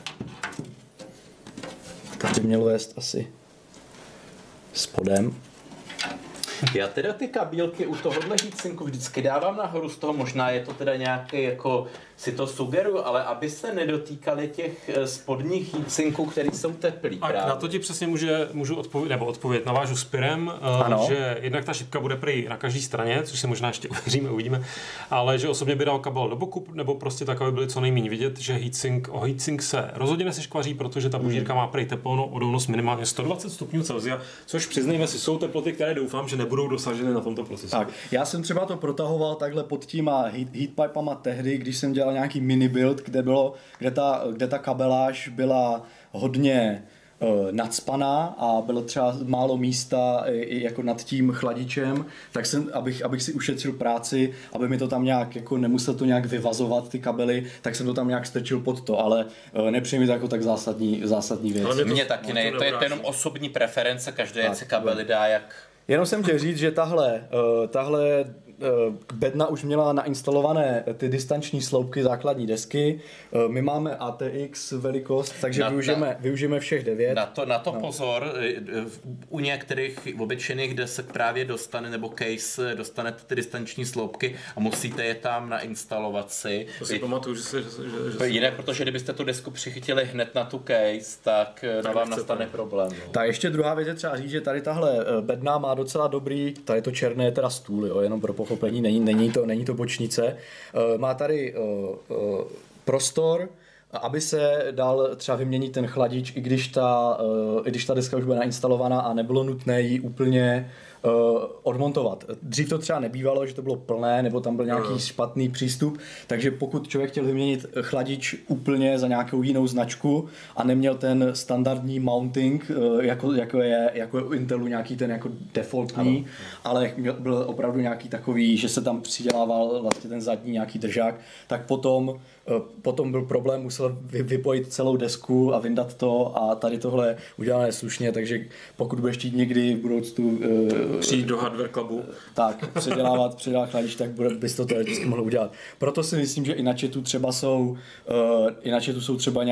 Tak by měl vést asi spodem. Já teda ty kabílky u tohohle heatsinku vždycky dávám nahoru z toho, možná je to teda nějaký, jako si to sugeruju, ale aby se nedotýkali těch spodních heatsinků, které jsou teplý. A na to ti přesně můžu odpovědět. Navážu s Pirem, že jednak ta šipka bude prý na každé straně, což se možná ještě uvidíme, ale že osobně by dal kabel do boku, nebo prostě tak, aby byly co nejméně vidět, že heatsink se rozhodně neseškvaří, protože ta bužírka má prý teplnou odolnost minimálně 120 stupňů Celsia, což přiznejme si, jsou teploty, které doufám, že nebudou dosaženy na tomto procesoru. Tak, já jsem třeba to protahoval takhle pod těma heatpipama tehdy, když jsem dělal nějaký mini build, kde ta kabeláž byla hodně nacpaná a bylo třeba málo místa i jako nad tím chladičem, tak jsem, abych si ušetřil práci, aby mi to tam nějak, jako nemusel to nějak vyvazovat ty kabely, tak jsem to tam nějak strčil pod to, ale nepřijmi to jako tak zásadní věc. Mně taky ne, to je jenom osobní preference, každý si kabely dá jak... Jenom jsem chtěl říct, že tahle bedna už měla nainstalované ty distanční sloupky základní desky. My máme ATX velikost, takže využijeme všech 9. Na to pozor, u některých obyčejných desek právě dostane, nebo case dostanete ty distanční sloupky a musíte je tam nainstalovat si. To si pamatuju, že jinak, protože kdybyste tu desku přichytili hned na tu case, tak vám nastane problém. No. Tak ještě druhá věc je třeba říct, že tady tahle bedna má docela dobrý, tady to černé je teda stůl, jo, jenom pro pochopení, není to bočnice. Má tady prostor, aby se dal třeba vyměnit ten chladič, i když ta deska už byla nainstalovaná a nebylo nutné ji úplně odmontovat. Dřív to třeba nebývalo, že to bylo plné, nebo tam byl nějaký špatný přístup, takže pokud člověk chtěl vyměnit chladič úplně za nějakou jinou značku a neměl ten standardní mounting, jako je u Intelu nějaký ten jako defaultní, ale byl opravdu nějaký takový, že se tam přidělával vlastně ten zadní nějaký držák, tak potom byl problém, musel vypojit celou desku a vyndat to a tady tohle udělané slušně, takže pokud budeš chtít někdy v budoucnu přijít do Hardware Clubu, tak předělat chladič, tak bys to teoreticky mohl udělat. Proto si myslím, že i na chatu třeba jsou třeba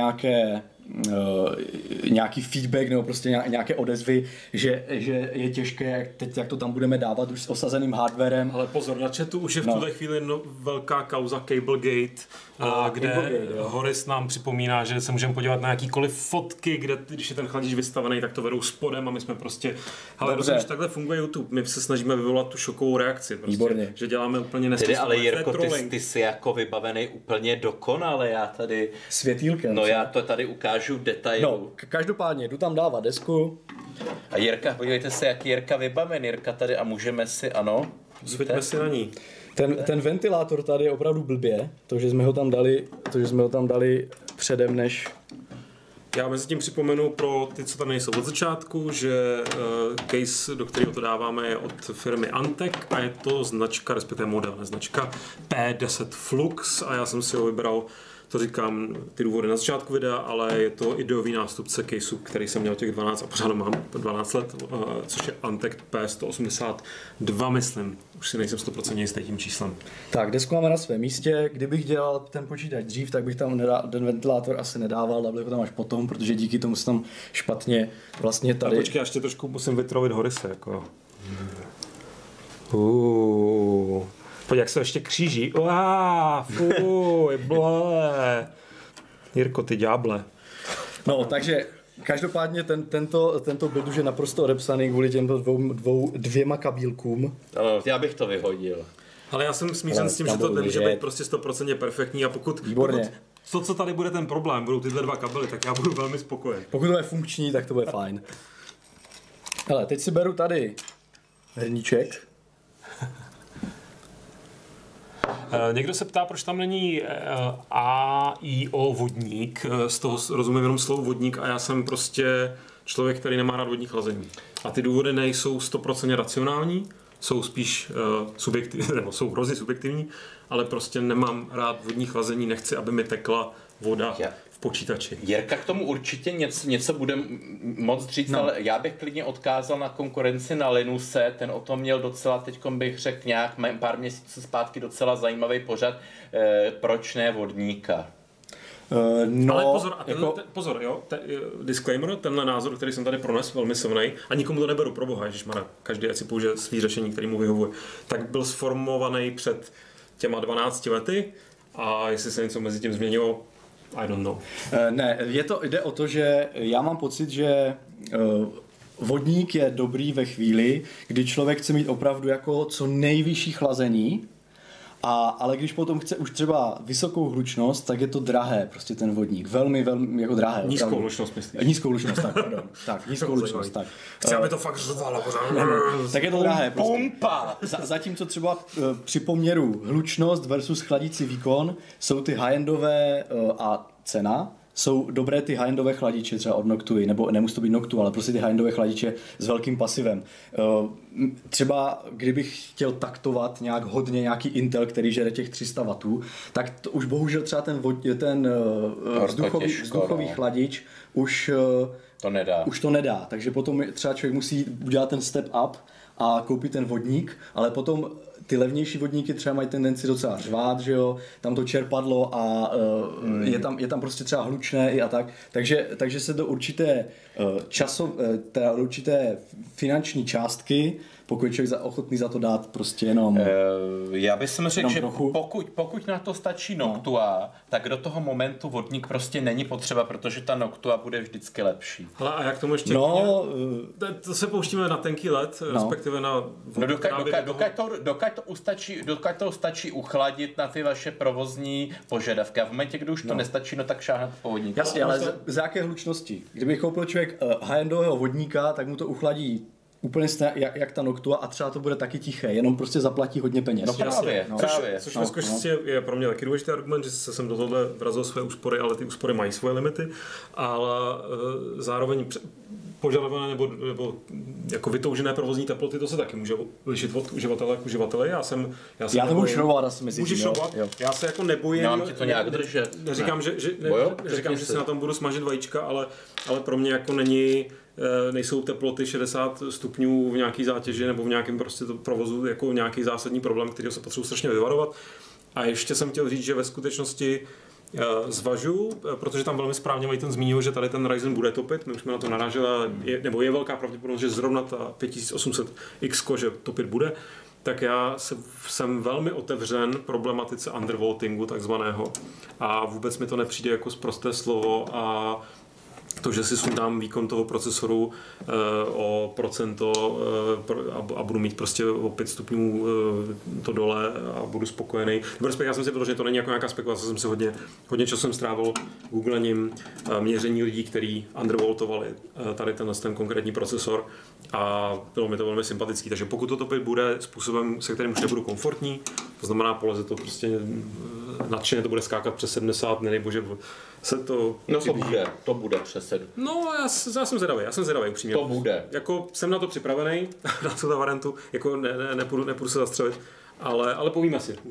nějaký feedback nebo prostě nějaké odezvy, že je těžké, jak to tam budeme dávat už s osazeným hardwarem. Ale pozor, na chatu už je v tuhle chvíli velká kauza Cablegate, kde Horis nám připomíná, že se můžeme podívat na jakýkoliv fotky, kde když je ten chladič vystavený, tak to vedou spodem a my jsme prostě... Ale protože takhle funguje YouTube, my se snažíme vyvolat tu šokovou reakci, prostě, že děláme úplně nesmysl. Ale Jirko, ty jsi jako vybavený úplně dokonale, já tady... Světýlkem. No já to tady ukážu detailu. No, každopádně, jdu tam dávat desku. A Jirka, podívejte se, jak Jirka vybaven. Jirka tady a můžeme si, ano. Zveďme si na ní. Ten ventilátor tady je opravdu blbě, to, že jsme ho tam dali předem, než... Já mezi tím připomenu pro ty, co tady nejsou od začátku, že case, do kterého to dáváme, je od firmy Antec a je to značka, respektive modelná značka P10 Flux a já jsem si ho vybral, to říkám ty důvody na začátku videa, ale je to ideový nástupce caseu, který jsem měl těch 12 a pořád mám 12 let, což je Antec P182, myslím. Už si nejsem 100% jistý tím číslem. Tak, desku máme na svém místě. Kdybych dělal ten počítač dřív, tak bych tam ten ventilátor asi nedával, dal bych ho tam až potom, protože díky tomu se tam špatně vlastně tady... A počkej, já ještě trošku musím vytrovit Horise, jako. Pojď, jak se ještě kříží. Fuj, blé. Jirko, ty ďáble. No, takže každopádně tento build už je naprosto odepsaný kvůli těm dvěma kabílkům. No, já bych to vyhodil. Ale já jsem smířen s tím, že to nemůže být prostě 100% perfektní a pokud to, co tady bude ten problém, budou tyhle dva kabely, tak já budu velmi spokojen. Pokud to je funkční, tak to bude fajn. Hele, teď si beru tady hrníček. Někdo se ptá, proč tam není AIO vodník, z toho rozumím jenom slovo vodník a já jsem prostě člověk, který nemá rád vodní chlazení. A ty důvody nejsou 100% racionální, jsou spíš subjektivní, nebo jsou hrozně subjektivní, ale prostě nemám rád vodní chlazení, nechci, aby mi tekla voda v počítači. Jirka k tomu určitě něco bude moc říct, ale já bych klidně odkázal na konkurenci na Linuse, ten o tom měl docela, teďkom bych řekl nějak pár měsíců zpátky docela zajímavý pořad, proč ne vodníka. No, ale pozor, pozor, jo, disclaimer, tenhle názor, který jsem tady pronesl, velmi silnej, a nikomu to neberu, pro boha, ježišmarja, každý ať si použije svý řešení, který mu vyhovuje, tak byl sformovaný před těma 12 lety a jestli se něco mezi tím změnilo, I don't know. Ne, jde o to, že já mám pocit, že vodník je dobrý ve chvíli, kdy člověk chce mít opravdu jako co nejvyšší chlazení, ale když potom chce už třeba vysokou hlučnost, tak je to drahé, prostě ten vodník. Velmi, velmi jako drahé. Nízkou hlučnost myslíš? Nízkou hlučnost, tak, pardon. Tak, nízkou hlučnost, tak. Chci, aby to fakt řvalo pořád. Tak je to drahé. Prostě. Pumpa! Zatímco třeba při poměru hlučnost versus chladící výkon jsou ty high-endové a cena, jsou dobré ty high-endové chladiče třeba od Noctui, nebo nemusí to být Noctu, ale prostě ty high-endové chladiče s velkým pasivem. Třeba kdybych chtěl taktovat nějak hodně nějaký Intel, který žere těch 300 W, tak to už bohužel třeba ten vzduchový chladič už to nedá. Takže potom třeba člověk musí udělat ten step up a koupit ten vodník, ale potom ty levnější vodníky třeba mají tendenci docela řvát, že jo, tam to čerpadlo a je tam prostě třeba hlučné i a tak. Takže se do určité určité finanční částky, pokud je člověk ochotný za to dát prostě jenom... Já bych si řekl, že pokud na to stačí Noctua, tak do toho momentu vodník prostě není potřeba, protože ta Noctua bude vždycky lepší. Hele, a jak tomu ještě... to se pouštíme na tenký led, respektive na... dokud to stačí uchladit na ty vaše provozní požadavky. A v momentě, kdy už to nestačí, tak šáhnat po vodníku. Jasně, ale za jaké hlučnosti? Kdyby koupil člověk high-endového vodníka, tak mu to uchladí úplně stejně jak ta Noctua a třeba to bude taky tiché, jenom prostě zaplatí hodně peněz. No právě. Což ve skutečnosti je pro mě taky důležitý argument, že jsem do tohle vrazil své úspory, ale ty úspory mají svoje limity, ale zároveň požadované nebo jako vytoužené provozní teploty, to se taky může lišit od uživatele k uživateli. Já to budu šrobovat asi mezi tím. Můžeš šrobovat. Já se jako nebojím. Mám ti to nějak držet. Neříkám, že si na tom budu smažit vajíčka, ale pro mě jako nejsou teploty 60 stupňů v nějaký zátěži nebo v nějakém prostě provozu jako nějaký zásadní problém, který se potřebuji strašně vyvarovat. A ještě jsem chtěl říct, že ve skutečnosti zvažuji, protože tam velmi správně ten zmínil, že tady ten Ryzen bude topit, my už jsme na to naráželi, nebo je velká pravděpodobnost, že zrovna ta 5800X, že topit bude, tak já jsem velmi otevřen problematice undervoltingu takzvaného a vůbec mi to nepřijde jako sprosté slovo a to, že si sundám výkon toho procesoru o procento a budu mít prostě o 5 stupňů to dole a budu spokojený. Já jsem si vyložil, že to není jako nějaká spekulace, jsem si hodně času jsem strávil googlením měření lidí, kteří undervoltovali tady ten konkrétní procesor a bylo mi to velmi sympatický. Takže pokud to topit bude způsobem, se kterým už nebudu komfortní, to znamená poleze to prostě nadšeně to bude skákat přes 70, nedej bože, se to... No to bude přes 7. No já jsem zvědavý upřímně. To bude. Jako jsem na to připravený, na tu variantu, jako nepůjdu se zastřelit, ale povíme si.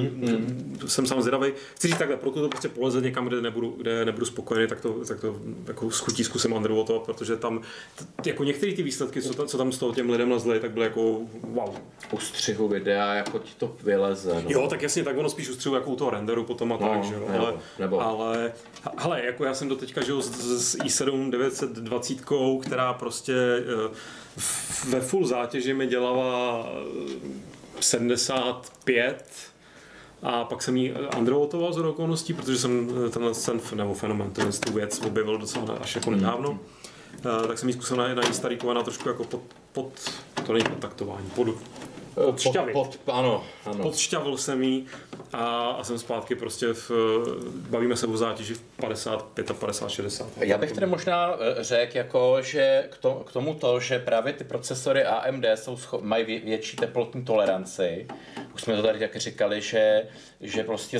Jsem sám zvědavý. Chci říct takhle, pokud to prostě poleze někam, kde nebudu spokojený, tak to jako s chutí zkusím undervoltovat, protože tam jako některé ty výsledky, co tam z toho těm lidem nalezli, tak byly jako wow. U střihu videa, jako ti to vyleze. No. Jo, tak jasně, tak ono spíš u střihu jako u toho renderu potom a tak, že jo. Ale hele, jako já jsem doteďka žil s i7 920, která prostě ve full zátěži mi dělala 75 a pak jsem ji undervoltoval z okolností, protože jsem tenhle fenomén, tu věc objevil docela až jako nedávno. Tak jsem ji zkusil na jí starýkovaná trošku jako to není podtaktování, ano. Podšťavil jsem jí a jsem zpátky prostě bavíme se o zátěži v 55 a 50, 60. Já bych tedy možná řekl, jako, že k tomu to, že právě ty procesory AMD mají větší teplotní toleranci. Už jsme to tady taky říkali, že prostě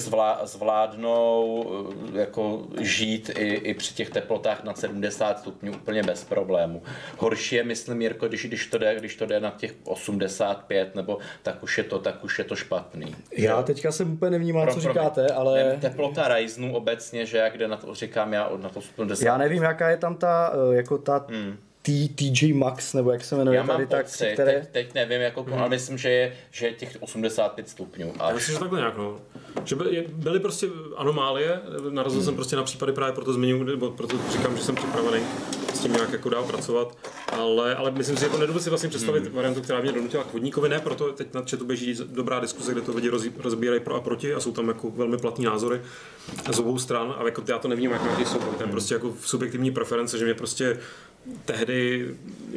zvládnou jako žít i při těch teplotách nad 70 stupňů úplně bez problému. Horší je, myslím, Jirko, když to jde na těch 85, nebo tak už je to špatný. Já teďka jsem úplně nevnímal, co říkáte, ale... Teplota Ryzenů obecně, že jak jde na to, říkám já, na to 70. Já nevím, jaká je tam ta, jako ta TJ Max, nebo jak se jmenuje. Já mám tady pocit, které... teď nevím, jako, ale myslím, že je těch 85 stupňů. Já myslím, že takhle nějak, no. Že byly prostě anomálie, narazil jsem prostě na případy právě proto zmiňuji, nebo proto říkám, že jsem připravený s tím nějak jako dál pracovat, ale myslím si, jako nedovedu si vlastně představit variantu, která mě donutila k vodníkovi, ne, proto teď na chatu běží dobrá diskuze, kde to lidi rozbírají pro a proti a jsou tam jako velmi platní názory z obou stran a jako já to nevím, jak nějaký soubor, to je prostě jako subjektivní preference, že mě prostě tehdy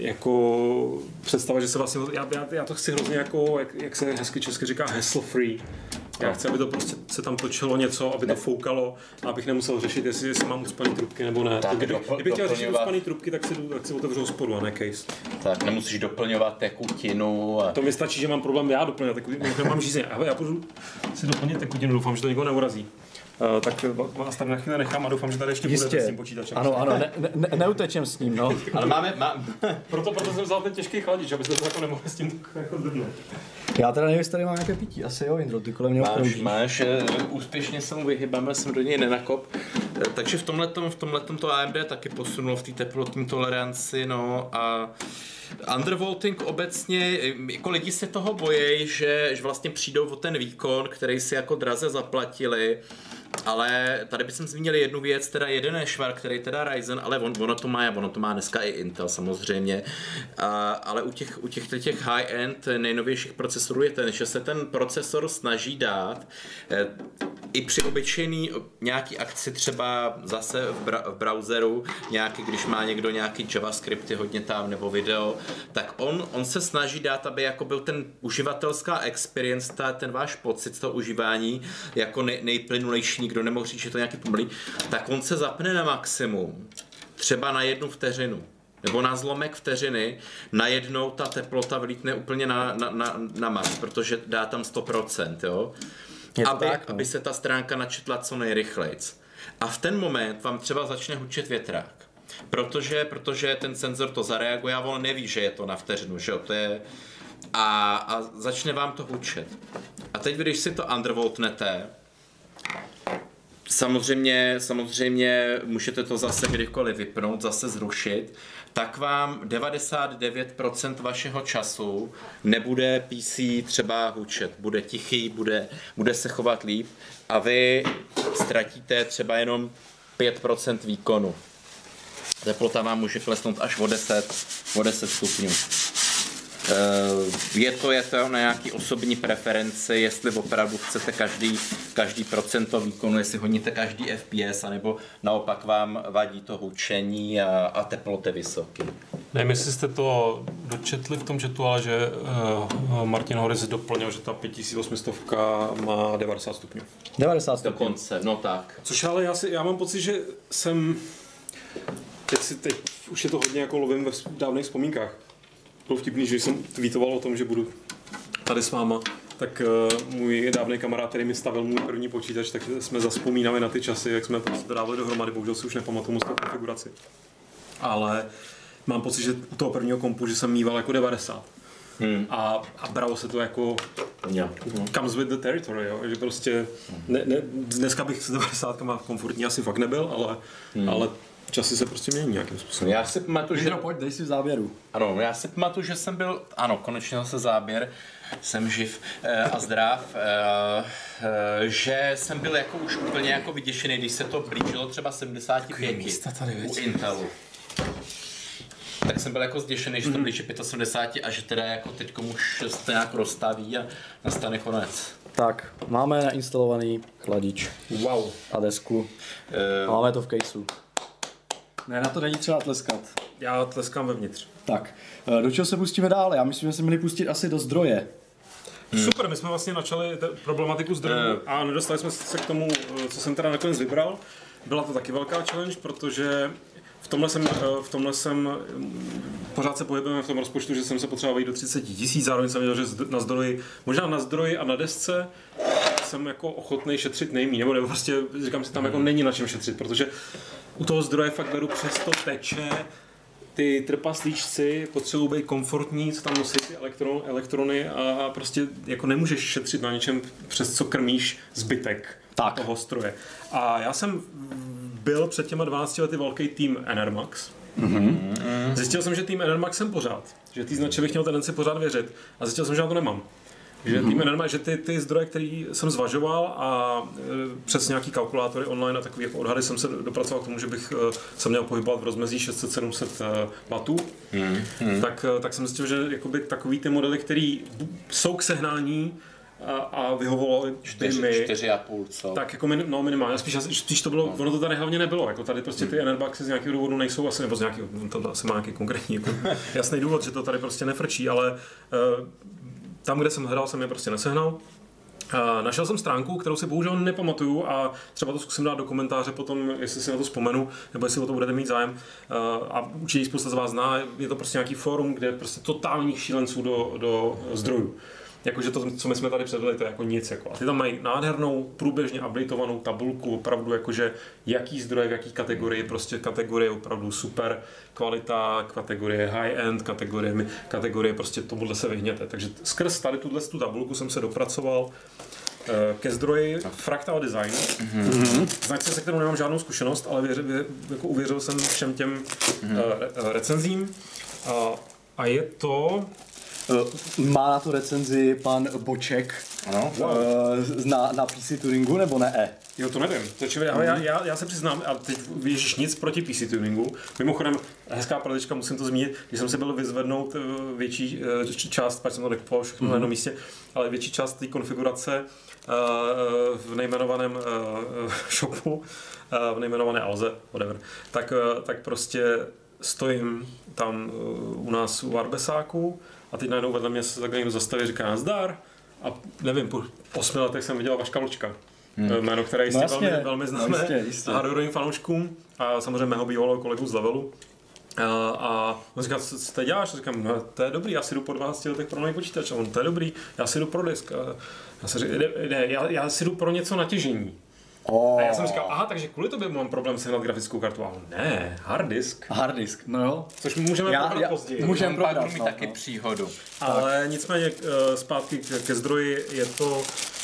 jako představa, že se vlastně, já to chci hrozně jako, jak se hezky česky říká, hassle free. Já chci, aby to prostě se tam točilo něco, aby to foukalo, abych nemusel řešit, jestli mám ucpaný trubky nebo ne. Kdybych chtěl řešit ucpaný trubky, tak si otevřu hospodu a ne case. Tak nemusíš doplňovat tekutinu. To mi stačí, že mám problém já doplňovat tekutinu, mám žízeň. Já půjdu si doplnit tekutinu, doufám, že to nikoho neurazí. Tak vás tady na chvíli nechám a doufám, že tady ještě budete s tím počítačem. Ano, neutečem s ním, no. Ale máme... Proto jsem vzal ten těžký chladič, abyste to jako nemohli s tím jako zdrnout. Já teda nevím, jestli tady mám nějaké pití. Asi jo, Indro, ty kolem mě okroužíš. Máš, úspěšně se mu vyhybáme, jsem do něj nenakop. Takže v tomhletom to AMD taky posunulo v té teplotní toleranci, no a undervolting obecně, jako lidi se toho bojí, že vlastně přijdou o ten výkon, který si jako draze zaplatili, ale tady bych zmínil jednu věc, teda jeden nešvar, který teda Ryzen, ale ono to má dneska i Intel samozřejmě, ale u těch high-end nejnovějších procesorů je ten, že se ten procesor snaží dát i při obyčejný nějaký akci, třeba zase v browseru, když má někdo nějaký JavaScripty hodně tam nebo video, tak on se snaží dát, aby jako byl ten uživatelská experience, ten váš pocit z toho užívání jako nejplynulejší, nikdo nemohl říct, že to nějaký pomalý, tak on se zapne na maximum, třeba na 1 vteřinu. Nebo na zlomek vteřiny, najednou ta teplota vylítne úplně na max, protože dá tam 100%, jo? Aby se ta stránka načetla co nejrychlejc. A v ten moment vám třeba začne hučet větrák. Protože ten senzor to zareaguje a on neví, že je to na vteřinu, že jo? To je... A začne vám to hučet. A teď, když si to undervoltnete, samozřejmě můžete to zase kdykoliv vypnout, zase zrušit, tak vám 99% vašeho času nebude PC třeba hučet, bude tichý, bude se chovat líp a vy ztratíte třeba jenom 5% výkonu. Teplota vám může klesnout až o 10 stupňů. Je to na nějaký osobní preferenci, jestli opravdu chcete každý procento výkonu, jestli honíte každý FPS, anebo naopak vám vadí to hučení a teploty vysoké. Nevím, jestli jste to dočetli v tom chatu, ale že Martin Horis doplnil, že ta 5800 má 90 stupňů. 90 stupňů. Dokonce, no tak. Což ale já mám pocit, že jsem... Teď už je to hodně jako lovím ve dávných vzpomínkách. Bylo vtipný, že jsem tweetoval o tom, že budu tady s váma, tak můj dávný kamarád, který mi stavil můj první počítač, tak jsme zazpomínali na ty časy, jak jsme to dávali dohromady, bohužel si už nepamatuju moc tu konfiguraci. Ale mám pocit, že u toho prvního kompu, že jsem mýval jako 90. A bralo se to jako comes with the territory, jo? Že prostě dneska bych s 90 komfortní asi fakt nebyl, ale časy se prostě mění nějakým způsobem. Já si pamatuju, že... Pojď, dej si v záběru. Ano, já si pamatuju, že jsem byl... Ano, konečně zase záběr. Jsem živ a zdrav. Že jsem byl jako už úplně jako vyděšený, když se to blížilo třeba 75 u Intelu. tak jsem byl jako zděšený, že to blíže 75 a že teda jako teďko už se to nějak rozstaví a nastane konec. Tak, máme nainstalovaný chladič. Wow. A desku. Máme to v caseu. Ne, na to není třeba tleskat. Já tleskám vevnitř. Tak, do čeho se pustíme dál? Já myslím, že se měli pustit asi do zdroje. Super, my jsme vlastně načali problematiku zdrojů a nedostali jsme se k tomu, co jsem teda nakonec vybral. Byla to taky velká challenge, protože v tomhle jsem pořád se pohybujeme v tom rozpočtu, že jsem se potřeboval vejít do 30 000, zároveň jsem viděl, že možná na zdroji a na desce jsem jako ochotný šetřit nejmí, nebo prostě říkám si tam jako není na čem šetřit, protože u toho zdroje fakt beru přes to teče, ty trpaslíčci potřebují být komfortní, co tam nosí ty elektrony a prostě jako nemůžeš šetřit na něčem, přes co krmíš zbytek toho stroje. A já jsem byl před těma 12 lety velký tým Enermax. Zjistil jsem, že tým Enermax jsem pořád, že ty značky bych měl tendenci pořád věřit a zjistil jsem, že na to nemám. Že tým Enermax, že ty zdroje, který jsem zvažoval a přes nějaký kalkulátory online a takový jako odhady jsem se dopracoval k tomu, že bych se měl pohybovat v rozmezí 600-700 W, tak jsem zjistil, že jakoby takový ty modely, který jsou k sehnání a vyhovovalo 4,5, co? Tak jako minimálně, spíš to bylo, ono to tady hlavně nebylo, jako tady prostě ty Enerbaxy z nějakého důvodu nejsou asi, nebo z nějakého, to asi má nějaký konkrétní jako jasný důvod, že to tady prostě nefrčí, ale tam, kde jsem hledal, jsem je prostě nesehnal. Našel jsem stránku, kterou si bohužel nepamatuju a třeba to zkusím dát do komentáře potom, jestli si na to vzpomenu, nebo jestli o to budete mít zájem. A určitě spousta z vás zná, je to prostě nějaký fórum, kde je prostě totálních šílenců do zdrojů. Jakože to, co my jsme tady předvedli, to je jako nic. Jako. A ty tam mají nádhernou, průběžně updateovanou tabulku, opravdu jakože jaký zdroje, v jaký kategorii, prostě kategorie opravdu super kvalita, kategorie high-end, kategorie prostě tomuhle se vyhněte. Takže skrz tady tu tabulku jsem se dopracoval ke zdroji Fractal Design. Značce, se kterou nemám žádnou zkušenost, ale jako uvěřil jsem všem těm recenzím. A je to... Má na to recenzi pan Boček na PC Tuningu, nebo ne? Jo, to nevím. Já se přiznám, a teď víš nic proti PC Tuningu. Mimochodem, hezká pradička, musím to zmínit, když jsem si byl vyzvednout větší část, pak jsem to nekupoval všechno na jednom místě, ale větší část té konfigurace v nejmenovaném shopu, v nejmenované Alze, whatever, tak prostě stojím tam u nás u Arbesáku a teď najednou vedle mě se takhle někdo zastaví a říká nazdar a nevím, po 8 letech jsem viděl Vaška Lučka. Jméno, které je jistě velmi známé hardwareovým fanouškům a samozřejmě mého bývalého kolegu z Levelu. A on říká, co ty děláš? A říkám, no, to je dobrý, já si jdu po 12 letech pro nový počítač. A on, to je dobrý, já si jdu pro disk. Já si jdu pro něco na těžení. A já jsem říkal, aha, takže kvůli tobě mám problém sehnat grafickou kartu. A on, ne, hard disk. Hard disk, no jo. Což můžeme probrat později. Můžeme probrat, mít taky příhodu. Ale nicméně zpátky ke zdroji je to...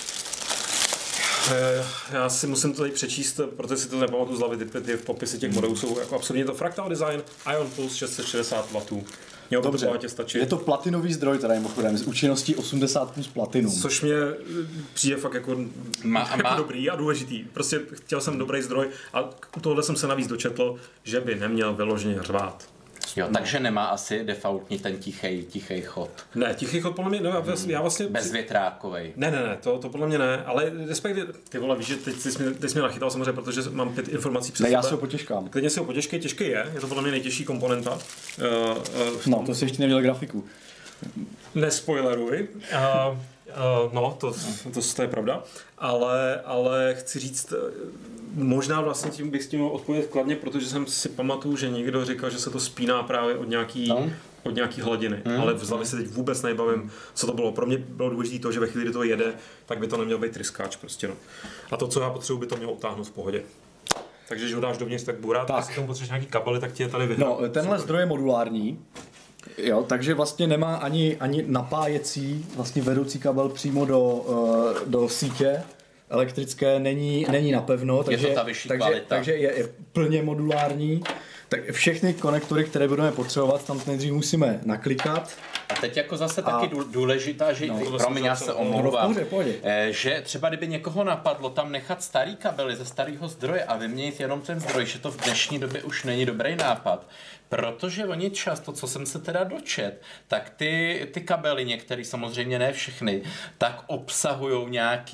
Já si musím to tady přečíst, protože si to nepamatuju z hlavy, ty v popise těch modelů jsou jako absolutně to Fractal Design, Ion Pulse 660 W. Dobře, je to platinový zdroj teda mimochodem, s účinností 80 plus platinum. Což mě přijde fakt jako dobrý a důležitý. Prostě chtěl jsem dobrý zdroj a tohle jsem se navíc dočetl, že by neměl vyloženě řvát. Jo, takže nemá asi defaultní ten tichý chod. Ne, tichý chod podle mě, no, já vlastně... Bezvětrákovej. Ne, to podle mě ne, ale respektive, ty vole, víš, že teď jsi mě nachytal samozřejmě, protože mám 5 informací přes sebe. Já si ho potěžkám. Klidně si ho potěžkej, těžký je to podle mě nejtěžší komponenta. No, to si ještě neviděl grafiku. Nespoileruj. No, to je pravda, ale chci říct, možná vlastně tím bych s tím mohl odpovědět kladně, protože jsem si pamatuju, že někdo říkal, že se to spíná právě od nějaký hladiny, ale v hlavě se teď vůbec nebavím, co to bylo. Pro mě bylo důležité to, že ve chvíli, kdy to jede, tak by to neměl být tryskáč prostě, no. A to, co já potřebuji, by to mělo utáhnout v pohodě. Takže když ho dáš dovnitř, tak burá, tak si tomu potřebuješ nějaký kabely, tak ti je tady vyhrál. No, tenhle zdroj je modulární. Jo, takže vlastně nemá ani napájecí, vlastně vedoucí kabel přímo do sítě elektrické, není napevno, takže je plně modulární. Tak všechny konektory, které budeme potřebovat, tam nejdřív musíme naklikat. A teď jako zase taky důležitá, že promiň, já se omlouvám, že třeba kdyby někoho napadlo tam nechat starý kabely ze starého zdroje a vyměnit jenom ten zdroj, že to v dnešní době už není dobrý nápad. Protože oni často, co jsem se teda dočet, tak ty kabely, některé samozřejmě ne všechny, tak obsahují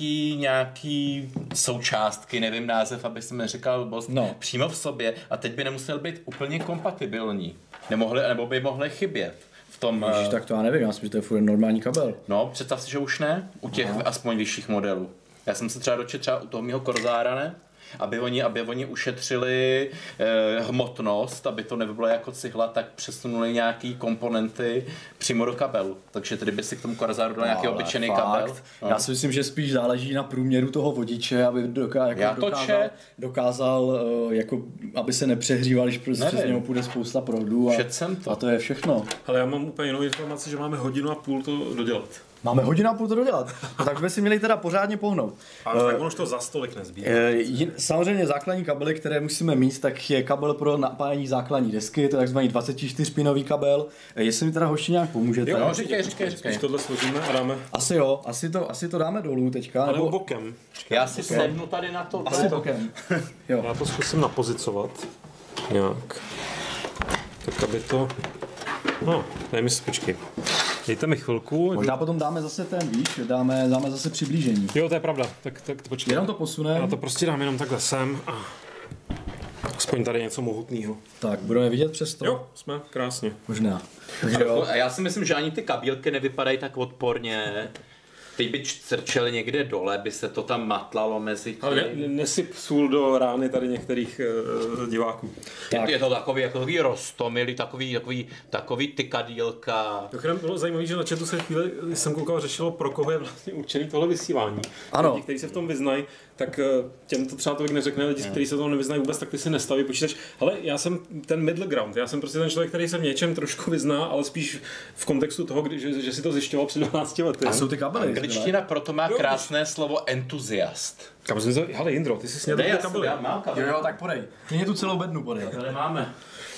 nějaký součástky, nevím název, aby jsem neříkal přímo v sobě a teď by nemusel být úplně kompatibilní. Nebo by mohly chybět. Ježiš, tak to já nevím, já myslím, že to je furt normální kabel. No, představ si, že už ne, u těch aspoň vyšších modelů. Já jsem se třeba dočetl třeba u toho mýho Corsaira, ne? Aby oni ušetřili hmotnost, aby to nebylo jako cihla, tak přesunuli nějaký komponenty přímo do kabelu. Takže tedy by si k tomu Corsairu dal nějaký obyčejný kabel. No. Já si myslím, že spíš záleží na průměru toho vodiče, aby dokázal aby se nepřehříval, když přes něho půjde spousta proudů a to je všechno. Ale já mám úplně jinou informaci, že máme 1,5 hodiny to dodělat. Máme 1,5 hodiny to dodělat. No, tak bychom si měli teda pořádně pohnout. Ale tak ono už to za stolik nezbývá. Samozřejmě základní kabely, které musíme mít, tak je kabel pro napájení základní desky, to je takzvaný 24-pinový kabel. Jestli mi teda hoši nějak pomůžete. Jo, říkej. Když tohle složíme a dáme. Asi to dáme dolů teďka. Ale nebo bokem. Já si sednu tady na to. Asi bokem. Jo. Já to zkusím napozicovat. Nějak. Tak aby to... No, počkej. Dejte mi chvilku. Možná potom dáme zase dáme zase přiblížení. Jo, to je pravda. Tak počkej. Jenom to posuneme. Já to prostě dám jenom takhle sem a aspoň tady něco mohutného. Tak, budeme vidět přes to? Jo, jsme krásně. Možná. A já si myslím, že ani ty kabílky nevypadají tak odporně. Teď by crčeli někde dole, by se to tam matlalo mezi tím. Ale nesyp sůl do rány tady některých diváků. Je to takový roztomilý, takový tykadílka. Mimochodem bylo zajímavé, že na chatu se chvíli jsem koukal, řešilo, pro koho je vlastně určený tohle vysílání. Ano. Ti, kteří se v tom vyznají, tak těm to třeba tolik neřekne, lidi, kteří se tom nevyznají vůbec, tak ty si nestaví počítač. Ale já jsem ten middle ground, já jsem prostě ten člověk, který se v něčem trošku vyzná, ale spíš v kontextu toho, že si to zjišťoval před 12 lety. A jsou ty kabely. Angličtina proto má krásné slovo entuziast. Hele Jindro, ty jsi sněl ty kabely. Já mám kabely. Jo, tak podej. Klidně tu celou bednu podej. Tady máme.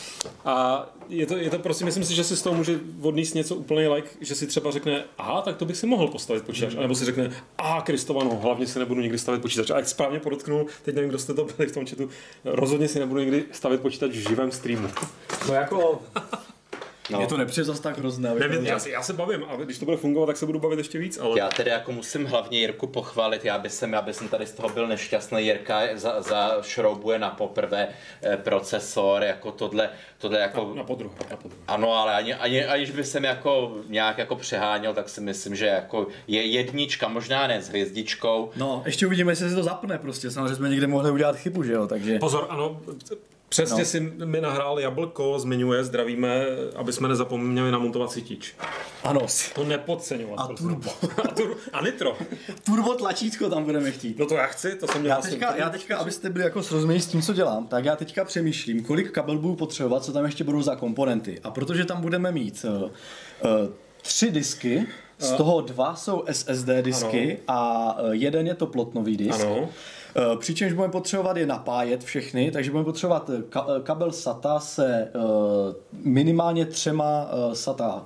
A je to prostě, myslím si, že si z toho může odníst něco úplně že si třeba řekne, aha, tak to bych si mohl postavit počítač. A nebo si řekne, Kristovano, hlavně si nebudu nikdy stavit počítač. A jak správně podotknul, teď nevím, kdo jste to byli v tom chatu, rozhodně si nebudu nikdy stavit počítač v živém streamu. No jako... No. Je to nepřijde zas tak hrozné. Já se bavím a když to bude fungovat, tak se budu bavit ještě víc. Ale... Já tedy jako musím hlavně Jirku pochválit, já bych tady z toho byl nešťastný. Jirka zašroubuje na poprvé procesor, jako tohle jako... Na podruhé. Ano, ale aniž by jsem jako nějak jako přeháněl, tak si myslím, že jako je jednička, možná ne s hvězdičkou. No, ještě uvidíme, jestli se to zapne prostě, samozřejmě jsme někde mohli udělat chybu, že jo, takže... Pozor, ano... Přesně si mi nahrál Jablko, zmiňuje, zdravíme, aby jsme nezapomněli namontovat sytič. Ano. To nepodceňovat. A turbo. A nitro. Turbo tlačítko tam budeme chtít. No to já chci, to jsem měl já teďka, abyste byli jako srozuměni s tím, co dělám, tak já teďka přemýšlím, kolik kabel budu potřebovat, co tam ještě budou za komponenty. A protože tam budeme mít 3 disky, z toho 2 jsou SSD disky, ano. A 1 je to plotnový disk. Ano. Přičemž budeme potřebovat je napájet všechny, takže budeme potřebovat kabel SATA se minimálně 3 SATA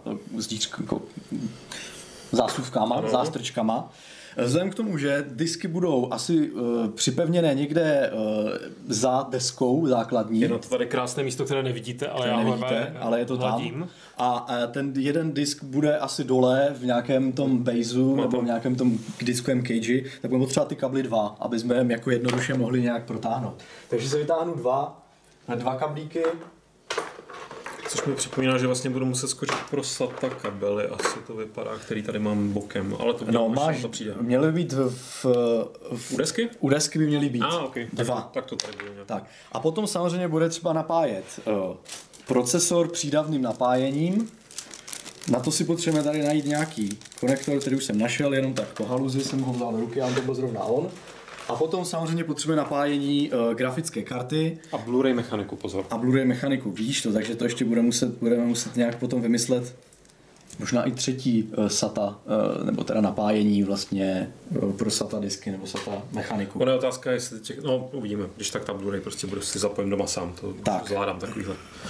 zásuvkama, zástrčkama. Vzhledem k tomu, že disky budou asi připevněné někde za deskou základní. Je to tady krásné místo, které nevidíte, ale je to tam. A ten jeden disk bude asi dole v nějakém tom baseu nebo v nějakém tom diskovém cage, tak budeme potřebovat ty kabely 2, aby jsme je jako jednoduše mohli nějak protáhnout. Takže se vytáhnu 2 kablíky. Což mi připomíná, že vlastně budu muset skočit pro SATA kabely, asi to vypadá, který tady mám bokem, ale to to přijde. Měly být u desky? U desky by měly být. Okay. 2. Tak to tady bude nějak. Tak. A potom samozřejmě bude třeba napájet procesor přídavným napájením. Na to si potřebujeme tady najít nějaký konektor, který už jsem našel, jenom tak po haluzi jsem ho vzal do ruky, a to byl zrovna on. A potom samozřejmě potřebujeme napájení grafické karty. A Blu-ray mechaniku, pozor. A Blu-ray mechaniku, víš to, takže to ještě budeme muset nějak potom vymyslet. Možná i třetí SATA, nebo teda napájení vlastně pro SATA disky nebo SATA mechaniku. Ona je otázka, jestli uvidíme, když tak tam Blu-ray prostě budu si zapojím doma sám, to tak. Zvládám takovýhle.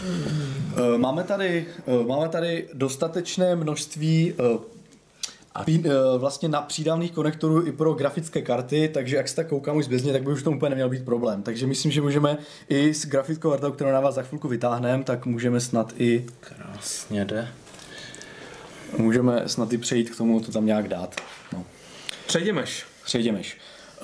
Máme tady dostatečné množství vlastně na přídavných konektorů i pro grafické karty, takže jak se tak koukám už zbězně, tak by už to úplně neměl být problém. Takže myslím, že můžeme i s grafickou kartou, kterou na vás za chvilku vytáhneme, tak můžeme snad i... Krásně jde. Můžeme snad i přejít k tomu, to tam nějak dát. No. Přejdemeš.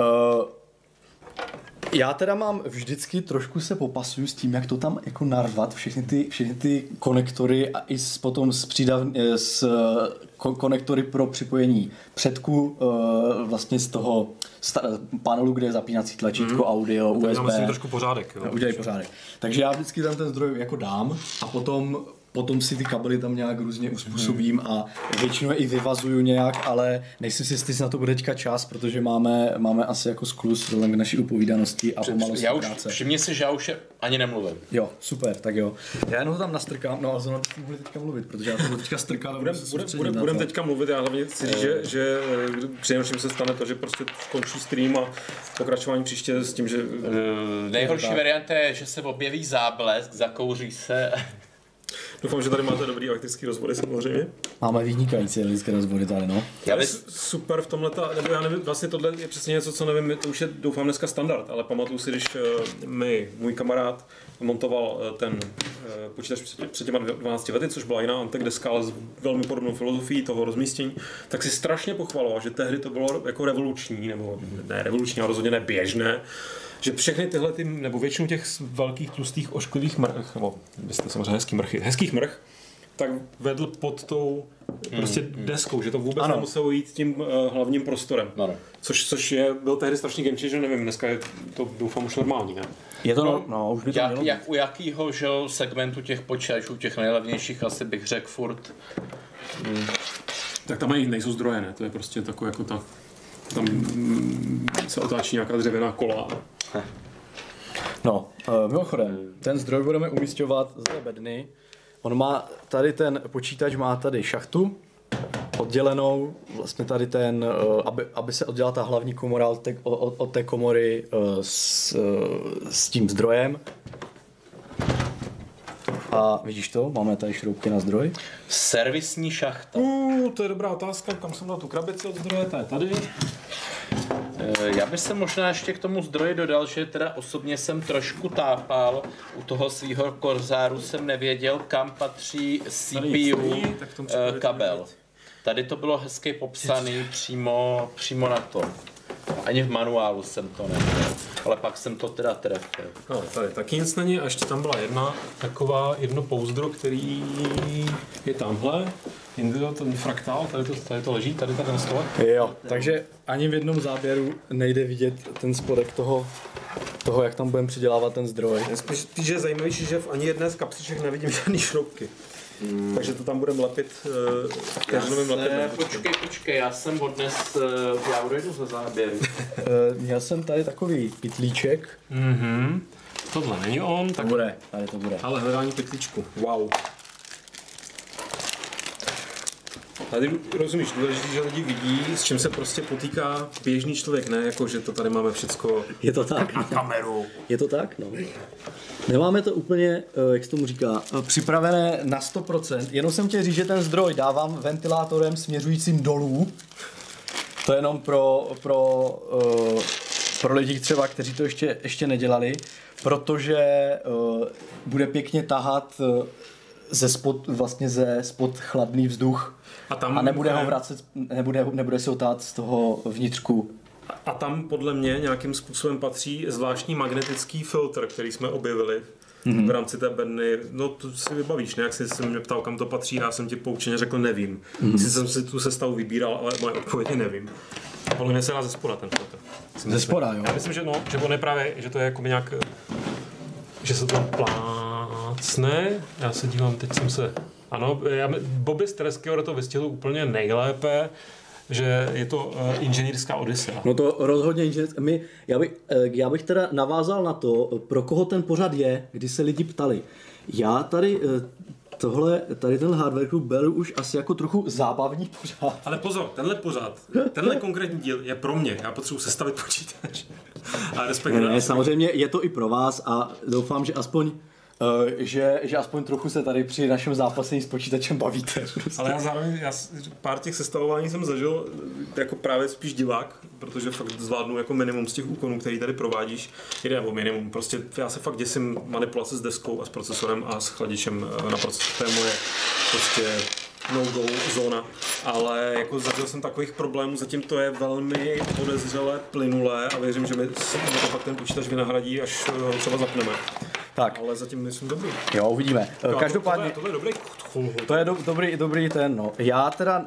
Já teda mám vždycky trošku se popasuju s tím, jak to tam jako narvat, všechny ty konektory a i potom s konektory pro připojení předku vlastně z toho panelu, kde je zapínací tlačítko, audio, USB. Já myslím trošku pořádek. Jo? Udělej pořádek. Takže já vždycky tam ten zdroj jako dám a potom si ty kabely tam nějak různě uspůsobím a většinou je i vyvazuju nějak, ale nejsem si jistý, na to bude teďka čas, protože máme asi jako skluz k naší upovídanosti a pomalosti práce. Všimni si, že já už ani nemluvím. Jo, super, tak jo. Já jenom to tam nastrkám, no ale zrovna bychom mohli teďka mluvit, protože já to budu teďka strkat. Budeme teďka mluvit, já hlavně chci říct, že přinejmenším se stane to, že prostě končí stream a pokračování příště s tím, že... Nejhorší varianta je, že se objeví záblesk, zakouří se... Doufám, že tady máte dobrý elektrický rozvody samozřejmě. Máme vynikající elektrické rozvody tady, no. Já super v tomhle, nebo já nevím, vlastně tohle je přesně něco, co nevím, to už je doufám dneska standard, ale pamatuju si, když můj kamarád montoval ten počítač před těma 12 lety, což byla jiná Antec deska, ale s velmi podobnou filozofií toho rozmístění, tak si strašně pochvaloval, že tehdy to bylo jako revoluční, nebo ne revoluční, ale rozhodně ne běžné, že všechny tyhle, nebo většinu těch velkých, tlustých, ošklivých mrch, nebo byste samozřejmě hezkých mrch, tak vedl pod tou prostě deskou, že to vůbec nemuselo jít tím hlavním prostorem. Ano. Což byl tehdy strašný game changer, nevím, dneska je to doufám už normální, ne? Je to už by to mělo. Jak u jakýho segmentu těch počítačů, těch nejlevnějších, asi bych řekl furt. Tak tam nejsou zdroje, ne? To je prostě takové jako ta... Tam se otáčí nějaká dřevěná kola. No, mimochodem, ten zdroj budeme umísťovat z bedny. On má tady ten počítač, má tady šachtu oddělenou, vlastně tady ten, aby se oddělala ta hlavní komora od té komory s tím zdrojem. A vidíš to? Máme tady šroubky na zdroj. Servisní šachta. To je dobrá otázka, kam jsem dal tu krabici od zdroje, ta je tady. Já bych se možná ještě k tomu zdroji dodal, že teda osobně jsem trošku tápal. U toho svýho Corsáru jsem nevěděl, kam patří CPU kabel. Tady to bylo hezky popsaný přímo na to. Ani v manuálu jsem to nevěděl, ale pak jsem to teda trefil. No, tady taky nic není a ještě tam byla jedno pouzdro, který je tamhle. Jinde ten fraktál, tady to leží, tady ten stole. Jo, takže ani v jednom záběru nejde vidět ten spodek toho jak tam budeme přidělávat ten zdroj. Spíš je zajímavější, že v ani jedné z kapsiček nevidím žádný šroubky. Takže to tam budeme lepit. Počkej, já jsem odnes, já odejdu ze záběru. Měl jsem tady takový pytlíček. Tohle není on. Tak tady to bude. Ale hledání pytlíčku, wow. Tady rozumíš, důležitý, že lidi vidí, s čím se prostě potýká běžný člověk, ne jako, že to tady máme všecko je to tak? Na kameru. Je to tak, no. Nemáme to úplně, jak se tomu říká, připravené na 100%. Jenom jsem chtěl říct, že ten zdroj dávám ventilátorem směřujícím dolů. To je jenom pro lidi třeba, kteří to ještě nedělali, protože bude pěkně tahat ze spod chladný vzduch. A nebude ho vracet, nebude se otáhat z toho vnitřku. A tam podle mě nějakým způsobem patří zvláštní magnetický filtr, který jsme objevili v rámci té bedny. No to si vybavíš, ne? Jak jsi se mě ptal, kam to patří, já jsem ti poučeně řekl nevím. Jestli jsem si tu sestavu vybíral, ale moje odpověď nevím. A podle mě se dá ze spoda ten filtr. Ze spoda, jo? Já myslím, že on je právě, že to je jako nějak, že se to tam plácne. Já se dívám, teď jsem se... Ano, Bobby z Tereského to vystihl úplně nejlépe, že je to inženýrská odisea. No to rozhodně inženýrská. Já bych teda navázal na to, pro koho ten pořad je, kdy se lidi ptali. Já tady tady ten Hardware Club beru už asi jako trochu zábavní pořád. Ale pozor, tenhle konkrétní díl je pro mě, já potřebuji sestavit počítač. A ne, samozřejmě je to i pro vás a doufám, že aspoň že aspoň trochu se tady při našem zápasení s počítačem bavíte. Ale já zároveň pár těch sestavování jsem zažil jako právě spíš divák, protože fakt zvládnu jako minimum z těch úkonů, který tady provádíš. Nebo minimum, prostě já se fakt děsím manipulace s deskou a s procesorem a s chladičem na procesoru. To je moje prostě no-go zóna, ale jako zažil jsem takových problémů, zatím to je velmi podezřelé, plynulé a věřím, že mi to fakt ten počítač vynahradí, až ho třeba zapneme. Tak. Ale zatím nejsem dobrý. Jo, uvidíme. Každopádně... Tohle je dobrý. To je dobrý ten, no. Já teda,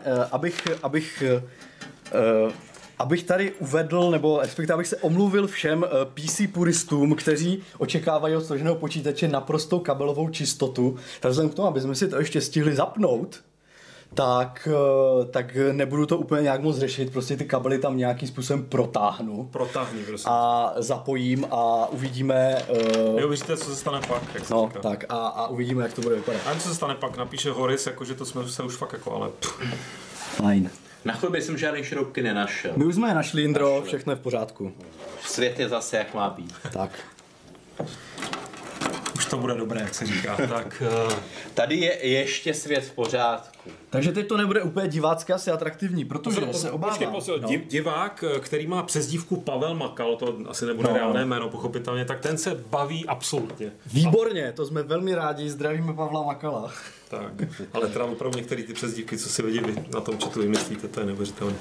abych tady uvedl, nebo respektive abych se omluvil všem PC puristům, kteří očekávají od složeného počítače naprostou kabelovou čistotu, tak vzhledem k tomu, aby jsme si to ještě stihli zapnout, tak nebudu to úplně nějak moc řešit, prostě ty kabely tam nějakým způsobem protáhnu. Protáhni, prosím. A zapojím a uvidíme... Neuvěříte, co se stane pak, jak se říká. Tak a uvidíme, jak to bude vypadat. A co se stane pak, napíše Horis, jako, že to jsme se už fakt jako, ale... Fajn. Na chodbě jsem žádný šroubky nenašel. My už jsme je našli, Jindro, všechno je v pořádku. Svět je zase, jak má být. Tak. Už to bude dobré, jak se říká. Tak, Tady je ještě svět v pořádku. Takže teď to nebude úplně divácky asi atraktivní, protože se obávám. Divák, který má přezdívku Pavel Makal, to asi nebude reálné jméno, pochopitelně, tak ten se baví absolutně. Výborně, to jsme velmi rádi, zdravíme Pavla Makala. Tak, ale teda opravdu některé ty přezdívky, co si lidi na tom chatu vymyslíte, to je neuvěřitelné.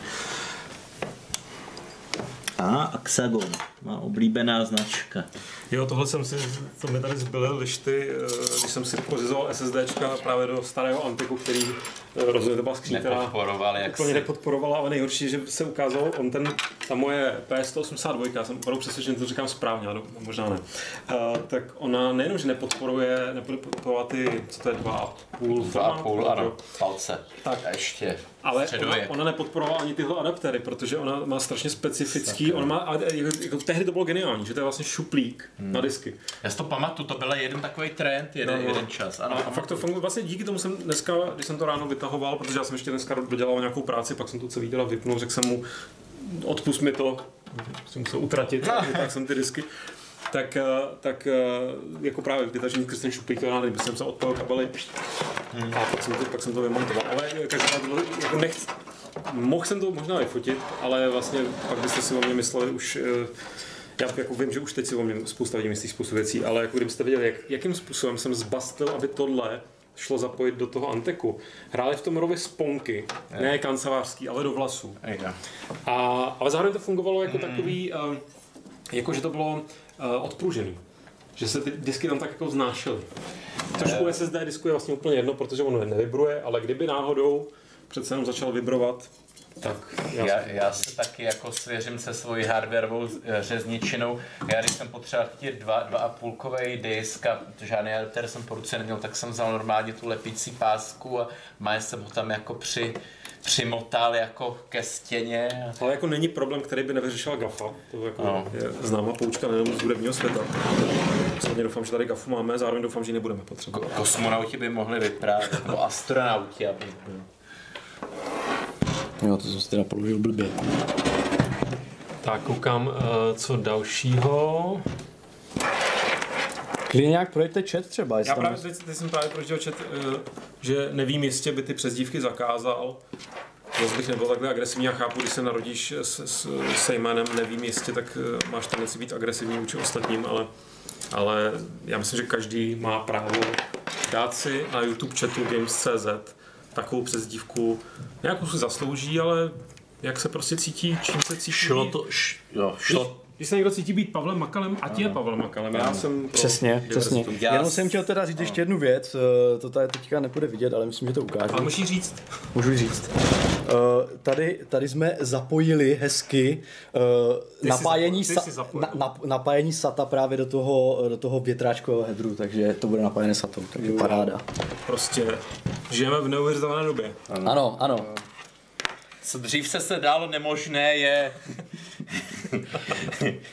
Axagon, má oblíbená značka. Jo, tohle jsem si, to mi tady zbyly lišty, když jsem si pořizoval SSDčka právě do starého Antiku, který rozhodně to byla skříň, která úplně nepodporovala, ale nejhorší, že se ukázalo, ta moje PS182, já jsem opravdu přesvědčen, že to říkám správně, ale možná ne, tak ona nejenom, že nepodporuje ty, co to je, 2,5 ano, palce. Tak. A ještě. Ale ona nepodporovala ani tyhle adaptéry, protože ona má strašně specifický, jako tehdy to bylo geniální, že to je vlastně šuplík na disky. Já si to pamatuju, to byl jeden takový trend, jeden čas. Ano, a fakt to funguje, vlastně díky tomu jsem dneska, když jsem to ráno vytahoval, protože já jsem ještě dneska dodělal nějakou práci, pak jsem to celý teda vypnul, řekl jsem mu, odpust mi to, jsem musel utratit, tak jsem ty disky. Tak jako právě vytažení skrz ten šuplík, když jsem se odpojil kabely a pak jsem to vymontoval. Ale každopádně jako mohl jsem to možná vyfotit, ale vlastně pak byste si o mě mysleli už, já jako vím, že už teď si o mě spousta lidí myslí spoustu věcí, ale jako kdybyste viděli, jakým způsobem jsem zbastil, aby tohle šlo zapojit do toho Anteku. Hráli v tom Rovi sponky, ne kancelářský, ale do vlasů. Ale zároveň to fungovalo jako takový, jako že to bylo odpružený. Že se ty disky tam tak jako znášely. Což u SSD disku je vlastně úplně jedno, protože ono nevibruje, ale kdyby náhodou přece jenom začal vibrovat, tak já se taky jako svěřím se svojí hardwareovou řezničinou. Já když jsem potřeboval chytit 2,5kový disk a žádný adaptér jsem po ruce neměl, tak jsem vzal normálně tu lepící pásku a má jsem ho tam jako přimotal jako ke stěně. Ale jako není problém, který by nevyřešila GAFA. To jako je známá poučka nejenom z hudebního světa. Samozřejmě doufám, že tady GAFu máme, zároveň doufám, že ji nebudeme potřebovat. Kosmonauti by mohli vyprávět, nebo astronauti, aby... Jo, to jsem si teda položil blbě. Tak, koukám, co dalšího. Klidně nějak projďte chat třeba. Já právě teď jsem právě projížděl chat, že nevím jistě, by ty přezdívky zakázal. Zase bych nebyl takhle agresivní, já chápu, když se narodíš se jménem nevím jistě, tak máš tendenci být agresivní vůči ostatním, ale já myslím, že každý má právo dát si na YouTube chatu Games.cz takovou přezdívku, nějakou si zaslouží, ale jak se prostě cítí, čím se cítí. Šlo. Když se někdo cítí být Pavlem Makalem, ať je Pavlem Makalem. Já jsem přesně. Jenom jsem chtěl teda říct ještě jednu věc, to tady teďka nepůjde vidět, ale myslím, že to ukážu. Ale musíš říct. Můžu říct. Tady jsme zapojili hezky napájení SATA právě do toho větráčkového headru, takže to bude napájené SATou, takže paráda. Prostě žijeme v neuvěřitelné době. Ano. Co dřív se dalo nemožné je...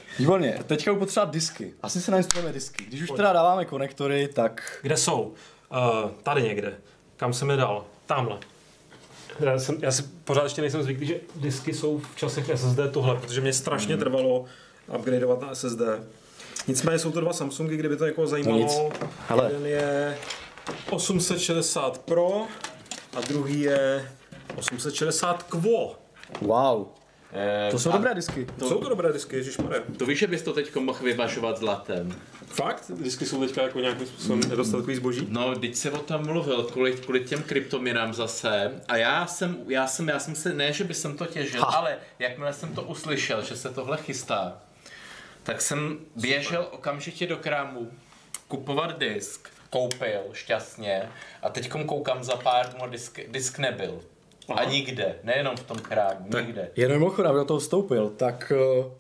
Výborně, teďka potřeba disky. Asi se nainstalujeme disky. Když už teda dáváme konektory, tak... Kde jsou? Tady někde. Kam jsem je dal? Tamhle. Já si pořád ještě nejsem zvyklý, že disky jsou v časech SSD tohle, protože mě strašně trvalo upgradeovat na SSD. Nicméně jsou to dva Samsungy, kdyby to někoho zajímalo. Jeden je 860 Pro a druhý je 860 Quo. Wow. To jsou dobré disky. Jsou to dobré disky, ježišmarja. To víš, že bys to teď mohl vyvažovat zlatem. Fakt? Disky jsou teďka jako nějakým způsobem nedostatkový zboží? No, teď se o tom mluvil, kvůli těm kryptoměnám zase. A já jsem se, ne, že bych jsem to těžil, ale jakmile jsem to uslyšel, že se tohle chystá, tak jsem běžel okamžitě do krámu kupovat disk, koupil šťastně a teďkom koukám za pár dnů, disk nebyl. Aha. A nikde, nejenom v tom krámu, nikde. Jenom mimochodem, do toho vstoupil, tak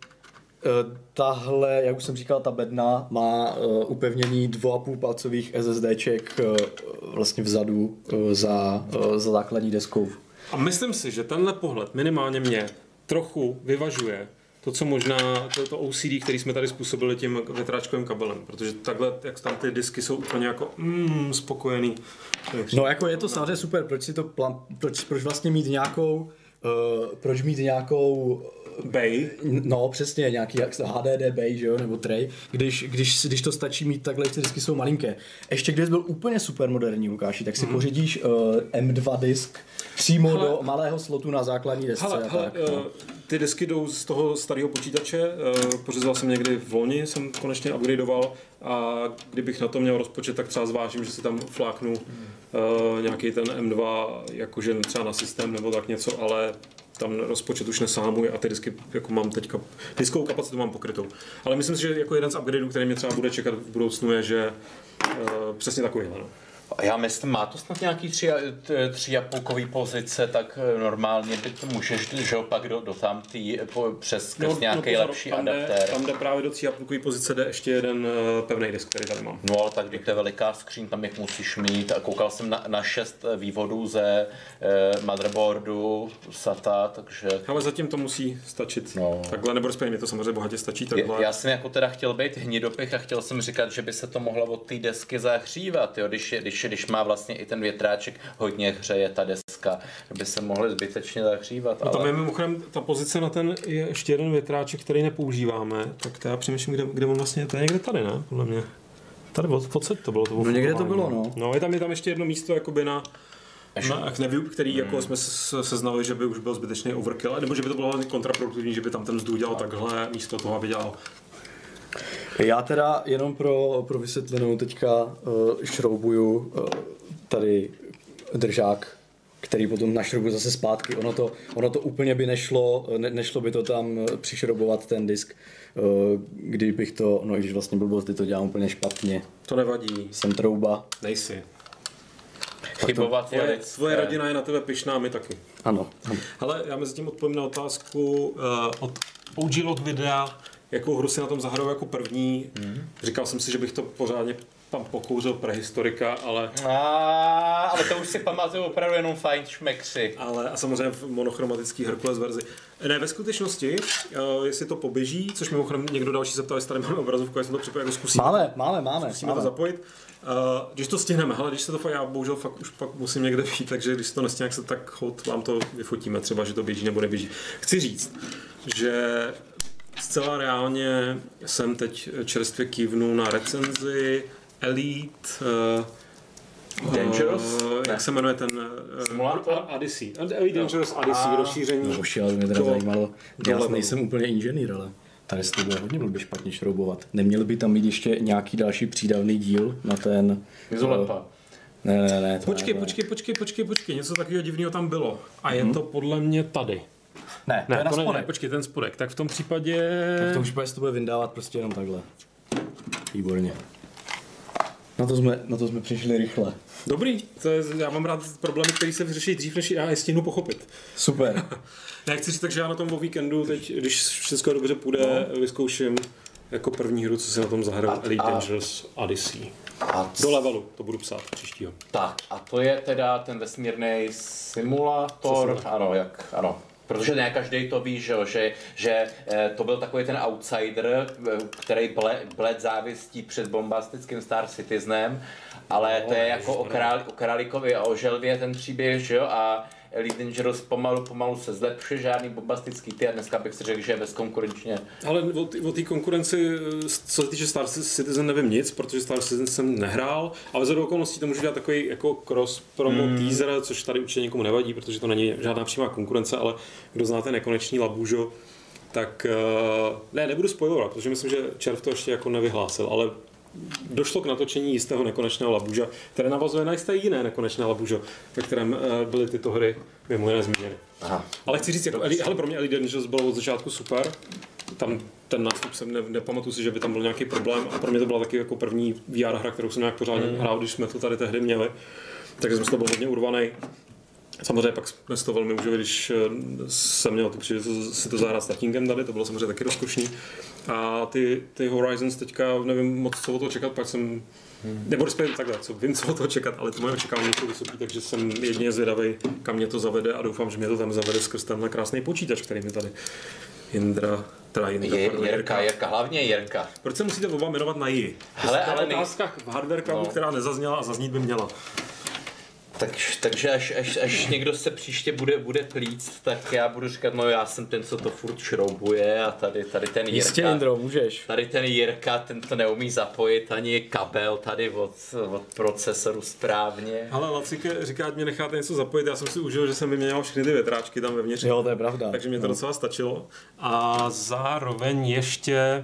tahle, jak už jsem říkal, ta bedna má upevnění 2,5 palcových SSDček vlastně vzadu za základní deskou. A myslím si, že tenhle pohled minimálně mě trochu vyvažuje to, co možná, to OCD, který jsme tady způsobili tím větráčkovým kabelem, protože takhle, jak tam ty disky jsou úplně jako spokojený. No jako je to samozřejmě super, proč vlastně mít nějakou, proč mít nějakou bay? No přesně, nějaký HDD bay, že jo, nebo tray, když to stačí mít takhle, ty disky jsou malinké. Ještě když byl úplně super moderní, Lukáši, tak si pořídíš M2 disk přímo do malého slotu na základní desce. Ty disky jdou z toho starého počítače, pořizoval jsem někdy v loni, jsem konečně upgradeoval a kdybych na to měl rozpočet, tak třeba zvážím, že si tam fláknu nějaký ten M2, jakože třeba na systém nebo tak něco, ale tam rozpočet už nesáhmuje a ty disky jako mám teďka, diskovou kapacitu mám pokrytou. Ale myslím si, že jako jeden z upgradeů, který mě třeba bude čekat v budoucnu, je, že přesně takovýhle. No. Já myslím, má to snad nějaký 3,5 pozice, tak normálně by to můžeš, že opak do tamtý přes nějaký lepší adaptér. Tam jde právě do 3,5 pozice, jde ještě jeden pevný disk, který tady mám. No ale tak když to je veliká skříň, tam jak musíš mít a koukal jsem na 6 vývodů ze motherboardu SATA, takže... Ale zatím to musí stačit. No. Takhle, nebo respektive mě to samozřejmě bohatě stačí. Takhle. Já jsem jako teda chtěl být hnidopich a chtěl jsem říkat, že by se to mohlo od té desky zahřívat, jo, když má vlastně i ten větráček hodně hřeje ta deska, by se mohly zbytečně zahřívat. No tam je mimochodem ta pozice na ten je ještě jeden větráček, který nepoužíváme, tak to já přemýšlím, kde on vlastně, to je někde tady, ne? Podle mě. Tady odsaď to bylo. No někde to bylo, no. No je tam ještě jedno místo jakoby na neview, který jako jsme se znali, že by už byl zbytečný overkill, nebo že by to bylo kontraproduktivní, že by tam ten vzduch dělal takhle místo toho, aby dělal. Já teda jenom pro vysvětlenou teďka šroubuju tady držák, který potom našroubuju zase zpátky. Ono to úplně by nešlo by to tam přišroubovat ten disk, kdybych to, no i když vlastně blbost, ty to dělám úplně špatně. To nevadí. Jsem trouba. Nejsi. Chybovat je tvoje rodina je na tebe pyšná, my taky. Ano. Hele, já mezi tím odpovím na otázku od OG Log videa, jakou hru si na tom zahraju jako první. Říkal jsem si, že bych to pořádně tam pokouřil prehistorika, ale... Ale to už si pamatuju opravdu jenom fajn šmekři. A samozřejmě v monochromatický Hercules verzi. Ne, ve skutečnosti, jestli to poběží, což mimochodem někdo další se ptal, jestli tady máme obrazovku, jestli to připojí, jako zkusíme. Máme. Musíme to zapojit. Když to stihneme, hele, když se to fakt, já bohužel fakt už pak musím někde být, takže když to nestihne, tak hod vám to vyfotíme, třeba, že to běží nebo neběží. Chci říct, že zcela reálně jsem teď čerstvě kývnu na recenzi Elite Dangerous? Jak se jmenuje ten Odyssey. Elite Dangerous Odyssey, rozšíření. Ale mě teda zajímalo. Já nejsem úplně inženýr, ale tady se to bude hodně blbě špatně šroubovat. Neměl by tam mít ještě nějaký další přídavný díl na ten... Izolepa. Ne. Počkej, něco takového divného tam bylo. A je to podle mě tady. Ne, to je na spodek. Počkej, ten spodek. Tak v tom případě... Tak v tom případě se to bude vyndávat prostě jenom takhle. Výborně. Na to jsme přišli rychle. Dobrý, já mám rád problémy, které se vyřeší dřív, než já je stihnu pochopit. Super. Já chci říct, takže já na tom o víkendu teď, když všechno dobře půjde, vyzkouším jako první hru, co se na tom zahrál, Elite Dangerous Odyssey. Do levelu, to budu psát příštího. Tak, a to je teda ten vesmírný simulátor, ano. Protože ne každý to ví, že to byl takový ten outsider, který bled závistí před bombastickým Star Citizenem ale to je jako o králíkovi a o želvě ten příběh, že jo, a Elite Dangerous pomalu se zlepšuje, žádný bombastický ty a dneska bych si řekl, že je bezkonkurenčně. Ale o té konkurenci, co se týče Star Citizen, nevím nic, protože Star Citizen jsem nehrál, ale za okolností to můžu dělat takový jako cross-promo teaser, což tady určitě nikomu nevadí, protože to není žádná přímá konkurence, ale kdo znáte Nekonečný Labužo, tak nebudu spoilovat, protože myslím, že Červ to ještě jako nevyhlásil, ale došlo k natočení jistého Nekonečného Labuža, které navazuje na jisté jiné Nekonečné Labužo, ve kterém byly tyto hry mimo jiné zmíněny. Ale chci říct, jako, pro mě Elite Dangerous bylo od začátku super, tam ten nástup jsem nepamatuju si, že by tam byl nějaký problém a pro mě to byla taky jako první VR hra, kterou jsem nějak pořádně hrál, když jsme to tady tehdy měli, takže jsem z toho byl hodně urvaný. Samozřejmě pak jsme to velmi užili, když jsem měl tu příležitost si to zahrát s tatínkem tady, to bylo samozřejmě taky rozkošný. A ty Horizons teďka nevím moc, co o toho čekat, pak jsem, nebo respektive takhle, vím, co o toho čekat, ale to moje očekávání jsou vysoké, takže jsem jedině zvědavý, kam mě to zavede a doufám, že mě to tam zavede skrz tenhle krásný počítač, který mi tady Jirka, hlavně Jirka. Proč se musíte oba jmenovat na J? Hele, ale otázka v hardware clubu, která nezazněla a zaznít by měla. Takže až někdo se příště bude plíct, tak já budu říkat, no já jsem ten, co to furt šroubuje a tady ten Jirka. Jistě, Indro, můžeš. Tady ten Jirka, ten to neumí zapojit ani kabel tady od procesoru správně. Ale Lacike říká, ať mě necháte něco zapojit, já jsem si užil, že jsem vyměňoval všechny ty větráčky tam vevnitř. Jo, to je pravda. Takže mě to docela stačilo. A zároveň ještě...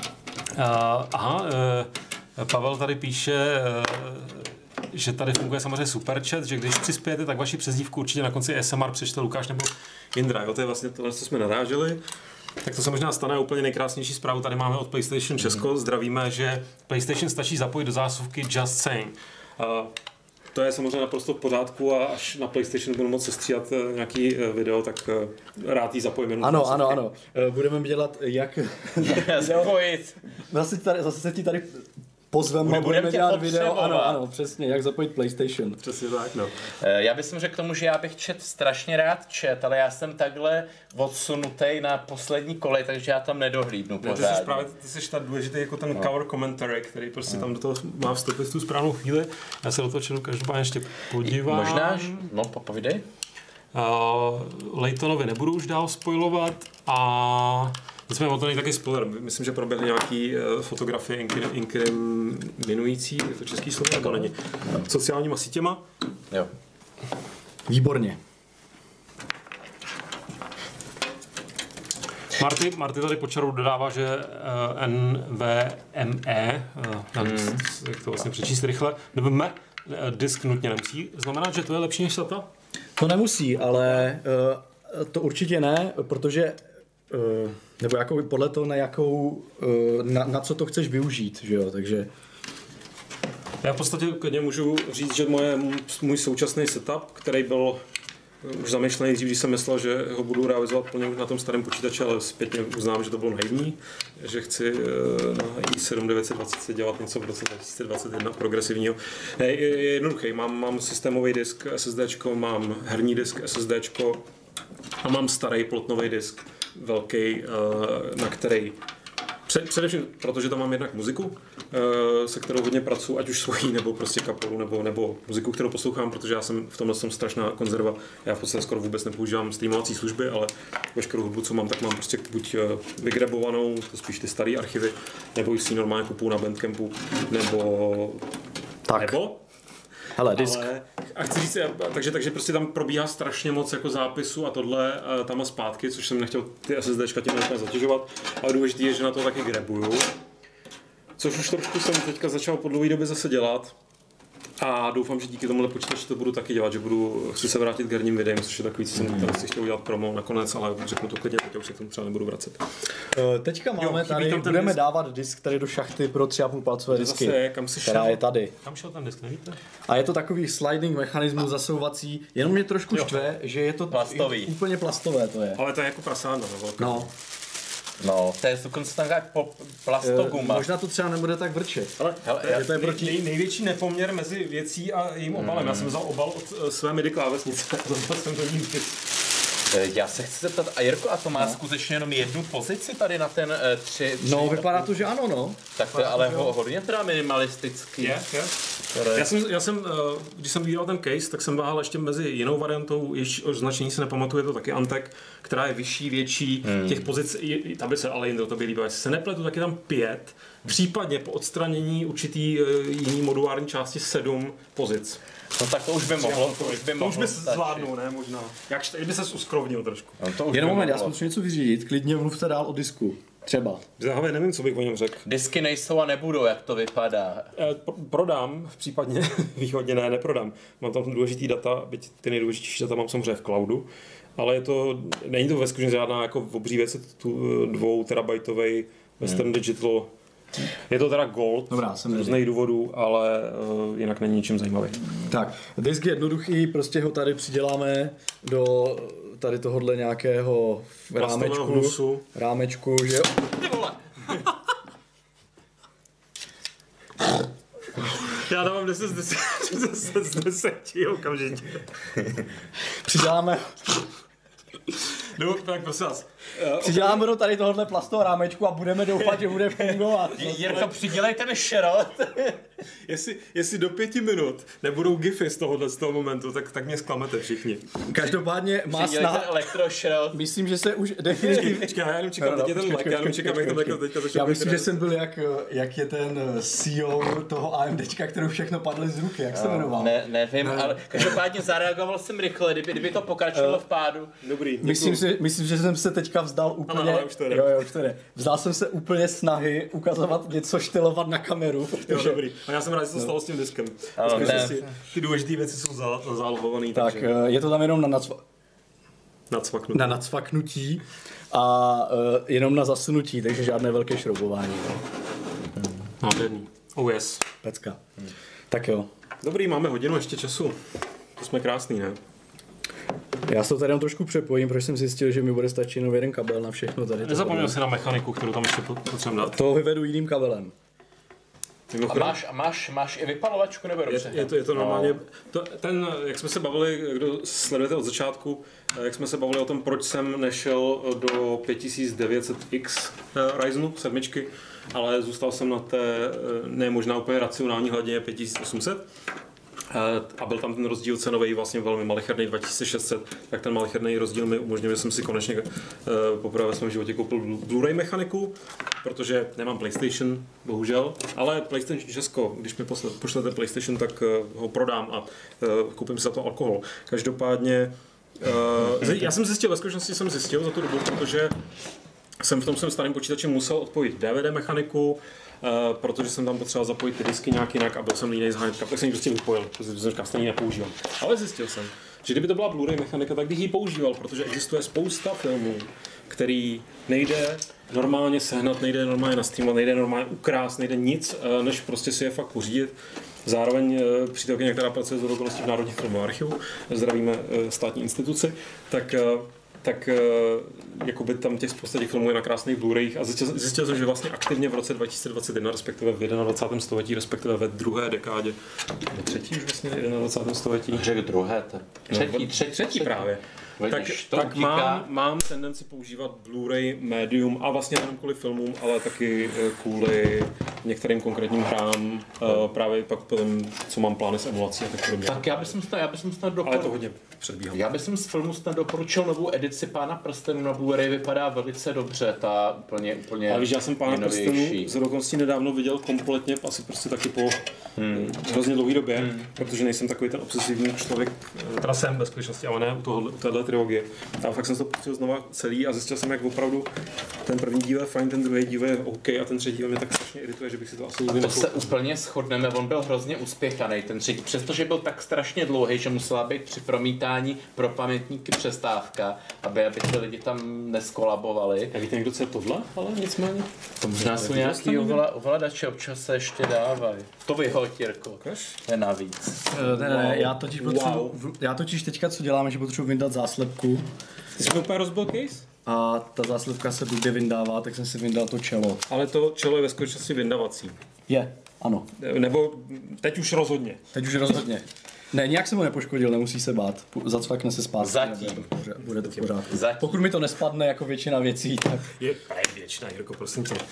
Pavel tady píše... že tady funguje samozřejmě superchat, že když přispějete, tak vaši přezdívku určitě na konci ASMR přečte Lukáš nebo Jindra. Jo, to je vlastně to, co jsme naráželi. Tak to se možná stane úplně nejkrásnější zprávu. Tady máme od PlayStation Česko. Zdravíme, že PlayStation stačí zapojit do zásuvky Just Saying. To je samozřejmě naprosto v pořádku a až na PlayStation budu moct sestříhat nějaký video, tak rád jí zapojím. Ano. Budeme dělat jak... Zapojit. Zase se ti tady pozveme, budeme dělat video, ano, přesně, jak zapojit PlayStation. Přesně tak, no. Já bych řekl k tomu, že já bych strašně rád ale já jsem takhle odsunutej na poslední kolej, takže já tam nedohlídnu pořád. Ty jsi tak důležitý jako ten cover commentary, který prostě tam do toho má vstupit v tu správnou chvíli. Já se do toho čenu každopádně ještě podívám. Možná, povídej. Laytonovi nebudu už dál spoilovat a nicméně o to není taky spoiler. Myslím, že proběhly nějaký fotografie inkriminující, je to český slovo, to není, sociálníma sítěma. Jo. Výborně. Marty tady po čaru dodává, že NVMe, jak to vlastně přečíst rychle, NVMe disk nutně nemusí znamenat, že to je lepší než SATA? To nemusí, ale to určitě ne, protože nebo jako podle toho, na co to chceš využít, že jo, takže... Já v podstatě klidně můžu říct, že můj současný setup, který byl už zamýšlený dřív, když jsem myslel, že ho budu realizovat plně na tom starém počítači, ale zpětně uznám, že to bylo naivní, že chci na i7 920 dělat něco v roce 2021 progresivního. Je jednoduchý, mám systémový disk SSDčko, mám herní disk SSDčko a mám starý plotnový disk velký, na který především, protože tam mám jednak muziku, se kterou hodně pracuji, ať už svojí, nebo prostě kapelu, nebo muziku, kterou poslouchám, protože já jsem v tomhle jsem strašná konzerva. Já v podstatě skoro vůbec nepoužívám streamovací služby, ale veškerou hudbu, co mám, tak mám prostě buď vygrabovanou, to spíš ty staré archivy, nebo už si normálně kupuju na Bandcampu, nebo... Hele, disk. A chci říct, takže prostě tam probíhá strašně moc jako zápisu a tohle tam a zpátky, což jsem nechtěl ty SSDčka tím úplně zatěžovat, ale důležitý je, že na to taky grabuju. Což už trošku jsem teďka začal po dlouhé době zase dělat a doufám, že díky tomuhle počítači to budu taky dělat, že chci se vrátit k herním videím, což je takový, co jsem tady si chtěl udělat promo nakonec, ale řeknu to klidně, tak už se k tomu třeba nebudu vracet. Teďka máme tady, budeme dávat disk tady do šachty pro 3,5 palcové disky, která je tady. Kam šel ten disk, nevíte? A je to takový sliding mechanismus zasouvací, jenom mě trošku štve, že je to plastový. Úplně plastové to je. Ale to je jako prasáno. No, to je dokonce tak plastoguma. Možná to třeba nebude tak vrčet. Ale to je proti největší nepoměr mezi věcí a jejím obalem. Já jsem vzal obal od své MIDI klávesnice. Jsem to Já se chci zeptat, a Jirko, a to má skutečně jenom jednu pozici tady na ten 3? No, vypadá to, že ano, no. Tak to je ale hodně teda minimalistický. Je. Já jsem, když jsem viděl ten case, tak jsem váhal ještě mezi jinou variantou, jež označení se nepamatuje, to taky Antec, která je vyšší, větší, těch pozic, ta by se ale jinde to by líbilo. Jestli se nepletu, tak je tam 5, případně po odstranění určitý jiný modulární části 7 pozic. No tak to už by mohlo, to už by zvládnul, ne, možná. Kdyby ses uskrovnil trošku. No, jenom moment, já jsem něco vyřídit, klidně mluvte dál o disku. Třeba. Zahavé, nevím, co bych o něm řekl. Disky nejsou a nebudou, jak to vypadá. Prodám, případně výhodně neprodám. Mám tam důležitý data, byť ty nejdůležitější data mám samozřejmě v cloudu, ale není to ve skutečnosti žádná jako obří věc, tu 2 terabajtovej Western Digital. Je to teda gold, z různých důvodů, ale jinak není ničím zajímavý. Tak, disk je jednoduchý, prostě ho tady přiděláme do tady tohohle nějakého rámečku, že jo? Ty vole! Já dávám 10 z 10 okamžitě. Přiděláme... No, tak prosím vás. Přiděláme do tady tohohle plastového rámečku a budeme doufat, že bude fungovat. Jirko, přidělej ten šrot. Jestli do 5 minut nebudou gify z toho momentu, tak mě zklamete všichni. Každopádně má snaha... Myslím, že se už definitivně... Já jenom čekám, teď je ten lek, já jenom čekám, jak to teďka začne. Já myslím, že jsem byl jak je ten CEO toho AMDčka, kterou všechno padly z ruky, jak se jmenoval. Nevím, ale každopádně zareagoval jsem rychle, kdyby to pokračovalo v pádu. Dobrý. Myslím, že jsem se teďka vzdal úplně... Ano, už to jde. Jo, už to jde. Vzdal jsem se úplně snahy ukazovat něco štylovat na kameru. Protože... Jo, dobrý. A já jsem rád, že to stalo s tím diskem. Ty důležité věci jsou zálohované. Tak, je to tam jenom na nacvaknutí a jenom na zasunutí, takže žádné velké šroubování. Nádherný. Oh yes. Pecka. Tak jo. Dobrý, máme hodinu ještě času. To jsme krásný, ne? Já to tady jenom trošku přepojím, protože jsem zjistil, že mi bude stačit jenom jeden kabel na všechno tady. Nezapomněl si na mechaniku, kterou tam ještě potřebujeme dát. To vyvedu jiným kabelem. A máš i vypalovačku, nebo dobře? Je to normálně, jak jsme se bavili, kdo sledujete od začátku, jak jsme se bavili o tom, proč jsem nešel do 5900X Ryzenu 7, ale zůstal jsem na té ne možná úplně racionální hladině 5800. A byl tam ten rozdíl cenový vlastně velmi malicherný 2600, tak ten malicherný rozdíl mi umožnil, že jsem si konečně poprvé ve svém životě koupil Blu-ray mechaniku, protože nemám PlayStation, bohužel, ale PlayStation Česko, když mi pošlete PlayStation, tak ho prodám a koupím si za to alkohol. Každopádně, já jsem zjistil, ve skutečnosti jsem zjistil za tu dobu, protože jsem v tom svém starém počítači musel odpojit DVD mechaniku, protože jsem tam potřeboval zapojit ty disky nějak jinak a byl jsem línej zhánět tak jsem ji prostě vypojil, protože jsem říkal, stejně nepoužívám. Ale zjistil jsem, že kdyby to byla Blu-ray mechanika, tak bych ji používal, protože existuje spousta filmů, který nejde normálně sehnat, nejde normálně nastreamovat, nejde normálně ukrást, nejde nic, než prostě si je fakt pořídit. Zároveň přítelkyně, která pracuje z okolností v Národním filmovém archivu, zdravíme státní instituci, tak jakoby tam těch spousta těch filmů je na krásných Blu-rayích a zjistil jsem, že vlastně aktivně v roce 2021, respektive v 21. století, respektive ve druhé dekádě, třetí už vlastně 21. století. Řekl druhé, třetí právě. Tak mám tendenci používat Blu-ray médium a vlastně nejenom kvůli filmům, ale taky kvůli některým konkrétním hrám, právě pak potom, co mám plány s emulací a tak podobně. Tak já bych snad Ale to hodně předbíhám. Já bych z filmu snad doporučil novou edici Pána prstenů na Blu-ray, vypadá velice dobře, ta úplně ale víš, já jsem Pána prstenů z dokonce nedávno viděl kompletně, asi prostě taky po hrozně dlouhé době, protože nejsem takový ten obsesivní člověk, teda jsem ve skutečnosti, ale ne u téhle trilogie. A fakt jsem to pustil znova celý a zjistil jsem, jak opravdu ten první díl je fajn, ten druhý díl je OK a ten třetí díl mě tak strašně irituje, že bych si to asi nikdy nekoupil. To se úplně shodneme, on byl hrozně uspěchaný, ten třetí, přestože byl tak strašně dlouhý, že musela být při promítání pro pamětníky přestávka, aby ty lidi tam neskolabovali. A víte někdo, co je tohle? Ale nicméně. To možná jsou nějaký ovladače, občas se ještě dávají. To vyhoď, Jirko. Je navíc. Ne, já totiž teďka, co děláme, že potřebuji vyndat záslepku. Ty jsi úplně rozbil case? A ta záslepka se blbě vyndává, tak jsem si vyndal to čelo. Ale to čelo je ve skutečnosti vyndavací. Je, ano. Nebo teď už rozhodně. Teď už rozhodně. Ne, nějak jsem ho nepoškodil, nemusí se bát. Zacvakne se zpátky. Zatím. Bude to v pořádku. Pokud mi to nespadne jako většina věcí, tak... Je právě většina, Jirko, prosím tě.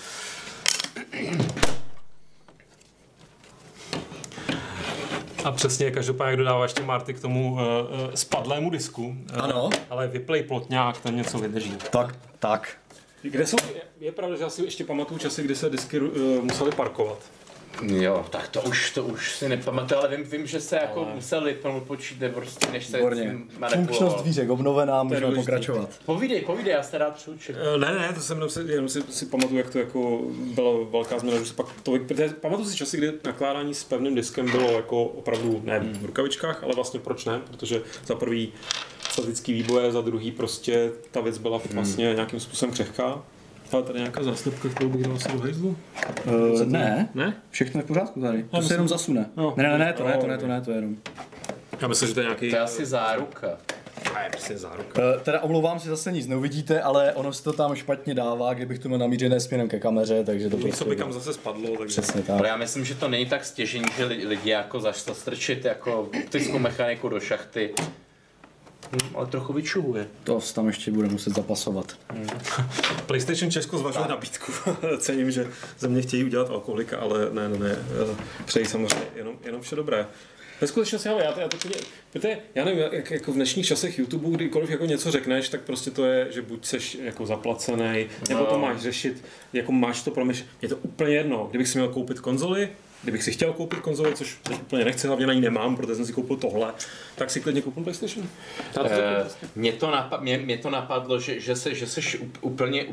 A přesně, každopádně dodává ještě Marty k tomu spadlému disku. Ano. Ale vyplej plotňák, ten něco vydrží. Tak. Kde jsou, je pravda, že já si ještě pamatuju časy, kdy se disky musely parkovat. Jo, tak to už si nepamatuju, ale vím, že se jako musel vypnout počítač, prostě než se manipuloval. Funkčnost dvířek obnovená, můžeme pokračovat. Povídej, já se rád přiučím. Ne, to jsem jenom si pamatuju, jak to jako byla velká změna, že se pak to pamatuju si časy, kdy nakládání s pevným diskem bylo jako opravdu ne v rukavičkách, ale vlastně proč ne, protože za prvý statický výboje, za druhý prostě ta věc byla vlastně nějakým způsobem křehká. Ale tady nějaká záslepka, kterou bych dal asi do hejzlu? Ne? Všechno je v pořádku tady. To se jenom zasune. No. Ne, to je jenom. Já myslím, že to je nějaký... To je asi záruka. Je prostě záruka. Teda omlouvám se, zase nic neuvidíte, ale ono se to tam špatně dává, kdybych to měl namířené směrem ke kameře, takže to něco by kam zase spadlo, takže... Přesně tak. Ale já myslím, že to není tak stěžení, že lidi jako zastrčit jako optickou mechaniku do šachty. Ale trochu vyčuhuje. To tam ještě bude muset zapasovat. PlayStation Česko zvažuje nabídku. Cením, že ze mě chtějí udělat alkoholika, ale ne. Přeji samozřejmě jenom vše dobré. Ve skutečnosti, ale já nevím, jak jako v dnešních časech YouTube, kdykoliv jako něco řekneš, tak prostě to je, že buď seš jako zaplacený, nebo to máš řešit, jako máš to promyšlet. Je to úplně jedno, kdybych si měl koupit konzoli, kdybych si chtěl koupit konzoli, což úplně nechci, hlavně na ní nemám, protože jsem si koupil tohle, tak si klidně koupím PlayStation. Mě to napadlo, že seš úplně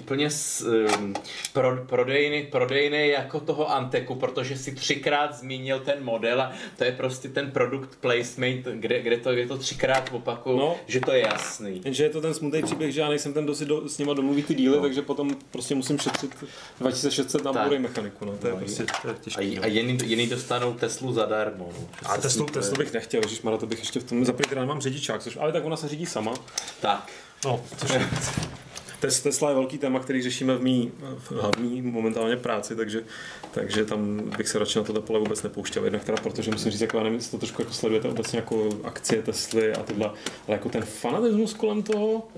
prodejný jako toho Anteku, protože si 3krát zmínil ten model a to je prostě ten product placement, kde to 3krát opakuju, že to je jasný. Jenže je to ten smutný příběh, že já nejsem ten, kdo si s nima domluví ty díly, takže potom prostě musím šetřit 2600 na Blu-ray mechaniku, to je prostě těžké. A jiný dostanou Teslu zadarmo. A Teslu bych nechtěl, ježišmarja, to bych ještě v tom zaprvé nemám řidičák, ale tak ona se řídí sama. Tak. No, což je... Tesla je velký téma, který řešíme v mý hlavní momentálně práci, takže tam bych se radši na tohle pole vůbec nepouštěl. Jednak teda, protože musím říct, jako, nevím, jestli to trošku jako sledujete obecně jako akcie Tesly a tohle, ale jako ten fanatismus kolem toho.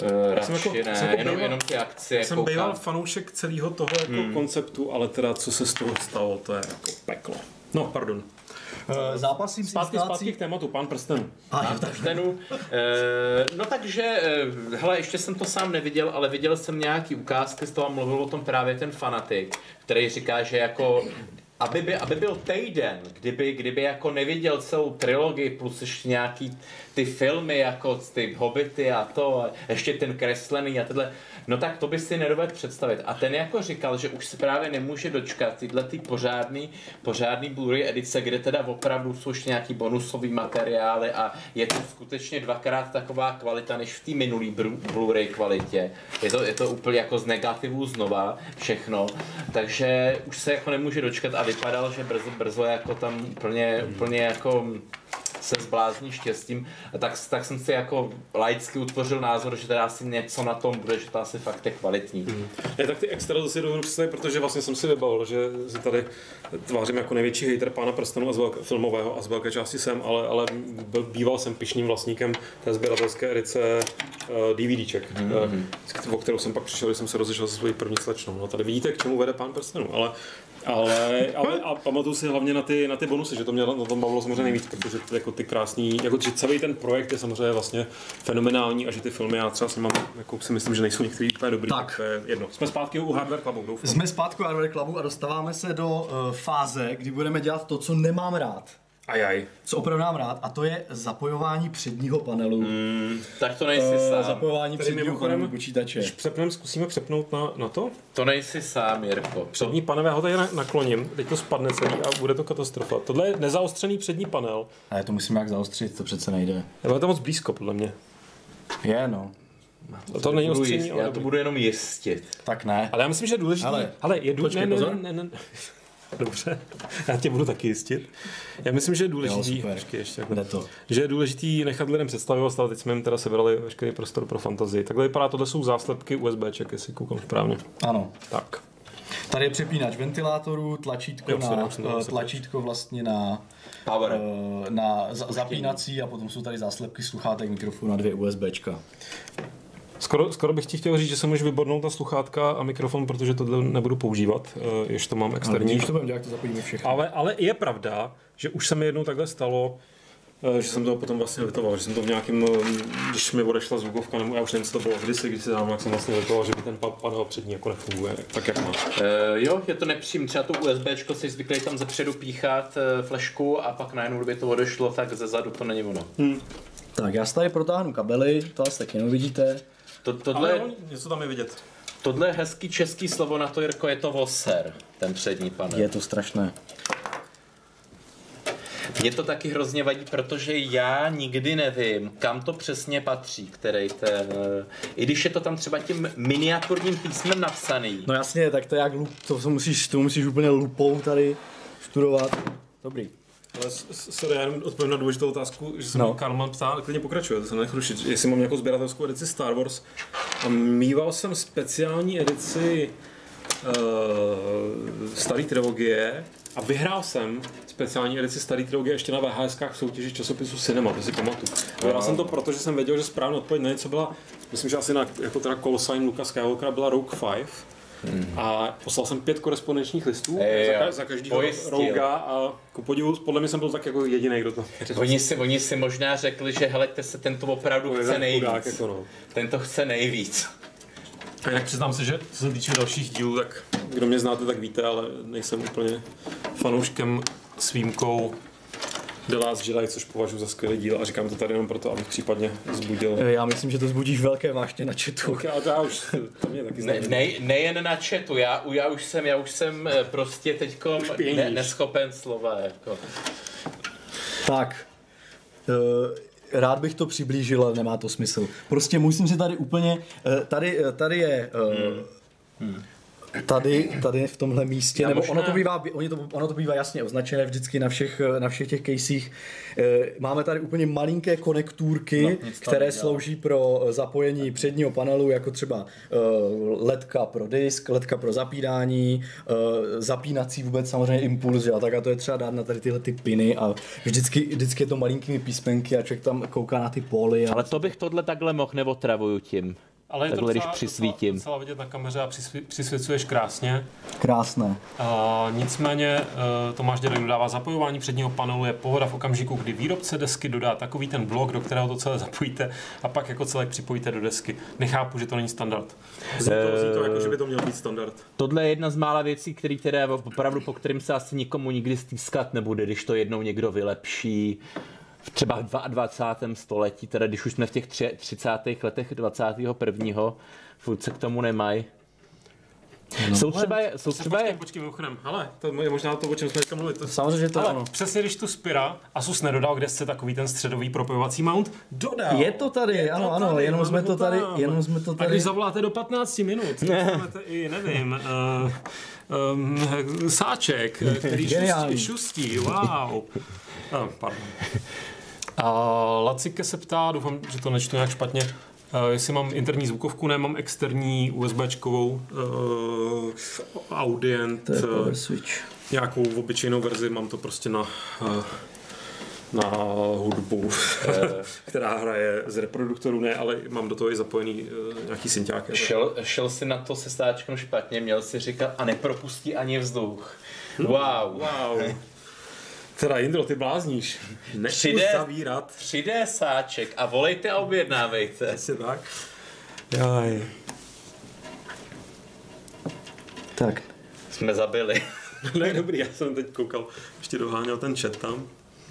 Jenom ty akcie. Jsem býval fanoušek celého toho jako konceptu, ale teda co se z toho stalo, to je jako peklo. No, pardon. Zápasím zpátky k tématu, Pán prstenů. Pán prstenů. No takže, hele, ještě jsem to sám neviděl, ale viděl jsem nějaký ukázky z toho a mluvil o tom právě ten fanatik, který říká, že jako aby byl týden, kdyby jako neviděl celou trilogii plus ještě nějaký ty filmy jako ty Hobbity a to a ještě ten kreslený a tohle, no tak to by si nedovedl představit. A ten jako říkal, že už se právě nemůže dočkat tyhle ty pořádný Blu-ray edice, kde teda opravdu jsou ještě nějaký bonusový materiály a je to skutečně dvakrát taková kvalita než v té minulý Blu-ray kvalitě. Je to úplně jako z negativů znova všechno, takže už se jako nemůže dočkat a vypadalo, že brzo jako tam úplně jako se zblázní štěstím, tak jsem si jako laicky utvořil názor, že teda asi něco na tom bude, že to asi fakt je kvalitní. Tak ty extra zase dovedu představit, protože vlastně jsem si vybavil, že si tady tvářím jako největší hejter Pána prstenů filmového a z velké části jsem, ale býval jsem pyšným vlastníkem té sběratelské edice DVDček, o kterou jsem pak přišel, když jsem se rozešel se svojí první slečnou. No tady vidíte, k čemu vede Pán prstenů, ale pamatuju si hlavně na ty bonusy, že to mě na tom bavilo samozřejmě nejvíc, protože jako ty krásný, jako že celý ten projekt je samozřejmě vlastně fenomenální a že ty filmy já třeba s nimi jako si myslím, že nejsou některý úplně dobrý, tak to je jedno. Jsme zpátky u Hardware Clubu, doufám. Jsme zpátky u Hardware Clubu a dostáváme se do fáze, kdy budeme dělat to, co nemám rád. Co opravdu mám rád, a to je zapojování předního panelu. Tak to nejsi sám. Zapojování předního panelu počítače. Když zkusíme přepnout na to? To nejsi sám, Jirko. Přední panel, já ho tady nakloním, teď to spadne celý a bude to katastrofa. Tohle je nezaostřený přední panel. Ale to musím jak zaostřit, to přece nejde. Je to moc blízko, podle mě. Je, no. To není ostření, já to budu jenom jistit. Tak ne. Ale já myslím, že je důležité. Ale je důležité. Ne. Dobře, já tě budu taky jistit. Já myslím, že je důležitý, že je důležitý nechat lidem představivost, ale teď jsme jim teda sebrali veškerý prostor pro fantazii. Takhle vypadá, tohle jsou záslepky USBček, jestli koukám správně. Ano. Tak. Tady je přepínač ventilátorů, tlačítko vlastně na power, na zapínací a potom jsou tady záslepky sluchátek, mikrofonu a 2 USBčka. Skoro bych ti chtěl říct, že se můžeš vybornout na sluchátka a mikrofon, protože tohle nebudu používat, ještě to mám externí. Když to budeme dělat, to zapojíme všechno. Ale je pravda, že už se mi jednou takhle stalo, že jsem to potom vlastně litoval, že jsem to v nějakém, když mi odešla zvukovka, nebo já už nevím, co to bylo kdysi, když se dám, jak jsem vlastně litoval, že by ten panel přední jako nefunguje, tak jak má. Jo, je to nepříjemné, třeba to USBčko si zvyklý tam zepředu píchat flešku a pak najednou, kdyby to odešlo, tak ze zadu to není ono. Tak já si tady protáhnu kabely, to asi taky neuvidíte. Ale něco tam je vidět. Tohle je hezký český slovo na to, Jirko, je to voser, ten přední panel. Je to strašné. Mě to taky hrozně vadí, protože já nikdy nevím, kam to přesně patří, který ten... I když je to tam třeba tím miniaturním písmem napsaný. No jasně, tak to je jak to musíš úplně lupou tady studovat. Dobrý. Ale sorry, já jenom odpovím na důležitou otázku, že jsem Karlman ptal, klidně pokračuje, to se nechušit, jestli mám nějakou sběratelskou edici Star Wars a mýval jsem speciální edici staré trilogie a vyhrál jsem speciální edici staré trilogie ještě na VHSkách v soutěži časopisu Cinema, to si pamatuju. Vyhrál jsem to, protože jsem věděl, že správná odpověď na něco byla, myslím, že asi na jako teda call sign Luka Skywalkera byla Rogue 5. A poslal jsem 5 korespondenčních listů za každého Rouga a ku podivu, podle mě jsem byl tak jako jediný, kdo to Oni si možná řekli, že helejte se, ten to opravdu chce nejvíc. Jako no. Ten to chce nejvíc. A jinak přiznám se, že co se týče dalších dílů, tak kdo mě znáte, tak víte, ale nejsem úplně fanouškem s výjimkou The Last Jedi, což považuji za skvělý díl a říkám to tady jenom proto, abych případně vzbudil. Já myslím, že to vzbudíš velké vášně na chatu. Okay, ale já už, to mě taky nejen na chatu, já už jsem prostě teďkom neschopen slova. Jako. Tak, rád bych to přiblížil, ale nemá to smysl. Prostě musím si tady úplně, tady je... Tady v tomhle místě, nebo ono to bývá jasně označené vždycky na všech těch casech. Máme tady úplně malinké konektůrky, které slouží pro zapojení předního panelu, jako třeba ledka pro disk, ledka pro zapínání, zapínací vůbec samozřejmě impuls, a tak a to je třeba dát na tady tyhle ty piny a vždycky je to malinkými písmenky a člověk tam kouká na ty póly. Ale to bych tohle takhle mohl, nebo travuju tím. Ale je takhle, když přisvítím. Docela vidět na kameře a přisvěcuješ krásně. Krásné. Nicméně Tomáš Dědek dodává zapojování předního panelu je pohoda v okamžiku, kdy výrobce desky dodá takový ten blok, do kterého to celé zapojíte a pak jako celé připojíte do desky. Nechápu, že to není standard. Zní to jako, že by to měl být standard. Tohle je jedna z mála věcí, které teda opravdu po kterým se asi nikomu nikdy stýskat nebude, když to jednou někdo vylepší. Třeba v 22. století, teda když už jsme v těch 30. letech 21. furt se k tomu nemají. No. Jsou třeba Počkej, mimochodem, hele, to je možná to, o čem jsme teďka mluvili. Samozřejmě, že to ale přesně když tu Spira Asus nedodal k desce takový ten středový propojovací mount, dodal. Je to tady, ano, jenom jsme to tady. A když zavoláte do 15 minut, dostanete i, nevím, sáček, který šustí, wow. Pardon. A Lacike se ptá, doufám, že to nečtu nějak špatně, jestli mám interní zvukovku, ne, mám externí USBčkovou Audient, nějakou obyčejnou verzi, mám to prostě na hudbu, která hraje z reproduktorů, ne, ale mám do toho i zapojený nějaký synťák. Šel si na to se stáčkem špatně, měl si říkat a nepropustí ani vzduch. Wow. Teda Jindro, ty blázníš. Nechci zavírat. 3D sáček a volejte a objednávejte. Jasně tak. Jaj. Tak. Jsme zabili. Ne, dobrý, já jsem teď koukal, ještě doháněl ten chat tam.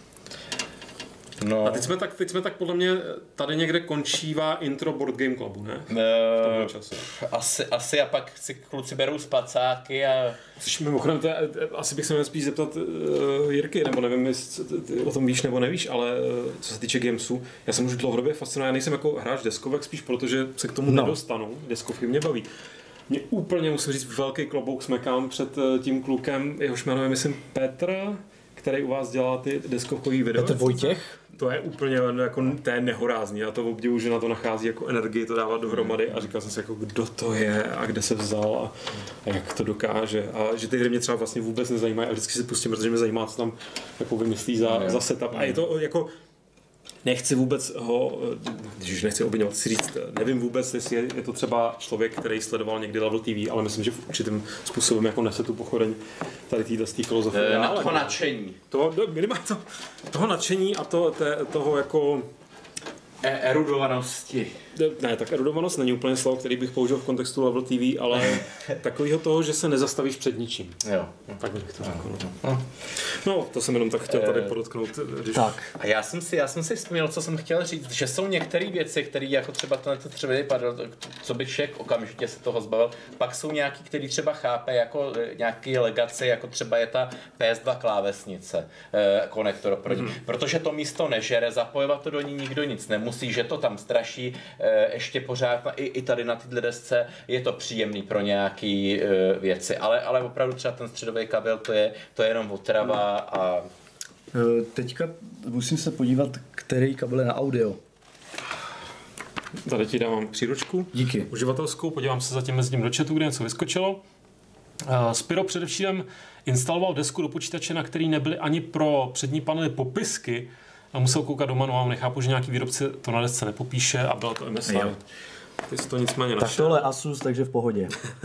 No. A teď jsme tak podle mě tady někde končívá intro Board Game Clubu, ne? Asi a pak si kluci berou spacáky a... Což mimochodem, asi bych se měl spíš zeptat Jirky, nebo nevím, jestli o tom víš nebo nevíš, ale co se týče gamesů, já jsem už dlouhodobě fascinovaný, já nejsem jako hráč deskovek, spíš protože se k tomu nedostanu, deskovky mě baví. Mě úplně, musím říct, velký klobouk smekám před tím klukem, jehož jméno je, myslím, Petr, který u vás dělá ty deskovkový video. Petr Vojtěch? To je úplně jako, to je nehorázný. Já to obdivuji, že na to nachází jako energii to dávat dohromady a říkal jsem si jako, kdo to je a kde se vzal a jak to dokáže. A že ty hry mě třeba vlastně vůbec nezajímají a vždycky si pustím, protože mě zajímá, co tam jako vymyslí za setup. A je to jako nechci vůbec ho, když už nechci obviňovat, si říct, nevím vůbec, jestli je to třeba člověk, který sledoval někdy Level TV, ale myslím, že v určitým způsobem jako nese tu pochodeň tady té filozofie. Na toho nadšení. Minimálně toho nadšení a toho jako erudovanosti. Ne, tak erudovanost není úplně slovo, který bych použil v kontextu Level TV, ale takového toho, že se nezastavíš před ničím. Jo. Tak bych to řekl. No, to jsem jenom tak chtěl tady podotknout. Když... Tak. A já jsem si vzpomněl, co jsem chtěl říct, že jsou některé věci, které jako třeba to třeba vypadalo, co by Šek okamžitě se toho zbavil, pak jsou nějaký, který třeba chápe jako nějaký legacy, jako třeba je ta PS2 klávesnice, konektor pro ní. Protože to místo nežere, zapojovat to do ní nikdo nic nemusí, že to tam straší, ještě pořád i tady na této desce je to příjemný pro nějaké věci, ale opravdu třeba ten středový kabel to je jenom otrava a... Teďka musím se podívat, který kabel je na audio. Tady ti dávám příručku. Díky. Uživatelskou, podívám se zatím mezi tím do chatu, kde něco vyskočilo. Spiro především instaloval desku do počítače, na který nebyly ani pro přední panely popisky, a musel koukat do manuálu, nechápu, že nějaký výrobce to na desce nepopíše a bylo to MSI. Ty jsi to nicméně našel. Tak tohle Asus, takže v pohodě.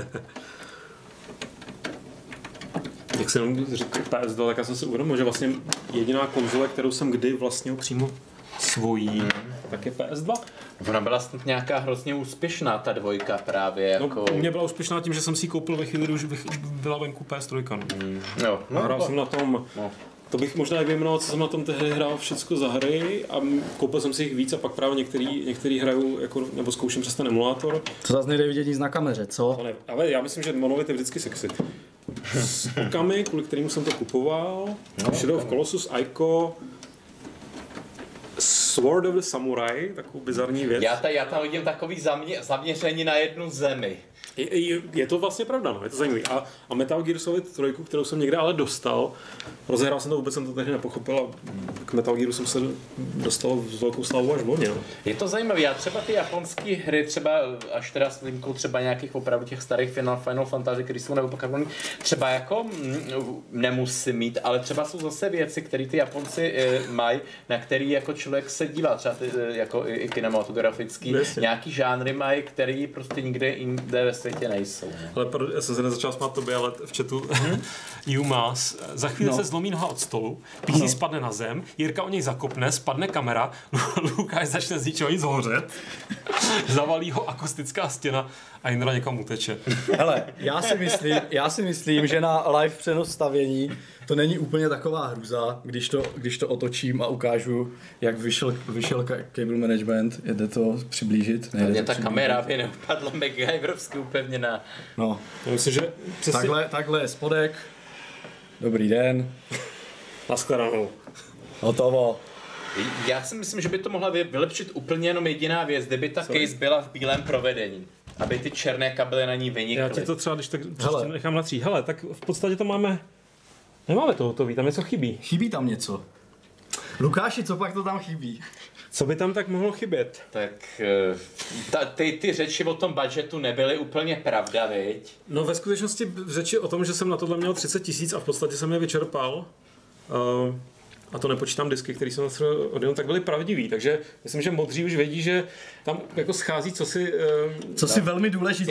Jak jsem řekl PS2, tak já jsem si uvědomil, že vlastně jediná konzole, kterou jsem kdy vlastnil přímo svojí, tak je PS2. Ona byla snad nějaká hrozně úspěšná, ta dvojka právě. Jako... No, u mě byla úspěšná tím, že jsem si ji koupil ve chvíli, kdy už byla venku PS3. No, hrál jsem na tom... No. To bych možná i vyjmenoval, co jsem na tom tehdy hrál všecko za hry a koupil jsem si jich víc a pak právě některý hraju, jako, nebo zkouším přes ten emulátor. To zase nejde vidět nic na kameře, co? Ne, ale já myslím, že Monolith je vždycky sexy. S okami, kvůli kterému jsem to kupoval, Shadow of Colossus, Ico, Sword of the Samurai, takovou bizarní věc. Já tam vidím takový zaměření na jednu zemi. Je to vlastně pravda, no, je to zajímavé. A Metal Gear Solid 3, kterou jsem někde ale dostal, rozehrál jsem to, vůbec jsem to tehdy nepochopil a k Metal Gearu jsem se dostal s velkou slávou až volně. No. Je to zajímavé, já třeba ty japonské hry, třeba až teda s výjimkou třeba nějakých opravdu těch starých Final Fantasy, které jsou neopakované, třeba jako nemusím mít, ale třeba jsou zase věci, které ty Japonci mají, na který jako člověk se dívá, třeba ty, jako i kinematografický, nějaký žánry mají, který prostě nikde jinde ve světě nejsou. Ale já jsem se nezačal smát tobě, ale v chatu Jumas. Za chvíli se zlomí noha od stolu, PC spadne na zem, Jirka o něj zakopne, spadne kamera, Lukáš začne z ničeho nic hořet, zavalí ho akustická stěna a Jindra někam uteče. Hele, já si myslím, že na live přenos stavění to není úplně taková hruza, když to otočím a ukážu, jak vyšel cable management. Jde to přiblížit? Mně ta kamera by neupadla MacGyverovsky upevněná. No. Já myslím, že přesně... Takhle je spodek. Dobrý den. Naschledanou. Hotovo. Já si myslím, že by to mohla vylepšit úplně jenom jediná věc, kdyby ta case byla v bílém provedení. Aby ty černé kabely na ní vynikly. Já ti to třeba, když tak nechám natřít. Hele, tak v podstatě to máme... Nemáme to hotový, tam něco chybí. Chybí tam něco. Lukáši, co pak to tam chybí? Co by tam tak mohlo chybět? Tak ty řeči o tom budgetu nebyly úplně pravda, viď? No ve skutečnosti řeči o tom, že jsem na tohle měl 30 000 a v podstatě jsem je vyčerpal. A to nepočítám disky, které jsem odjel, tak byly pravdivý. Takže myslím, že modří už vědí, že tam jako schází co si velmi důležité.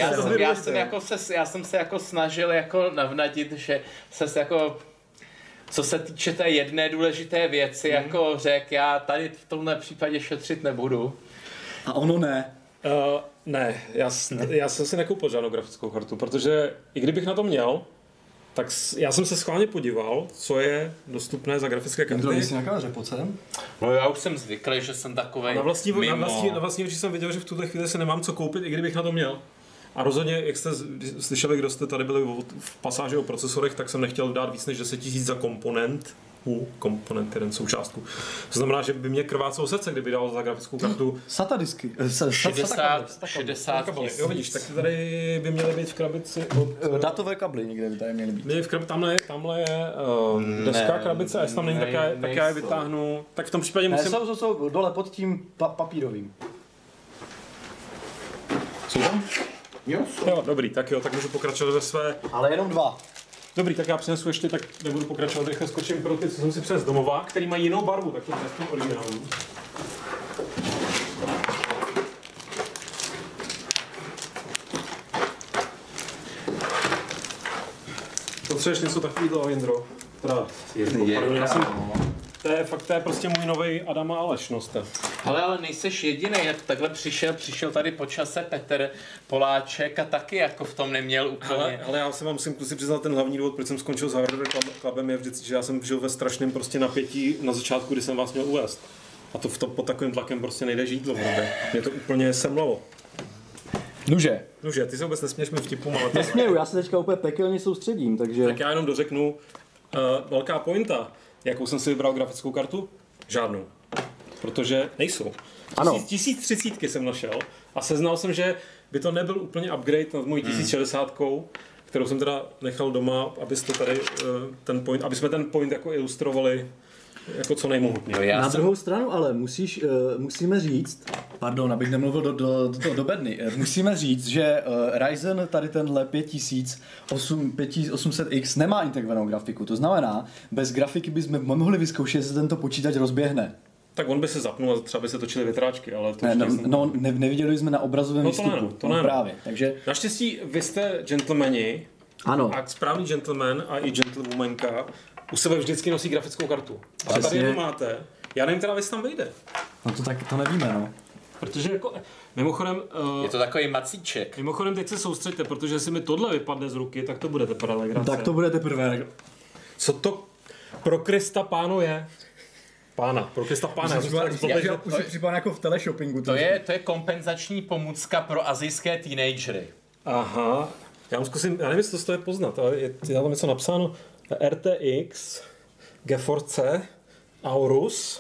Já jsem se jako snažil jako navnadit, že se jako co se týče té jedné důležité věci, jako řekl, já tady v tomhle případě šetřit nebudu. A ono ne. Ne, já jsem si nekoupil žádnou grafickou kartu, protože i kdybych na to měl, tak já jsem se schválně podíval, co je dostupné za grafické karty. Jsi jsi na kameře, pojď sem? No já už jsem zvyklý, že jsem takovej na vlastní oči jsem viděl, že v tuhle chvíli se nemám co koupit, i kdybych na to měl. A rozhodně, jak jste slyšeli, kdo jste tady byli v pasáži o procesorech, tak jsem nechtěl dát víc než 10 000 za komponent. komponent, jeden součástku. To znamená, že by mě krvácelo srdce, kdyby dal za grafickou kartu SATA disky. 60 tisíc. Jo, vidíš, tak tady by měly být v krabici od... Datové kabely někde by tady měly být. Tamhle je deska krabice a jestli tam není, tak já je vytáhnu. Tak v tom případě musím... Jsou dole pod tím papírovým. Jsou tam? Jo, dobrý, tak můžu pokračovat ve své... Ale jenom 2. Dobrý, tak já přinesu ještě, tak nebudu pokračovat, rychle skočím pro ty, co jsem si přes domova, který mají jinou barvu, tak to je originální. Potřebuješ něco takového, Jindro? To je prostě můj novej Adama Aleš, noste. Ale nejseš jediný, jak takhle přišel tady po čase Petr Poláček a taky jako v tom neměl úplně. Ale já se vám musím kluci přiznat, ten hlavní důvod, proč jsem skončil s Hardware Clubem, je vždycky, že já jsem žil ve strašném prostě napětí na začátku, kdy jsem vás měl uvést. A to pod takovým tlakem prostě nejde žít dlouhodobě. Mě to úplně semlalo. Nuže, ty se vůbec nesměješ mi vtipům, ale... Nesměju, já se teďka úplně pekelně soustředím, takže... Tak já jenom dořeknu, velká pointa, jakou jsem si vybral grafickou kartu? Žádnou. Protože nejsou. Ano. 1030 jsem našel a seznal jsem, že by to nebyl úplně upgrade nad mojí 1060, kterou jsem teda nechal doma, aby jsme ten point jako ilustrovali jako co nejmohutněji. Na druhou stranu ale musíme říct, pardon, abych nemluvil do bedny, musíme říct, že Ryzen tady tenhle 5800X nemá integrovanou grafiku, to znamená, bez grafiky bychom mohli vyzkoušet, jestli tento počítač rozběhne. Tak on by se zapnul a třeba by se točily větráčky, ale to neviděli jsme na obrazovém výstupu. To ne. Právě, takže... Naštěstí vy jste gentlemani, ano. A správný gentleman a i gentlewomanka u sebe vždycky nosí grafickou kartu. A tady jedno máte, já nevím teda, jestli tam vyjde. No to nevíme, no. Protože jako, mimochodem... je to takový macíček. Mimochodem teď se soustřeďte, protože jestli mi tohle vypadne z ruky, tak to bude teprve legrace. Tak to bude teprve. Co to pro Krista páno je? Pro Krista pána. Už si připadá jako v teleshoppingu. To je kompenzační pomůcka pro asijské teenagery. Aha. Já nevím, jestli to je poznat, ale je tam něco napsáno. RTX, GeForce, Aorus.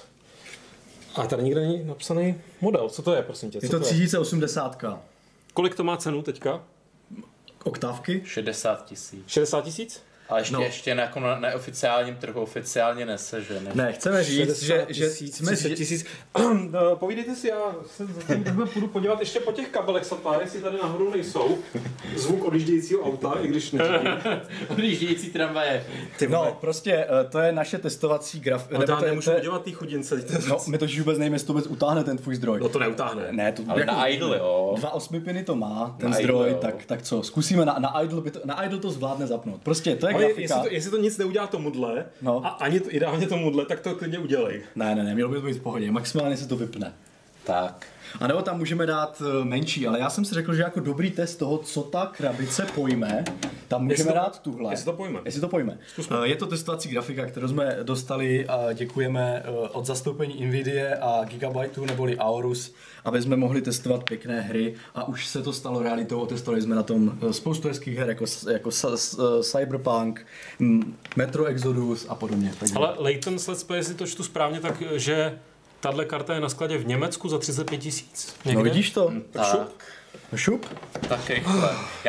A tady nikde není napsaný model. Co to je, prosím tě? Je to 3080. Kolik to má cenu teďka? Oktávky? 60 000. 60 000? Ale ještě jako na neoficiálním trhu oficiálně neseže. Ne, chceme říct, že jsme 30 000. Povídejte si, já se půjdu podívat ještě po těch kabelech SATA, jestli tady nahoru nejsou. Zvuk odjíždějícího auta, i když neříkám. Odjíždějící tramvaje. No, prostě to je naše testovací graf. Ale to nemůžu udělat tý chudince. No, my to vůbec nevíme, jestli to vůbec utáhne ten tvůj zdroj. No to neutáhne. Ne, to ale jako na idle, jo. 2 8-piny to má, ten zdroj, tak co, zkusíme na idle to zvládne zapnout. Prostě to je grafika. Jestli to nic neudělá tomuhle, a ani ideálně tomuhle, tak to klidně udělej. Ne, mělo by to být v pohodě, maximálně se to vypne. Tak. A nebo tam můžeme dát menší, ale já jsem si řekl, že jako dobrý test toho, co ta krabice pojme, tam můžeme dát tuhle. Jestli to pojme. Je to testovací grafika, kterou jsme dostali a děkujeme od zastoupení Nvidia a Gigabyteu neboli Aorus, aby jsme mohli testovat pěkné hry a už se to stalo realitou, otestovali jsme na tom spoustu hezkých her jako Cyberpunk, Metro Exodus a podobně. Takže... Ale Layton's Let's Play, jestli to čtu správně, takže tahle karta je na skladě v Německu za 35 000. No vidíš to? Šup? Tak rychle.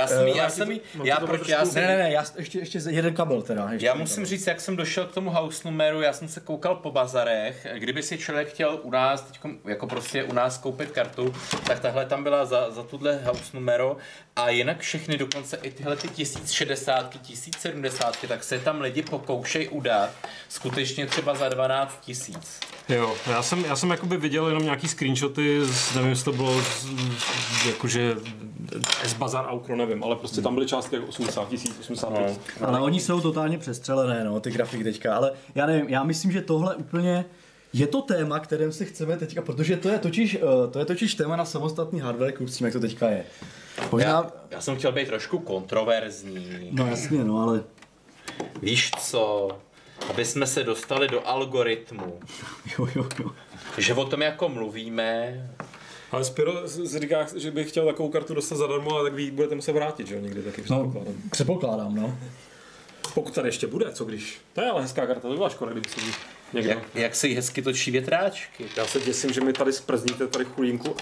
Ještě jeden kabel teda. Já musím říct, jak jsem došel k tomu house numeru, já jsem se koukal po bazarech, kdyby si člověk chtěl u nás, teďko, jako prostě u nás koupit kartu, tak tahle tam byla za tuhle house numero a jinak všechny, dokonce i tyhle ty 1060, 1070, tak se tam lidi pokoušej udat skutečně třeba za 12 000. Jo, já jsem jakoby viděl jenom nějaký screenshoty, nevím, jestli to bylo jakože S-Bazar Aukro, nevím, ale prostě tam byly částky jako 80 000, 85 000. Ale oni jsou totálně přestřelené, no, ty grafiky teďka, ale já nevím, já myslím, že tohle úplně je to téma, kterým si chceme teďka, protože to je totiž téma na samostatný hardware klub s tím, jak to teďka je. Já jsem chtěl být trošku kontroverzní. No jasně, no, ale... Víš co? Aby jsme se dostali do algoritmu. Jo. Že o tom jako mluvíme. Ale Spiro říká, že bych chtěl takovou kartu dostat zadarmo, ale tak vy budete muset vrátit, že jo, někdy taky předpokládám. Předpokládám, no. Pokud tady ještě bude, co když? To je ale hezká karta, to by byla škoda, kdyby se někdo... Jak se jí hezky točí větráčky. Já se děsím, že mi tady zprzníte tady chulínku.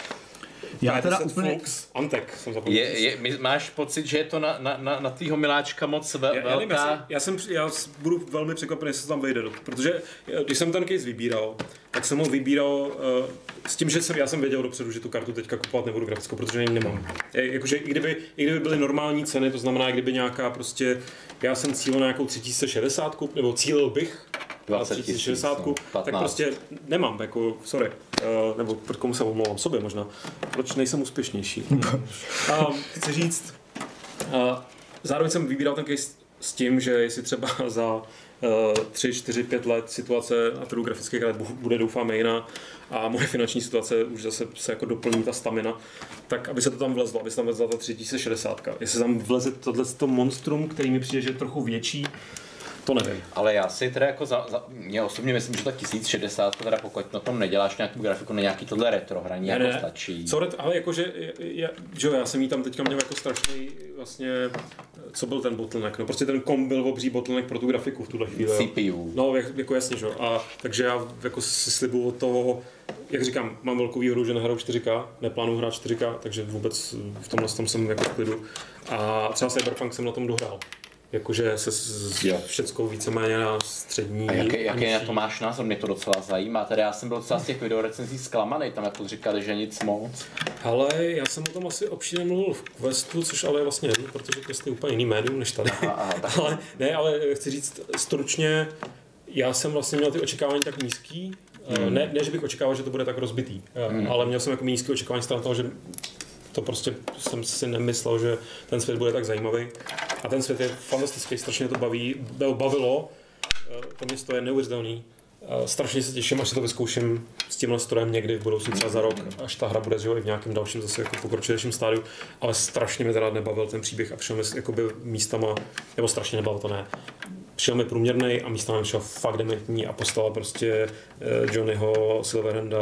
Já teda úplně... Antek jsem zapomněl. Máš pocit, že je to na tvýho miláčka moc velká? Já budu velmi překvapený, jestli se tam vejde, protože když jsem ten case vybíral, tak jsem ho vybíral s tím, že já jsem věděl dopředu, že tu kartu teďka kupovat nebudu grafickou, protože ji nemám. Jakože i kdyby byly normální ceny, to znamená, kdyby nějaká prostě, já jsem cílil na nějakou 3060, nebo cílil bych 3060, tak prostě nemám, jako, sorry, nebo pod komu se omlouvám, sobě možná, proč nejsem úspěšnější. Chci říct, zároveň jsem vybíral ten case s tím, že jestli třeba za 3, 4, 5 let situace na trhu grafických karet bude doufáme jiná a moje finanční situace už zase se jako doplní ta stamina, tak aby se to tam vlezlo, aby se tam vlezla ta 3060. Jestli tam vleze tohleto monstrum, který mi přijde, že je trochu větší, to nevím. Ale já si teda jako mě osobně myslím, že ta 1060, teda pokud na tom neděláš nějakou grafiku na nějaký tohle retro hraní, jako stačí. Ale jakože, já jsem jí tam teďka měl jako strašný vlastně, co byl ten bottleneck, no prostě ten kom byl obří bottleneck pro tu grafiku v tuhle chvíli. CPU. No, jako jasně, že? A takže já jako si slibuju od toho, jak říkám, mám velkou výhodu, že nehraju 4K, neplánuju hrát 4K, takže vůbec v tomhle tom jsem jako v klidu. A třeba Cyberpunk jsem na tom dohrál. Jakože se všeckou víceméně na střední. A jaký na to máš názor? Mě to docela zajímá. Tady já jsem byl docela z těch videorecenzí zklamaný, tam jako říkali, že nic moc. Ale já jsem o tom asi obšírně mluvil v Questu, což ale je vlastně jedno, protože Quest je úplně jiný médium než tady. ale chci říct stručně, já jsem vlastně měl ty očekávání tak nízký, ne, že bych očekával, že to bude tak rozbitý, ale měl jsem jako nízké očekávání stran toho, že to prostě jsem si nemyslel, že ten svět bude tak zajímavý. A ten svět je fantastický, strašně to bavilo. To město je neuvěřitelný. Strašně se těším, až se to vyzkouším s tímhle strojem někdy v budoucnu, třeba za rok, až ta hra bude i v nějakém dalším zase jako pokročilejším stádiu. Ale strašně mě teda nebavil ten příběh a přišel mi jakoby místama, nebo strašně nebavil to ne. Přišel mi průměrnej a místama mi přišel fakt dementní a postava prostě Johnnyho Silverhanda.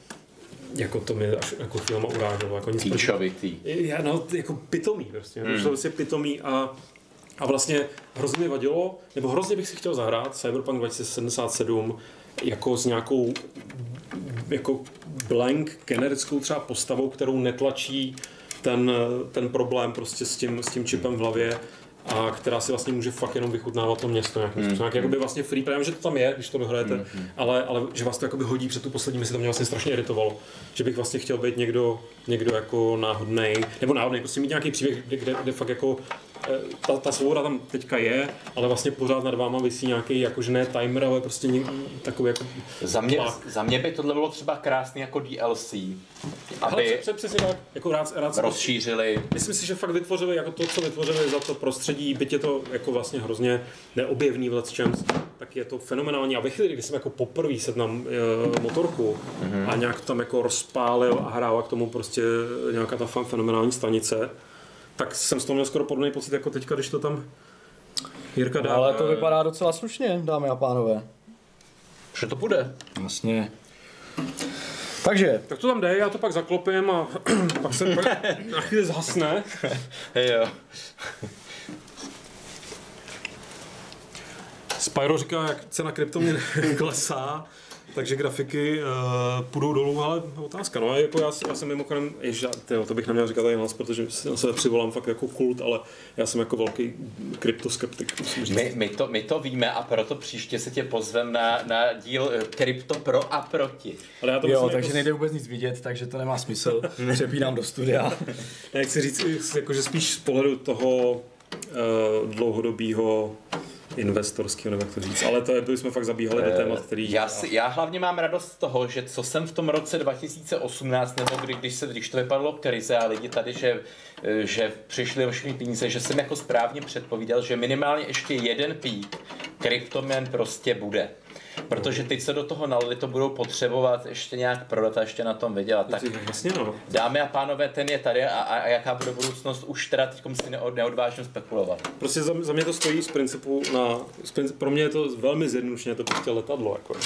Jako to mě až jako chvílema uráželo. Jako Píčovitý. No, jako pitomý prostě. To prostě pitomý a vlastně hrozně mi vadilo, nebo hrozně bych si chtěl zahrát Cyberpunk 2077 jako s nějakou jako blank generickou třeba postavou, kterou netlačí ten problém prostě s tím čipem v hlavě a která si vlastně může fakt jenom vychutnávat to město nějakým způsobem. Jakoby vlastně free play, že to tam je, když to dohrajete, ale že vás to jakoby hodí před tu poslední misi, to mě vlastně strašně iritovalo. Že bych vlastně chtěl být někdo jako náhodnej, prostě mít nějaký příběh, kde fakt jako ta svoboda tam teďka je, ale vlastně pořád nad váma visí nějaký jakože ne timer, ale prostě takový jako za mě by tohle bylo třeba krásný jako DLC. Aby přesně tak, jako rád rozšířili. Myslím si, že fakt vytvořili jako to, co vytvořili za to prostředí, byť je to jako vlastně hrozně neobjevný v Let's Champs, tak je to fenomenální. A ve chvíli, kdy jsem jako poprvé sedl na motorku a nějak tam jako rozpálil a hrál k tomu prostě nějaká ta fenomenální stanice, tak jsem z toho měl skoro podobný pocit jako teďka, když to tam Jirka dá. Ale to vypadá docela slušně, dámy a pánové. Že to bude. Vlastně. Takže. Tak to tam dej, já to pak zaklopím a pak se na chvíli zhasne. Jo. Spyro říká, jak cena kryptoměn klesá, takže grafiky půjdou dolů, ale otázka. No a jako já jsem mimochodem, to bych neměl říkat tady hlas, protože se přivolám fakt jako kult, ale já jsem jako velký kryptoskeptik, musím říct. My to víme a proto příště se tě pozvem na díl Krypto pro a proti. Ale já to jo, takže nejde vůbec nic vidět, takže to nemá smysl. Přepínám do studia. Já chci říct, jakože spíš z pohledu toho dlouhodobého investorského, nebo jak to říct, ale to bychom fakt zabíhali do témat, který... Já hlavně mám radost z toho, že co jsem v tom roce 2018, nebo když to vypadalo krize a lidi tady, že přišli o všechny peníze, že jsem jako správně předpovídal, že minimálně ještě jeden pík kryptoměn prostě bude. Protože teď se do toho nalili, to budou potřebovat ještě nějak prodat a ještě na tom vydělat. Tak vlastně no. Dámy a pánové, ten je tady a jaká bude budoucnost, už teda teďkom si neodvážím spekulovat. Prostě za mě to stojí z principu pro mě je to velmi zjednodušeně, to prostě letadlo. Jako.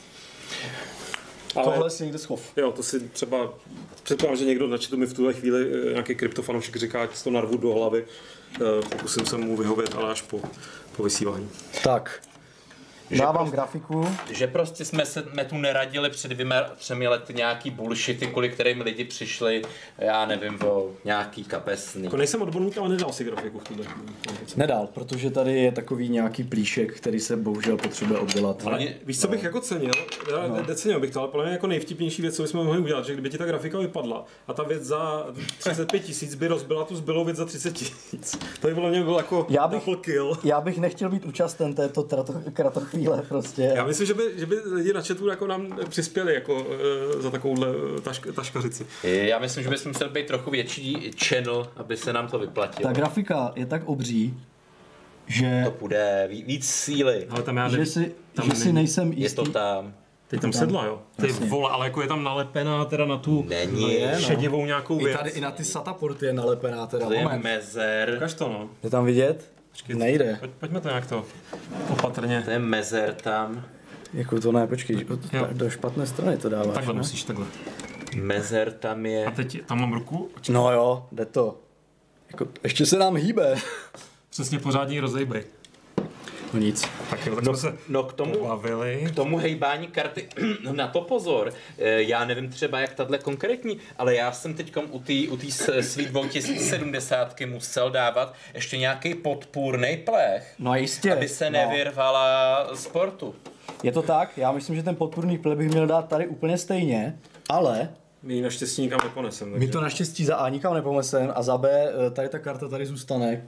Ale tohle si někde schov. Jo, to si třeba, předpokládám, že někdo na chatu mi v tuhle chvíli nějaký kryptofanoušek říká, ať si to narvu do hlavy. Pokusím se mu vyhovět, ale až po po vysílání. Tak. Dávám grafiku. Že prostě jsme tu neradili před 2-3 lety nějaký bullshity, kvůli kterým lidi přišli, já nevím, o nějaký kapesný. Jako nejsem odborník, ale nedal si grafiku v tuhle. Nedal, protože tady je takový nějaký plíšek, který se bohužel potřebuje oddělat. Ale víš, co bych jako cenil? Necenil bych to, ale podle mě jako nejvtipnější věc, co bychom mohli udělat, že kdyby ti ta grafika vypadla a ta věc za 35 000 by rozbila tu zbylou věc za 30 000. To by podle mě byl jako double kill. Já bych nechtěl být účasten této kratochvíle prostě. Já myslím, že by lidi na chatu jako nám přispěli jako za takovouhle taškařici. Já myslím, že bychom museli být trochu větší channel, aby se nám to vyplatilo. Ta grafika je tak obří, že... To půjde víc síly. Ale tam já že si nejsem jistý. Je to tam. Teď tam sedla, jo. Ty vole, ale jako je tam nalepená teda na tu šedivou nějakou věc. I tady i na ty SATA-porty je nalepená teda. To je mezer. Ukaž to, no. Je tam vidět? Počkej, nejde. Pojďme to nějak to opatrně. To je mezer tam. Jako to ne, počkej, do špatné strany to dáváš. Takhle musíš, takhle. Mezer tam je. A teď tam mám ruku. No jo, jde to. Jako, ještě se nám hýbe. Přesně pořádně rozejbej. No nic. Tak jo, tak no, jsme se no k tomu hejbání karty, na to pozor. Já nevím třeba jak tahle konkrétní, ale já jsem teďkom u té svý 2070 musel dávat ještě nějaký podpůrnej plech. No jistě. Aby se nevyrvala z portu. Je to tak, já myslím, že ten podpůrný plech bych měl dát tady úplně stejně, ale... My ji naštěstí nikam neponesem. Takže... My to naštěstí za A nikam neponesem a za B tady ta karta tady zůstane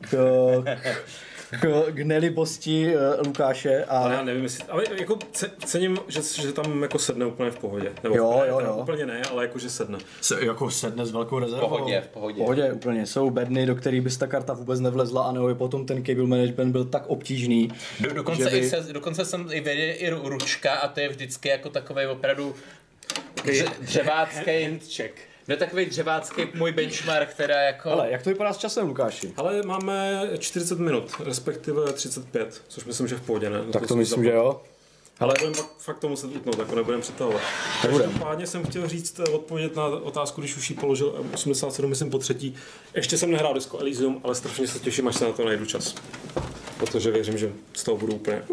k nelibosti Lukáše. Ale já nevím, jestli, ale jako cením, že tam jako sedne úplně v pohodě. Nebo jo. Úplně ne, ale jako že sedne. Jako sedne s velkou rezervou. V pohodě Úplně. Jsou bedny, do kterých by ta karta vůbec nevlezla, a nebo i potom ten cable management byl tak obtížný. Dokonce jsem i vede i ručka a to je vždycky jako takovej opravdu dřevácký check. No takový dřevácký můj benchmark, která jako... Ale jak to vypadá s časem, Lukáši? Ale máme 40 minut, respektive 35, což myslím, že v pohodě, ne? Tak to myslím, že jo. Ale budeme fakt to muset utnout, jako nebudeme přetahovat. Každopádně jsem chtěl říct odpovědět na otázku, když už ji položil 87, myslím po třetí. Ještě jsem nehrál Disco Elysium, ale strašně se těším, až se na to najdu čas. Protože věřím, že z toho budu úplně...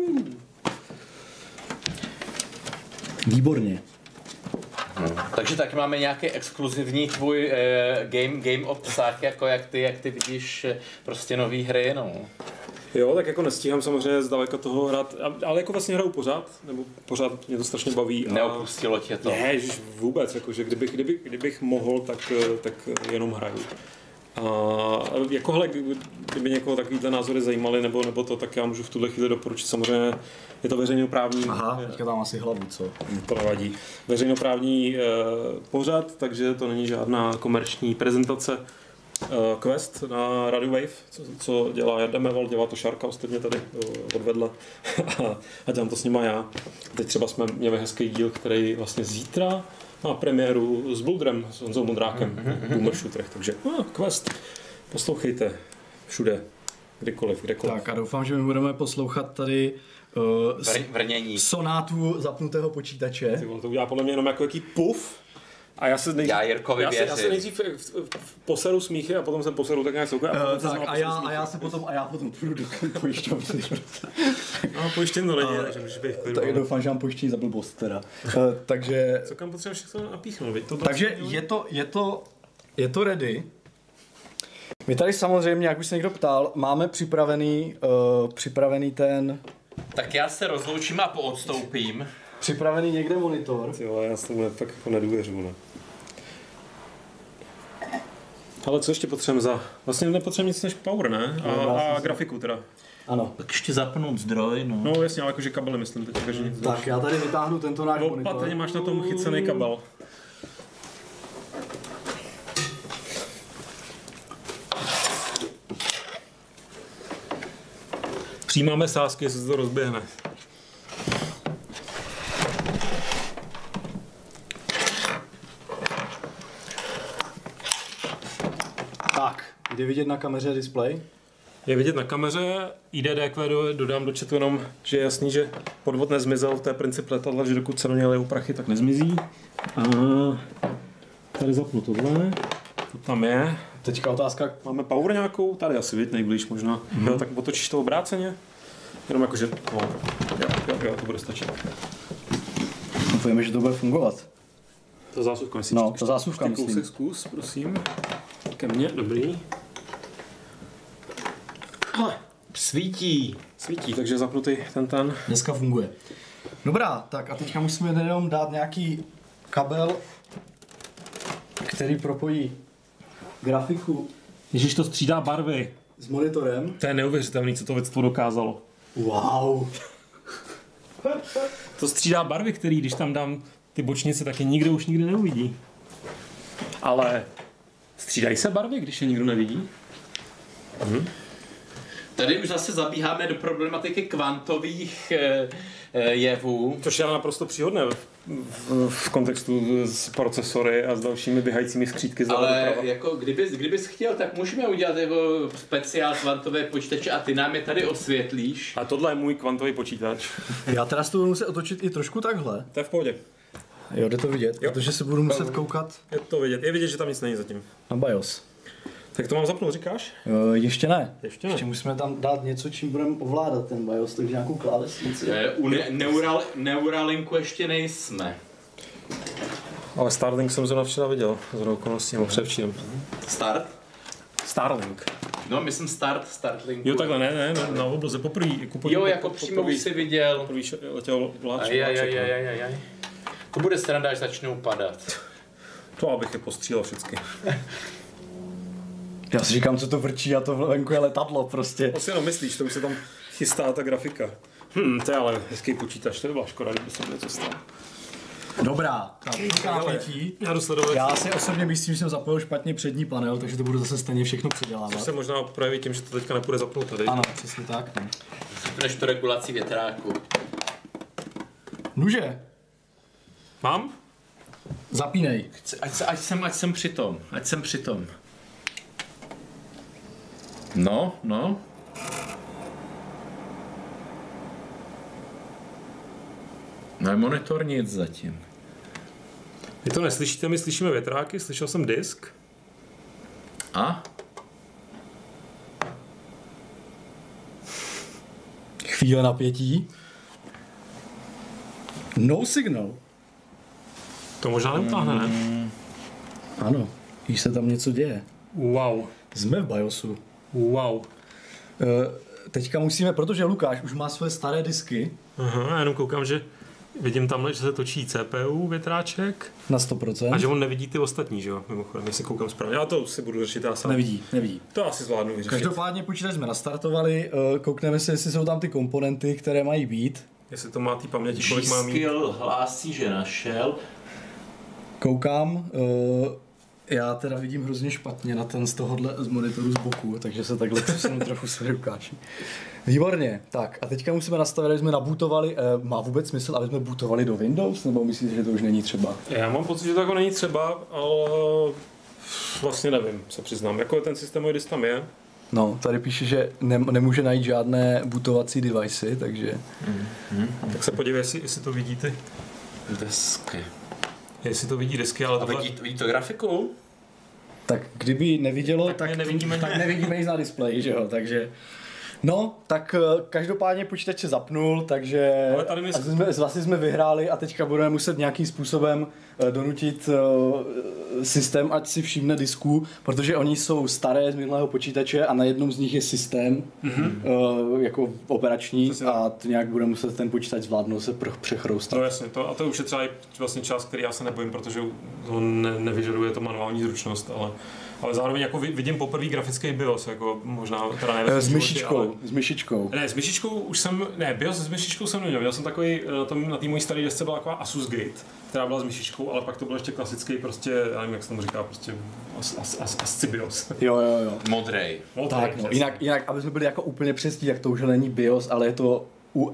Výborně. Takže taky máme nějaký exkluzivní tvůj game obsah, jako jak ty vidíš prostě nový hry, no. Jo, tak jako nestíhám samozřejmě zdaleka toho hrát, ale jako vlastně hraju pořád, nebo pořád mě to strašně baví. Neopustilo tě to? Ne, vůbec, jakože kdybych mohl, tak jenom hraju. A jako hele, kdyby někoho takovýhle názory zajímaly, nebo to, tak já můžu v tuhle chvíli doporučit. Samozřejmě je to veřejnoprávní... Aha, teďka tam asi hlavu, co? To nevadí. Veřejnoprávní pořad, takže to není žádná komerční prezentace. Quest na Radio Wave, co dělá Jarda Meval, dělá to Šárka ostatně tady odvedla a dělám to s nima já. Teď třeba jsme měli hezký díl, který vlastně zítra má premiéru s Buldrem, s Honzou Modrákem, Boomer Shooterech, takže Quest, poslouchejte všude, kdykoliv. Tak a doufám, že my budeme poslouchat tady sonátu zapnutého počítače. To udělá podle mě jenom jako jaký puf. A já se nejdřív poseru smíchy a potom jsem poseru tak nějak souka. A já potom půjdu do pojišťovny. No, pojištěn to není, takže můžeš být. Tak doufám, že mám pojištění za blbost teda. Takže... Co kam potřebuješ všechno napíchnout? Takže je to ready. My tady samozřejmě, jak už se někdo ptal, máme připravený ten... Tak já se rozloučím a poodstoupím. Připravený někde monitor. Jo, já s tomu fakt jako nedůvěřuji, ne? Ale co ještě potřebujeme Vlastně nepotřebujeme nic než power, ne? A grafiku teda. Ano. Tak ještě zapnout zdroj, no. No jasně, ale jakože kabely myslím teď, takže nic. Tak já tady vytáhnu tento náš monitor. Opatrně máš na tom chycený kabel. Přijímáme sázky, jestli se to rozběhne. Tak, jde vidět na kameře display? Je vidět na kameře, IDDQ dodám do chatu jenom, že je jasný, že podvod nezmizel, to je princip letadla, že dokud se do něj lejou prachy, tak nezmizí. A tady zapnu tohle, to tam je. Teďka otázka. Máme power nějakou? Tady asi vidět nejblíž možná. Jo, tak otočíš to obráceně. Jenom jakože, no, jo, to bude stačit. Doufujeme, že to bude fungovat. Ta zásuvka, myslím. No, ta zásuvka, myslím. Kousek zkus, prosím. Ke mně, dobrý. Ale svítí, takže zapnutý ten. Dneska funguje. Dobrá, tak a teďka musíme jenom dát nějaký kabel, který propojí grafiku. Ježiš, to střídá barvy. S monitorem. To je neuvěřitelný, co to lidstvo dokázalo. Wow. To střídá barvy, který, když tam dám ty bočnice, tak je nikdo už nikdy neuvidí. Ale střídají se barvy, když je nikdo nevidí? Tady už zase zabíháme do problematiky kvantových jevů. Což je naprosto příhodné v kontextu s procesory a s dalšími běhajícími skřítky. Ale jako kdybys chtěl, tak můžeme udělat jako speciál kvantové počítače a ty nám je tady osvětlíš. A tohle je můj kvantový počítač. Já teda to budu muset otočit i trošku takhle. To je v pohodě. Jo, jde to vidět, jo. Protože se budu muset koukat. Je to vidět, je vidět, že tam nic není zatím. Na BIOS. Tak to mám zapnout, říkáš? Ještě ne. Ještě musíme tam dát něco, čím budeme ovládat ten BIOS, takže nějakou klávesnici. U Neuralinku ještě nejsme. Ale Starlink jsem zrovna včera viděl, zrovna okolností, nebo předevčírem. Starlink. No, myslím Starlink. Jo, takhle, ne, na obloze poprvé. Jo, jako přímo už si viděl. Poprvé letěl vláček. To bude sranda, až začnou padat. To abych je postřílel vždycky. Já si říkám, co to vrčí a to venku je letadlo prostě. To si jenom myslíš, to už se tam chystá ta grafika. To je ale hezký počítač, to by byla škoda, kdyby se něco stalo. Dobrá, tak napětí. Já si osobně myslím, že jsem zapojil špatně přední panel, takže to budu zase stejně všechno předělávat. Což se možná projeví tím, že to teďka nepůjde zapnout tady. Ano, přesně tak. No. Zapneš to regulací větráku. Nuže. Mám? Zapínej. Ať jsem při tom. No. No, monitor nic zatím. Vy to neslyšíte, my slyšíme větráky, slyšel jsem disk. A? Chvíle napětí. No signal. To možná neutáhne, ne? Ano, již se tam něco děje. Wow. Jsme v BIOSu. Wow. Teďka musíme, protože Lukáš už má své staré disky. Aha, já jenom koukám, že vidím tamhle, že se točí CPU větráček. Na 100%. A že on nevidí ty ostatní, že jo? Mimochodem, jestli koukám správně. Já to si budu řešit já sám. Nevidí. To asi zvládnu vyřešit. Každopádně počítač jsme nastartovali, koukneme se, jestli jsou tam ty komponenty, které mají být. Jestli to má ty paměti, kolik má mít. G-Skill hlásí, že našel. Koukám, já teda vidím hrozně špatně na ten z tohohle z monitoru z boku, takže se takhle přesunu trochu se ukáží. Výborně, tak a teďka musíme nastavit, aby jsme nabootovali, má vůbec smysl, aby jsme bootovali do Windows, nebo myslíte, že to už není třeba? Já mám pocit, že to jako není třeba, ale vlastně nevím, se přiznám, jako ten systémový disk tam je. No, tady píše, že nemůže najít žádné bootovací devicey, takže... Tak se podívej, jestli to vidí ty desky. Jestli to vidí desky, ale tohle... Vidí to grafiku? Tak kdyby nevidělo, tak nevidíme nic na displeji, že jo, takže... No, tak každopádně počítač se zapnul, takže vlastně jsme vyhráli a teďka budeme muset nějakým způsobem donutit systém, ať si všimne disků, protože oni jsou staré z minulého počítače a na jednom z nich je systém jako operační a to nějak bude muset ten počítač zvládnout se přechroustat. No jasně, a to už je třeba i vlastně část, který já se nebojím, protože to nevyžaduje to manuální zručnost, ale zároveň jako vidím poprvý grafický BIOS, jako možná teda nevím. S myšičkou. Ne, s myšičkou už jsem, BIOS s myšičkou jsem neměl. Měl jsem takový, na té mojí staré desce byla taková Asus Gate, která byla s myšičkou, ale pak to byl ještě klasický prostě, já nevím, jak se tomu říká, prostě Asci BIOS. Jo. Modrej. Tak, no, jinak, aby jsme byli jako úplně přesní, tak to už není BIOS, ale je to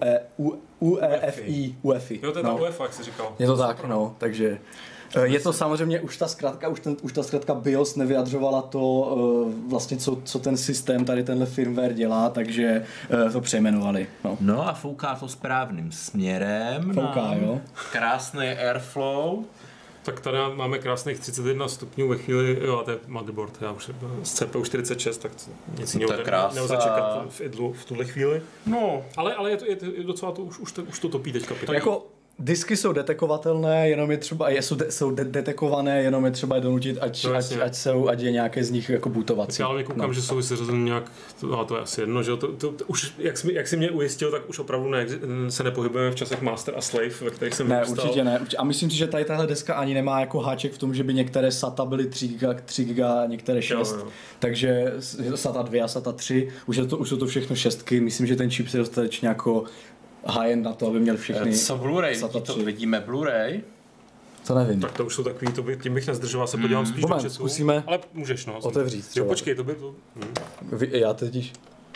UEFI. Jo, to je ta UEFA, jak jsi říkal. Je to tak, no, takže... Je to samozřejmě už ta zkratka BIOS nevyjadřovala to vlastně, co ten systém, tady tenhle firmware dělá, takže to přejmenovali. No a fouká to správným směrem. Fouká, jo. Krásný airflow. Tak tady máme krásných 31 stupňů ve chvíli, jo a to je motherboard, já už z CPU 46, tak nic jiného nelze čekat v idlu v tuhle chvíli. No. Ale je docela to, už to topí teďka. Jako disky jsou detekovatelné, jenom je třeba, jsou detekované, jenom je třeba je donutit, ať je nějaké z nich jako bootovací. Já ale koukám, že jsou seřazeny nějak, to je asi jedno, že to už, jak jsi mě ujistil, tak už opravdu se nepohybujeme v časech Master a Slave, ve kterých jsem vyrůstal. Určitě ne. A myslím si, že tady tahle deska ani nemá jako háček v tom, že by některé SATA byly 3 GB, některé 6, jo. Takže SATA 2 a SATA 3, už jsou to všechno 6, myslím, že ten čip se dostatečně jako high-end na to, aby měl všechny. Co Blu-ray? To vidíme Blu-ray? To nevím. Tak to už jsou takový, tím bych nezdržoval, se podívám spíš do času. Zkusíme ale můžeš, no. Otevřít třeba. Jo, počkej, to by to... Já teď.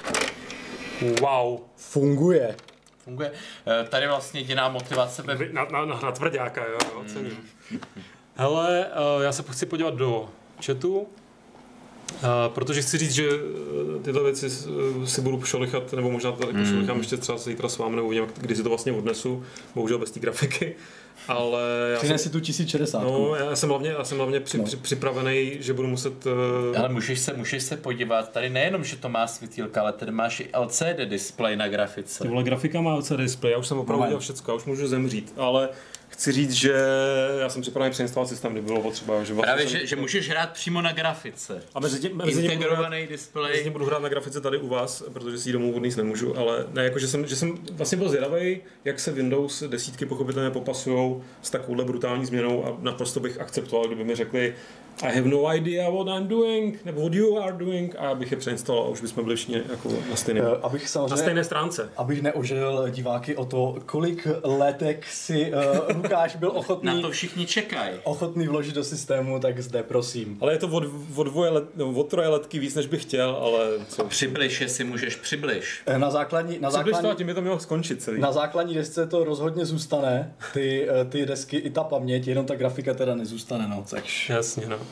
Wow. Funguje. Tady vlastně jediná motivace... Na tvrďáka, jo, ocením. Hele, já se chci podívat do chatu. Protože chci říct, že tyhle věci si budu šolichat, nebo možná to pošolichám ještě třeba zítra s vámi, nebo uvidím, kdy si to vlastně odnesu, bohužel bez té grafiky. Ale přines si tu 1060. No, já jsem hlavně připravený, že budu muset... Ale můžeš se podívat, tady nejenom, že to má světýlka, ale tady máš i LCD display na grafice. Tyhle grafika má LCD display, já už jsem opravdu dělal všecko, já už můžu zemřít, ale chci říct, že já jsem připravený přeinstalovat systém, kdyby bylo potřeba. Že právě, že můžeš hrát přímo na grafice. A mezi integrovaný displej. Mezi tím budu hrát na grafice tady u vás, protože si ji domů odníst nemůžu, ale ne, jako, že jsem vlastně byl zvědavý, jak se Windows 10 pochopitelně popasujou s takovouhle brutální změnou a naprosto bych akceptoval, kdyby mi řekli I have no idea what I'm doing, nebo what you are doing, a abych je přeinstaloval a už bychom byli všichni jako na stejné stránce. Abych neožil diváky o to, kolik letek si Lukáš byl ochotný... Na to všichni čekají. Ochotný vložit do systému, tak zde prosím. Ale je to od troje letky víc, než bych chtěl, ale... Co? Přibliž, jestli můžeš přibliž. Na základní tím by to mělo skončit celý. Na základní desce to rozhodně zůstane, ty desky i ta paměť, jenom ta grafika teda nezůstane, no. Takže... Jasně, no.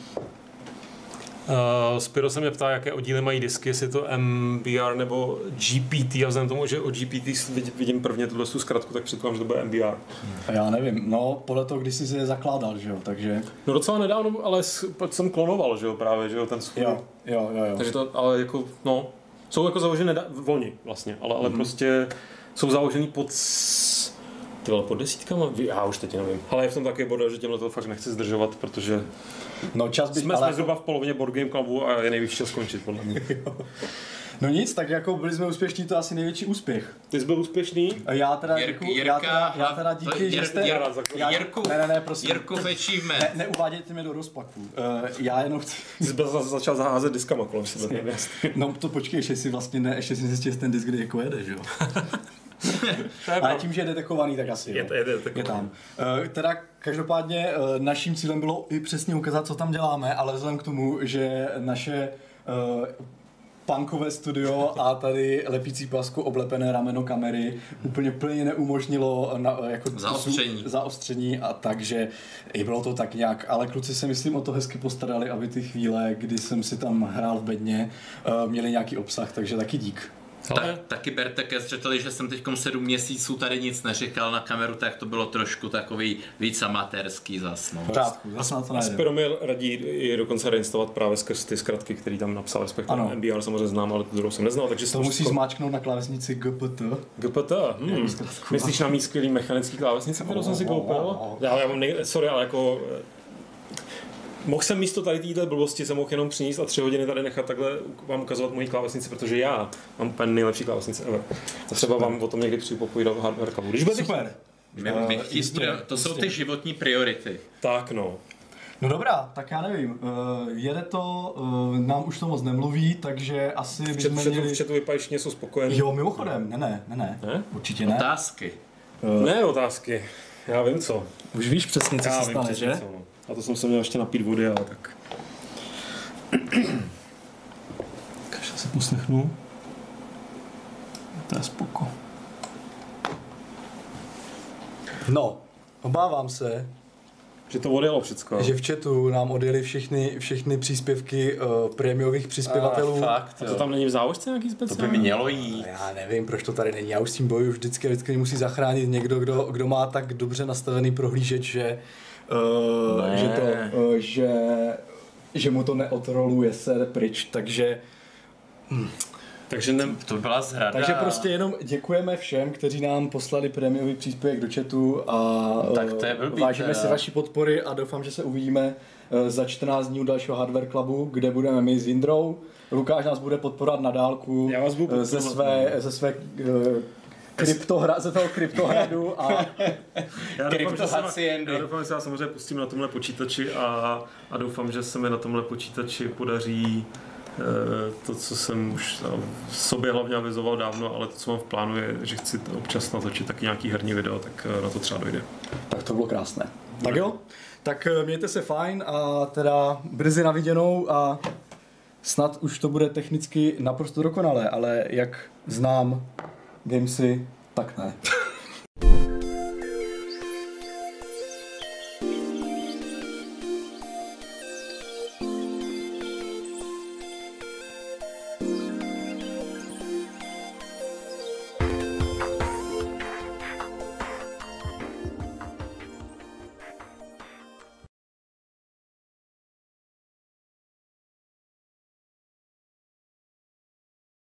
Spiro se mě ptá, jaké oddíly mají disky, jestli to MBR nebo GPT, a vzhledem tomu, že o GPT vidím prvně tuhle zkratku, tak předpokládám, že to bude MBR. Já nevím, no podle toho, když jsi si je zakládal, že jo, takže... No docela nedávno, ale jsem klonoval, že jo, právě, že jo, ten svůj. Jo. Takže to, ale jako, no, jsou jako založené volně vlastně, ale prostě jsou založený pod desítkama? Já už teď nevím. Ale je v tom taky bod, že těmhle to fakt nechci zdržovat, protože jsme zhruba v polovině Board Game Clubu a je nejvyšší čas skončit, podle mě. No nic, tak jako byli jsme úspěšní, to je asi největší úspěch. Ty jsi byl úspěšný? Já teda díky, že jste... Jirku achievement. Neuvádějte mě do rozpaku. Já jenom chci... Ty jsi začal zaházet diskama kolem sebe. No to počkej, ještě si zjistil ten disk, kde jako jede, že jo? Ale tím, že je detekovaný, tak asi je tam. Teda každopádně naším cílem bylo i přesně ukázat, co tam děláme, ale vzhledem k tomu, že naše punkové studio a tady lepící pasku oblepené rameno kamery úplně plně neumožnilo jako zaostření a takže i bylo to tak nějak, ale kluci se myslím o to hezky postarali, aby ty chvíle, kdy jsem si tam hrál v bedně, měli nějaký obsah, takže taky dík. Taky berte ke zřeteli, že jsem teďkom 7 měsíců tady nic neříkal na kameru, tak to bylo trošku takový víc amatérský zas. No. A Spiro mi radí i dokonce reinstalovat právě skrz ty zkratky, který tam napsal, respektive MBR samozřejmě znám, ale tu druhou jsem neznal, takže to musíš zmáčknout na klávesnici GPT. GPT? Myslíš na mý skvělý mechanický klávesnici, kterou jsem si koupil? Já mám sorry, ale jako... Mohl jsem místo tady této blbosti se mohl jenom přinést a 3 hodiny tady nechat takhle vám ukazovat moji klávesnici, protože já mám úplně nejlepší klávesnici ever. A třeba vám o tom někdy přijdu popovídat v Hardware Clubu. Super. To jsou ty životní priority. Tak no. No dobrá, tak já nevím, jede to, nám už to moc nemluví, takže asi bychom měli... V chatu vypadají, že jsou spokojení. Jo, mimochodem, ne, určitě ne. Otázky. Ne otázky, já vím co. Už víš přesně, co se stane, že? Co, no. A to jsem se měl ještě napít vody, ale tak... Když se poslechnu. To je spoko. No, obávám se, že to odjelo všecko. Že v chatu nám odjeli všechny příspěvky prémiových přispěvatelů. Fakt, a to tam není v záložce nějaký speciální? To by mělo jít. Já nevím, proč to tady není. Já už s tím bojuju vždycky musí zachránit někdo, kdo má tak dobře nastavený prohlížeč, že že mu to neodroluje se pryč, takže... Takže to byla zrada. Takže prostě jenom děkujeme všem, kteří nám poslali prémiový příspěvek do chatu a tak to je blbý, vážíme si vaší podpory a doufám, že se uvidíme za 14 dní u dalšího Hardware Clubu, kde budeme my s Jindrou. Lukáš nás bude podporovat na dálku ze své ze toho kryptohradu a já doufám, že se já samozřejmě pustím na tomhle počítači a doufám, že se mi na tomhle počítači podaří to, co jsem už v sobě hlavně avizoval dávno, ale to, co mám v plánu, je, že chci občas natočit taky nějaký herní video, tak na to třeba dojde. Tak to bylo krásné. Tak jo, tak mějte se fajn a teda brzy na viděnou a snad už to bude technicky naprosto dokonalé, ale jak znám Gamesy, tak ne.